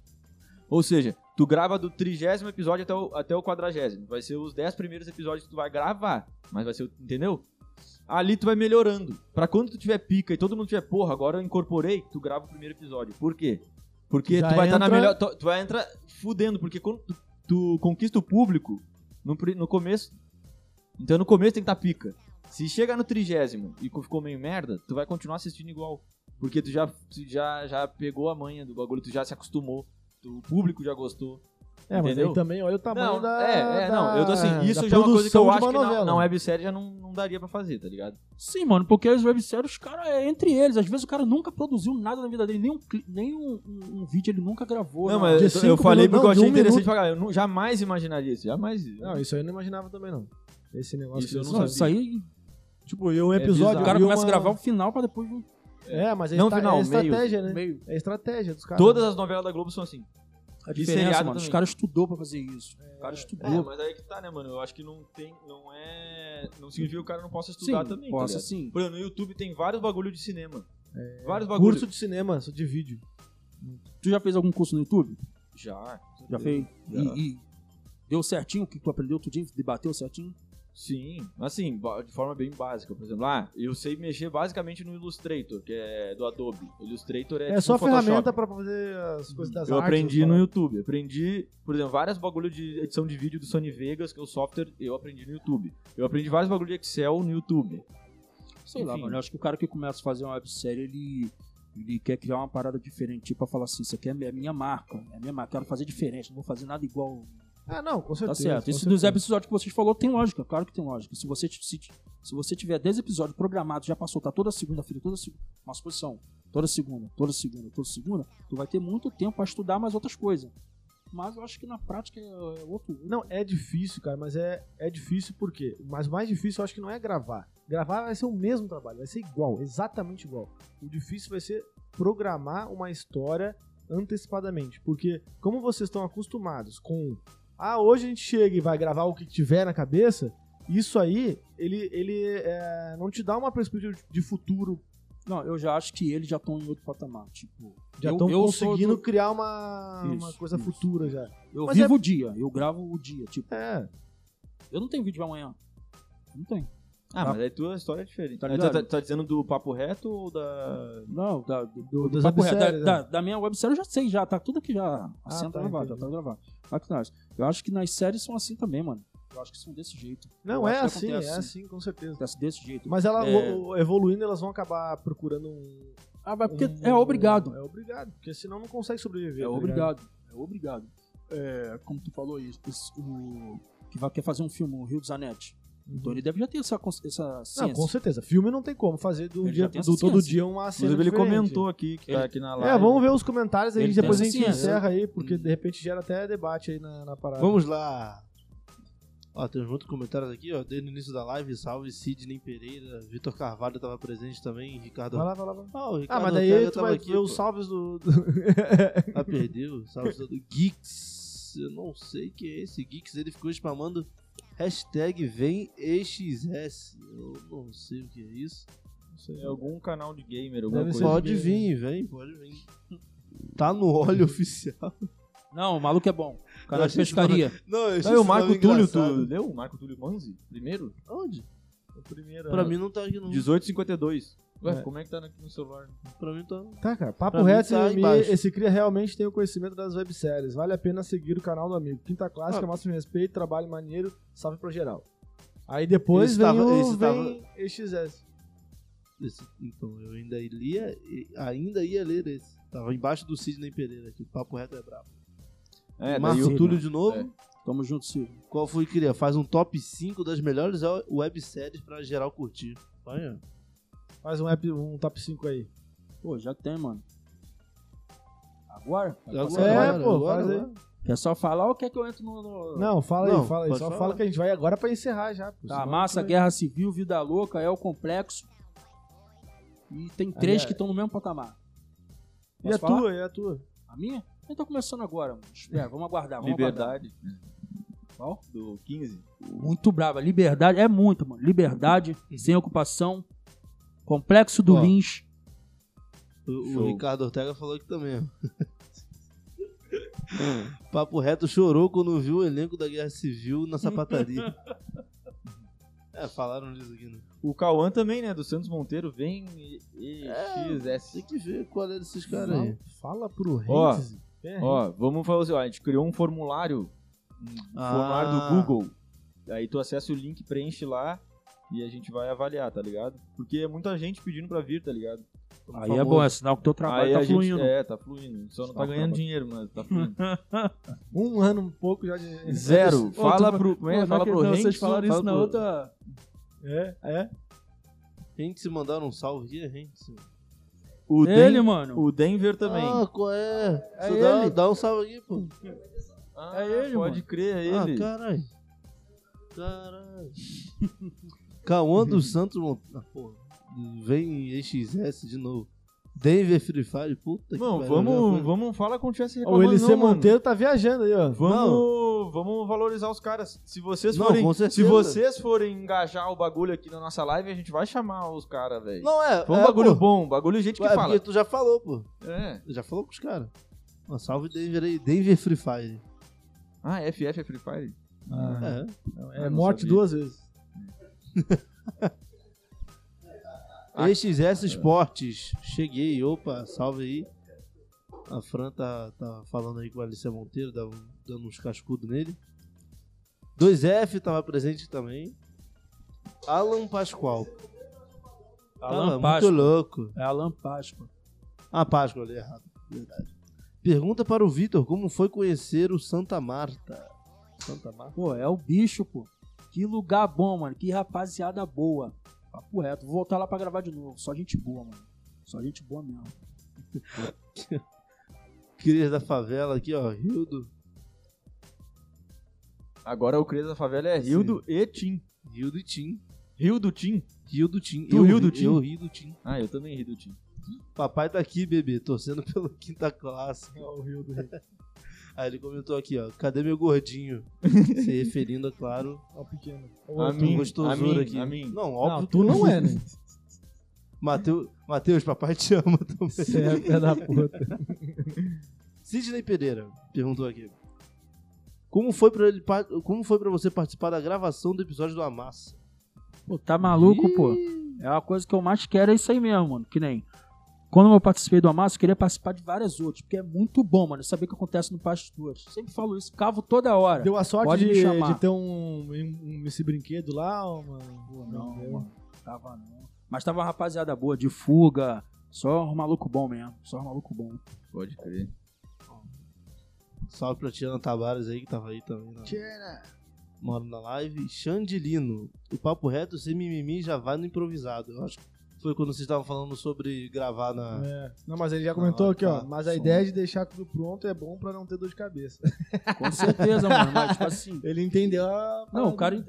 B: Ou seja, tu grava do 30º episódio até o 40º. Vai ser os 10 primeiros episódios que tu vai gravar. Mas vai ser, entendeu? Ali tu vai melhorando. Pra quando tu tiver pica e todo mundo tiver, porra, agora eu incorporei, tu grava o primeiro episódio. Por quê? Porque
A: Já
B: tu vai estar na
A: entra-
B: melhor... Tu vai entrar fudendo, porque quando tu conquista o público no começo... Então no começo tem que estar pica. Se chegar no 30º e ficou meio merda, tu vai continuar assistindo igual. Porque tu já pegou a manha do bagulho, tu já se acostumou. O público já gostou.
A: É, mas
B: entendeu?
A: aí também olha o tamanho
B: Não,
A: da...
B: não, eu tô assim, isso
A: da
B: já é uma coisa que eu
A: produção de
B: acho
A: uma
B: que
A: novela.
B: na websérie já não daria pra fazer, tá ligado?
D: Sim, mano, porque as webséries, os caras, é entre eles. Às vezes o cara nunca produziu nada na vida dele, nem um vídeo ele nunca gravou.
B: Não,
D: né?
A: de
B: mas eu
A: 5
B: falei
A: minutos,
B: porque eu
A: não, de
B: achei
A: 1
B: interessante
A: minuto.
B: pra caralho. Eu jamais imaginaria isso, jamais.
A: Não, isso aí eu não imaginava também, não. Esse negócio
B: Isso eu não
D: Não,
B: sabia.
D: isso aí,
A: Tipo, e um
B: É
A: episódio...
B: bizarro.
D: o cara
A: e
D: começa
A: uma-
D: a gravar o final pra depois...
A: É, mas é,
B: Não
A: esta-
B: final,
A: é estratégia, né?
D: meio.
A: É estratégia dos caras.
B: Todas as novelas da Globo são assim.
D: A
B: E
D: diferença,
B: seriado
D: mano, os
B: também.
D: caras estudou pra fazer isso. O cara estudou.
B: mas aí que tá, né, mano? Eu acho que não significa que o cara não possa estudar também,
D: possa
B: tá ligado?
D: sim.
B: Por exemplo, no YouTube tem vários bagulho de cinema. Vários bagulho.
A: Curso de cinema, só de vídeo.
D: Tu já fez algum curso no YouTube?
B: Já.
D: Já fez?
B: Já.
D: E deu certinho o que tu aprendeu tudinho? Debateu certinho?
B: Sim, assim, de forma bem básica. Por exemplo, eu sei mexer basicamente no Illustrator, que é do Adobe. Illustrator é
A: só
B: Photoshop.
A: ferramenta pra fazer as coisas das
B: Eu
A: artes.
B: aprendi no YouTube. Aprendi, por exemplo, vários bagulho de edição de vídeo do Sony Vegas, que é o software, eu aprendi no YouTube. Eu aprendi vários bagulho de Excel no YouTube.
D: Sei lá,
B: Enfim.
D: mano, eu acho que o cara que começa a fazer uma websérie, ele quer criar uma parada diferente, tipo, pra falar assim, isso aqui é minha marca, quero fazer diferente, não vou fazer nada igual.
A: Não, com certeza.
D: Tá certo.
A: com
D: Isso
A: certeza.
D: dos episódios que vocês falou tem lógica, claro que tem lógica. Se você tiver 10 episódios programados, já passou, tá toda segunda-feira, uma exposição, toda segunda, tu vai ter muito tempo pra estudar mais outras coisas. Mas eu acho que na prática é outro.
A: Não, é difícil, cara, mas é difícil por quê? Mas o mais difícil eu acho que não é gravar. Gravar vai ser o mesmo trabalho, vai ser igual, exatamente igual. O difícil vai ser programar uma história antecipadamente. Porque como vocês estão acostumados com... hoje a gente chega e vai gravar o que tiver na cabeça, isso aí, ele não te dá uma perspectiva de futuro.
D: Não, eu já acho que eles já estão em outro patamar. Tipo,
A: Já estão conseguindo criar uma coisa
D: Isso.
A: futura já.
D: Eu
A: Mas
D: vivo o dia, eu gravo o dia. Tipo, eu não tenho vídeo de amanhã. Não tem.
B: Mas aí tua história é diferente.
D: Tá
B: Tá,
D: ligado?
B: tá dizendo do papo reto ou da...
D: Não, do
A: das
D: papo reto.
A: webséries, né?
D: Da minha websérie eu já sei, já tá tudo aqui já. A cena tá gravada, já
A: entendi.
D: tá gravado. Olha que nós. Eu acho que nas séries são assim também, mano. Eu acho que são desse jeito.
A: Não,
D: Eu
A: é
D: acho que
A: assim,
D: acontece
A: com certeza.
D: Acontece desse jeito.
A: Mas ela evoluindo, elas vão acabar procurando
D: Vai porque é obrigado.
A: É obrigado, porque senão não consegue sobreviver.
D: É
A: tá
D: obrigado. É obrigado. Como tu falou isso, que quer fazer um filme, o Rio dos Zanetti. Então ele deve já ter essa ciência.
A: Não, com certeza. Filme não tem como fazer
D: Ele já tem essa
A: todo
D: ciência.
A: dia uma cena
B: Inclusive ele
A: diferente.
B: comentou aqui, que tá aqui na live.
A: Vamos ver os comentários aí,
D: Ele
A: depois a
D: tem
A: gente
D: essa ciência.
A: encerra aí, porque de repente gera até debate aí na parada.
C: Vamos lá. Tem outros comentários aqui, desde o início da live. Salve Sidney Pereira, Vitor Carvalho tava presente também, Ricardo.
A: Vai lá.
C: O Ricardo
A: Mas daí
C: Ortega
A: tu
C: tava
A: vai
C: aqui,
A: ver os
C: pô.
A: salves do...
C: Perdeu. Salve do Geeks. Eu não sei o que é esse. Geeks, ele ficou spamando hashtag vem EXS. Eu não sei o que é isso.
B: É algum canal de gamer, alguma
A: Deve
B: coisa.
A: ser
C: Pode vir, pode vir. Tá no óleo oficial.
D: Não, o maluco é bom. Canal de
C: achei
D: pescaria.
C: Não, eu
B: Não, e o Marco Túlio, tu leu o Marco Túlio Manzi? Primeiro?
C: Onde?
A: O primeiro,
C: Pra mim não tá aqui não.
B: 1852. Ué,
A: É.
B: como é que tá aqui no celular?
C: Pra mim tá.
A: Tá, cara. Papo
C: Pra mim
A: reto
C: tá
A: e
C: embaixo.
A: esse cria realmente tem o conhecimento das webséries. Vale a pena seguir o canal do amigo. Quinta Clássica, máximo respeito, trabalho maneiro, salve pra geral. Aí depois vem EXS.
C: Então, eu ainda ia ler esse. Tava embaixo do Sidney Pereira aqui. Papo reto é brabo. Marco
D: daí-
C: Túlio de novo.
B: É.
D: Tamo junto, Ciro.
C: Qual foi que queria? Faz um top 5 das melhores webséries pra geral curtir. Olha.
A: Faz um top 5 aí.
D: Pô, já tem, mano. Agora?
A: Faz aí.
D: Quer só falar ou quer que eu entre no...
A: Não, fala
C: Não,
A: aí, fala aí.
C: pode
A: Só
C: falar.
A: fala que a gente vai agora pra encerrar já. Pô.
D: Tá,
A: Senão
D: Massa,
A: a gente vai-
D: Guerra Civil, Vida Louca, É o Complexo. E tem 3 que estão no mesmo patamar.
A: E a
D: Posso falar?
A: tua, e a tua?
D: A minha? Eu tô começando agora, mano. Espera, vamos aguardar. Vamos aguardar.
B: Liberdade.
D: Qual?
B: Do 15.
D: Muito brava. Liberdade, é muito, mano. Liberdade, sem ocupação, Complexo do
C: Ó.
D: Lins.
C: O
B: Show.
C: Ricardo Ortega falou aqui também. Papo reto chorou quando viu o elenco da Guerra Civil na sapataria. Falaram disso aqui, né?
B: O Cauã também, né? Do Santos Monteiro. Vem EXS.
C: Tem que ver qual é desses caras aí.
A: Fala pro
B: Ó,
A: Reis.
B: Ó, vamos falar assim, ó, a gente criou um formulário. Formulário do Google. Aí tu acessa o link, preenche lá e a gente vai avaliar, tá ligado? Porque é muita gente pedindo pra vir, tá ligado?
D: Aí é bom, é sinal que o teu trabalho
B: Aí
D: tá
B: a gente,
D: fluindo.
B: tá fluindo. Só não tá
D: Sinal que
B: ganhando
D: trabalho.
B: dinheiro, mas tá fluindo.
A: Um ano, um pouco já de...
B: Zero.
D: Ô,
B: Fala
D: tu-
B: pro. Como é?
D: Pô,
B: Fala
D: não,
B: pro
D: não,
B: Renzo,
D: vocês falaram
B: fala
D: isso na
B: pro-
D: outra...
A: É.
C: Gente, se mandaram um salve aqui, gente.
B: O
D: Ele,
B: Den-
D: mano.
B: O Denver também.
C: Qual é?
A: É
C: Você dá,
A: ele.
C: dá um salve aqui, pô.
B: Ah,
D: é ele,
B: pode
D: mano.
B: crer, é ele.
C: Caralho. Cauã dos Santos porra. Vem EXS de novo. Denver Free Fire, puta
B: Não,
C: que pariu.
B: vamos falar quando tivesse
A: O
B: reclamando,
A: LC
B: não, mano.
A: Monteiro tá viajando aí, ó.
B: Vamos valorizar os caras. Se vocês
C: Não,
B: forem,
C: com certeza.
B: se vocês forem engajar o bagulho aqui na nossa live, a gente vai chamar os caras, velho.
C: Não é.
B: Foi um bagulho bom, bagulho gente que
C: Ué,
B: fala.
C: porque tu já falou, pô.
B: É.
C: Já falou com os caras. Uma salve Denver aí. Denver Free Fire.
B: Ah, FF é Free Fire?
A: É
B: Ah,
A: morte
B: não sabia.
A: 2 vezes.
C: EXS Esportes. Cheguei. Opa, salve aí. A Fran tá falando aí com a Alicia Monteiro, dando uns cascudos nele. 2F tava presente também. Alan Pascoal.
D: Alan
C: Muito
D: Páscoa.
C: louco.
D: É Alan Páscoa.
C: Ah, Páscoa, ali errado. Verdade. Pergunta para o Vitor como foi conhecer o Santa Marta. Santa Marta?
D: Pô, é o bicho, pô. Que lugar bom, mano. Que rapaziada boa. Papo reto. Vou voltar lá pra gravar de novo. Só gente boa, mano. Só gente boa mesmo.
C: Crias da favela aqui, ó. Rildo.
B: Agora o Cris da favela é Rildo e Tim.
C: Rildo e Tim.
B: Rildo Tim?
C: Rildo Tim.
B: Tu riu do Tim?
C: Eu ri do Tim.
B: Ah, eu também ri do Tim.
C: Papai tá aqui, bebê, torcendo pela quinta classe.
A: O Rio do
C: Aí ele comentou aqui, ó. Cadê meu gordinho? Se referindo, é claro,
A: Ó, pequeno.
B: A mim,
C: gostosura aqui.
B: a mim.
C: Não, óbvio
A: Não,
C: que
A: tu não é, né?
C: Matheus, papai te ama também.
A: Você é pé da puta.
C: Sidney Pereira perguntou aqui. Como foi pra você participar da gravação do episódio do Amassa?
D: Pô, tá maluco, pô? É uma coisa que eu mais quero, é isso aí mesmo, mano. Que nem... Quando eu participei do Amassa, eu queria participar de várias outras, porque é muito bom, mano, saber o que acontece no Pastores. Sempre falo isso, cavo toda hora.
A: Deu a sorte
D: Pode me chamar.
A: de ter esse brinquedo lá, mano?
D: Pô, não, mano. Tava não. Mas tava uma rapaziada boa, de fuga. Só um maluco bom mesmo. Só um maluco bom.
B: Pode crer.
C: Salve pra Tiana Tavares aí, que tava aí também. Tiana! Mora na live. Xandilino. O papo reto sem mimimi já vai no improvisado. Eu acho que foi quando vocês estavam falando sobre gravar na...
A: É. Não, mas ele já comentou aqui, ó.
C: tá.
A: Mas a ideia de deixar tudo pronto é bom pra não ter dor de cabeça.
D: Com certeza, mano. Mas, tipo assim...
A: Ele entendeu a...
D: Não, o cara...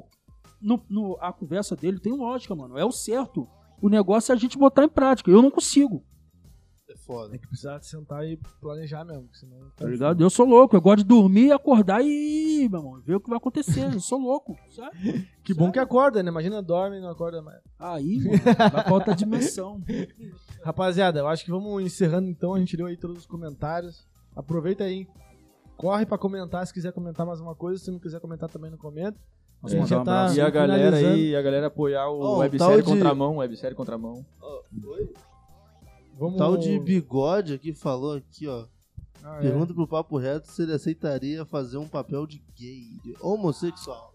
D: a conversa dele tem lógica, mano. É o certo. O negócio é a gente botar em prática. Eu não consigo.
C: É foda.
A: Tem que precisar sentar e planejar mesmo, senão...
D: Tá ligado? Eu sou louco. Eu gosto de dormir, acordar e, meu irmão, ver o que vai acontecer. Eu sou louco, sabe?
A: Que bom que acorda, né? Imagina, dorme e não acorda mais.
D: Aí, mano, vai pra outra dimensão.
A: Rapaziada, eu acho que vamos encerrando então. A gente leu aí todos os comentários. Aproveita aí. Corre pra comentar se quiser comentar mais uma coisa. Se não quiser comentar também, não comenta.
D: Nós
A: A gente já
D: mandar um
A: tá
D: abraço.
B: E a galera
A: finalizando.
B: aí, a galera apoiar o
C: Ó,
B: Websérie
C: tal de-
B: Contramão, Websérie Contramão.
A: Vamos...
C: Tal de bigode aqui falou aqui, ó.
A: Ah, é.
C: Pergunta pro papo reto se ele aceitaria fazer um papel de gay, de homossexual.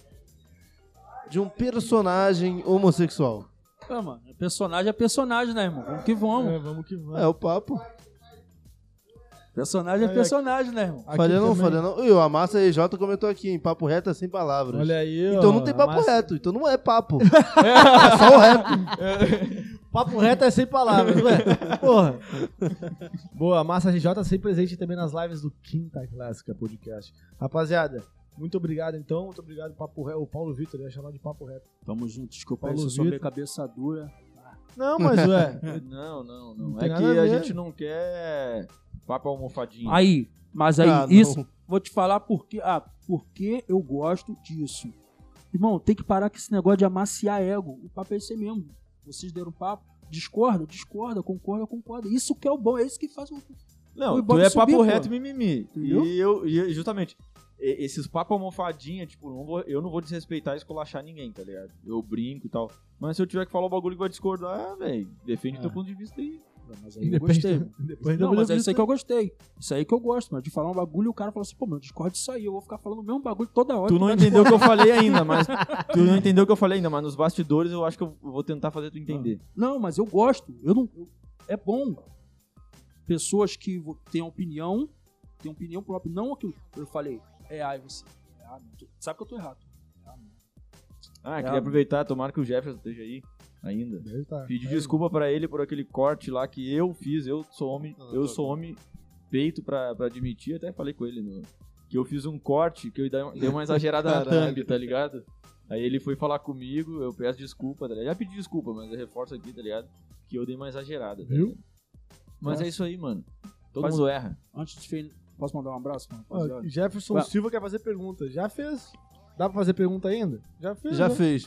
C: De um personagem homossexual.
D: Ah, mano, personagem é personagem, né, irmão? Vamos que vamos.
A: É, vamos que vamos.
C: É o papo.
D: Personagem é
A: Aí,
D: personagem, né, irmão?
A: Aqui
C: Falha não,
A: também.
C: falha não. E o Amassa EJ comentou aqui, em papo reto é sem palavras.
A: Olha aí, ó.
C: Então não tem papo
A: Massa-
C: reto, então não é papo. É só o rap.
A: Papo reto é sem palavras, ué. Porra. Boa, Massa RJ sempre presente também nas lives do Quinta Clássica Podcast. Rapaziada, muito obrigado então. Muito obrigado, Papo Reto. O Paulo Vitor ia chamar de Papo Reto.
D: Tamo junto. Desculpa
A: Paulo
D: aí, se eu
A: Vitor.
D: souber cabeça dura.
A: Não, mas ué.
B: Não.
A: Não
B: É
A: tem
B: que
A: nada a
B: a
A: ver.
B: gente não quer papo almofadinho.
D: Aí, mas aí,
C: Ah, não.
D: isso, vou te falar porque eu gosto disso. Irmão, tem que parar com esse negócio de amaciar ego. O papo é esse mesmo. Vocês deram papo, discorda, concorda. Isso que é o bom, é isso que faz o...
B: Não,
D: o
B: tu
D: Ibope
B: é
D: subir,
B: papo
D: pô.
B: reto e mimimi.
D: Entendeu?
B: E justamente, esses papo almofadinha, tipo, eu não vou desrespeitar e esculachar ninguém, tá ligado? Eu brinco e tal. Mas se eu tiver que falar o bagulho que vai discordar, velho, defende teu ponto de vista aí.
D: Mas aí eu gostei.
A: Depois
D: Não, mas é isso aí que eu gostei. Isso aí que eu gosto, mano. De falar um bagulho e o cara fala assim, pô, meu, discorda disso aí. Eu vou ficar falando o mesmo bagulho toda hora.
B: Tu não entendeu o que eu falei ainda, mas nos bastidores eu acho que eu vou tentar fazer tu entender.
D: Não, mas eu gosto. É bom. Pessoas que têm opinião própria. Não aquilo que eu falei. Você. Não. Tu sabe que eu tô errado.
B: Queria aproveitar, tomara que o Jefferson esteja aí ainda.
A: Deve tá.
B: Pedir desculpa pra ele por aquele corte lá que eu fiz. Eu sou homem peito pra admitir. Até falei com ele que eu fiz um corte que eu dei uma exagerada na thumb, tá ligado? Aí ele foi falar comigo, eu peço desculpa, tá ligado? Já pedi desculpa, mas eu reforço aqui, tá ligado? Que eu dei uma exagerada, tá
A: Viu?
B: ligado? Mas
D: Nossa.
B: é isso aí, mano. Todo
D: Mas-
B: mundo erra.
D: Antes de posso mandar um abraço, mano?
A: Ó,
D: rapaziada?
A: Jefferson
D: Ué.
A: Silva quer fazer pergunta. Já fez. Dá pra fazer pergunta ainda? Já fez.
C: Já
A: né?
C: fez.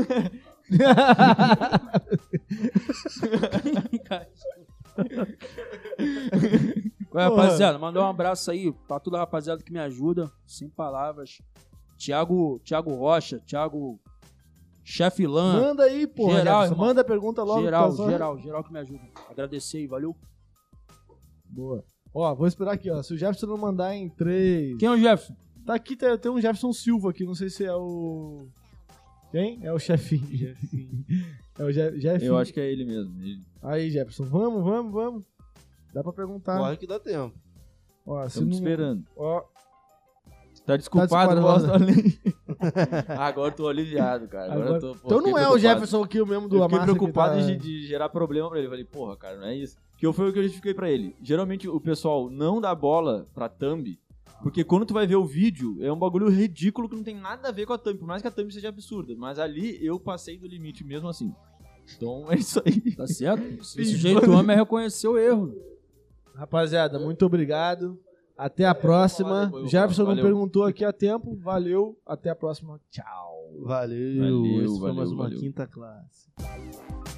D: Ué, rapaziada, mandar um abraço aí pra toda a rapaziada que me ajuda. Sem palavras. Thiago Rocha, Thiago Chefe Lan.
A: Manda aí, porra.
D: Geral,
A: Jefferson.
D: irmão.
A: Manda a pergunta logo.
D: Geral que me ajuda. Agradecer aí, valeu.
A: Boa. Ó, vou esperar aqui, ó. Se o Jefferson não mandar em 3...
D: Quem é o Jefferson?
A: Tá aqui, tem um Jefferson Silva aqui, não sei se é o... Quem? É o chefinho. É o Jefinho.
B: Eu acho que é ele mesmo.
A: Aí, Jefferson, vamos. Dá pra perguntar.
C: Corre que dá tempo.
A: Ó, se
B: Estamos
A: não...
B: esperando.
A: Ó,
B: Tá desculpado,
A: desculpado,
B: gosto ali. Agora eu tô aliviado, cara. Agora eu tô, pô,
A: então não
B: fiquei
A: é o
B: preocupado.
A: Jefferson aqui, o mesmo do
B: Eu fiquei
A: Amassa.
B: preocupado
A: que tá...
B: de gerar problema pra ele. Eu falei, porra, cara, não é isso. Que foi o que eu justifiquei pra ele. Geralmente o pessoal não dá bola pra thumb, porque quando tu vai ver o vídeo, é um bagulho ridículo que não tem nada a ver com a thumb, por mais que a thumb seja absurda. Mas ali eu passei do limite mesmo assim. Então é isso aí.
D: Tá certo? Esse jeito homem é reconhecer o erro.
A: Rapaziada, muito obrigado. Até a próxima.
B: depois,
A: Jefferson não
B: valeu.
A: perguntou aqui a tempo. Valeu. Até a próxima. Tchau.
C: Valeu. Esse foi
B: valeu,
C: mais uma
B: valeu.
C: quinta classe.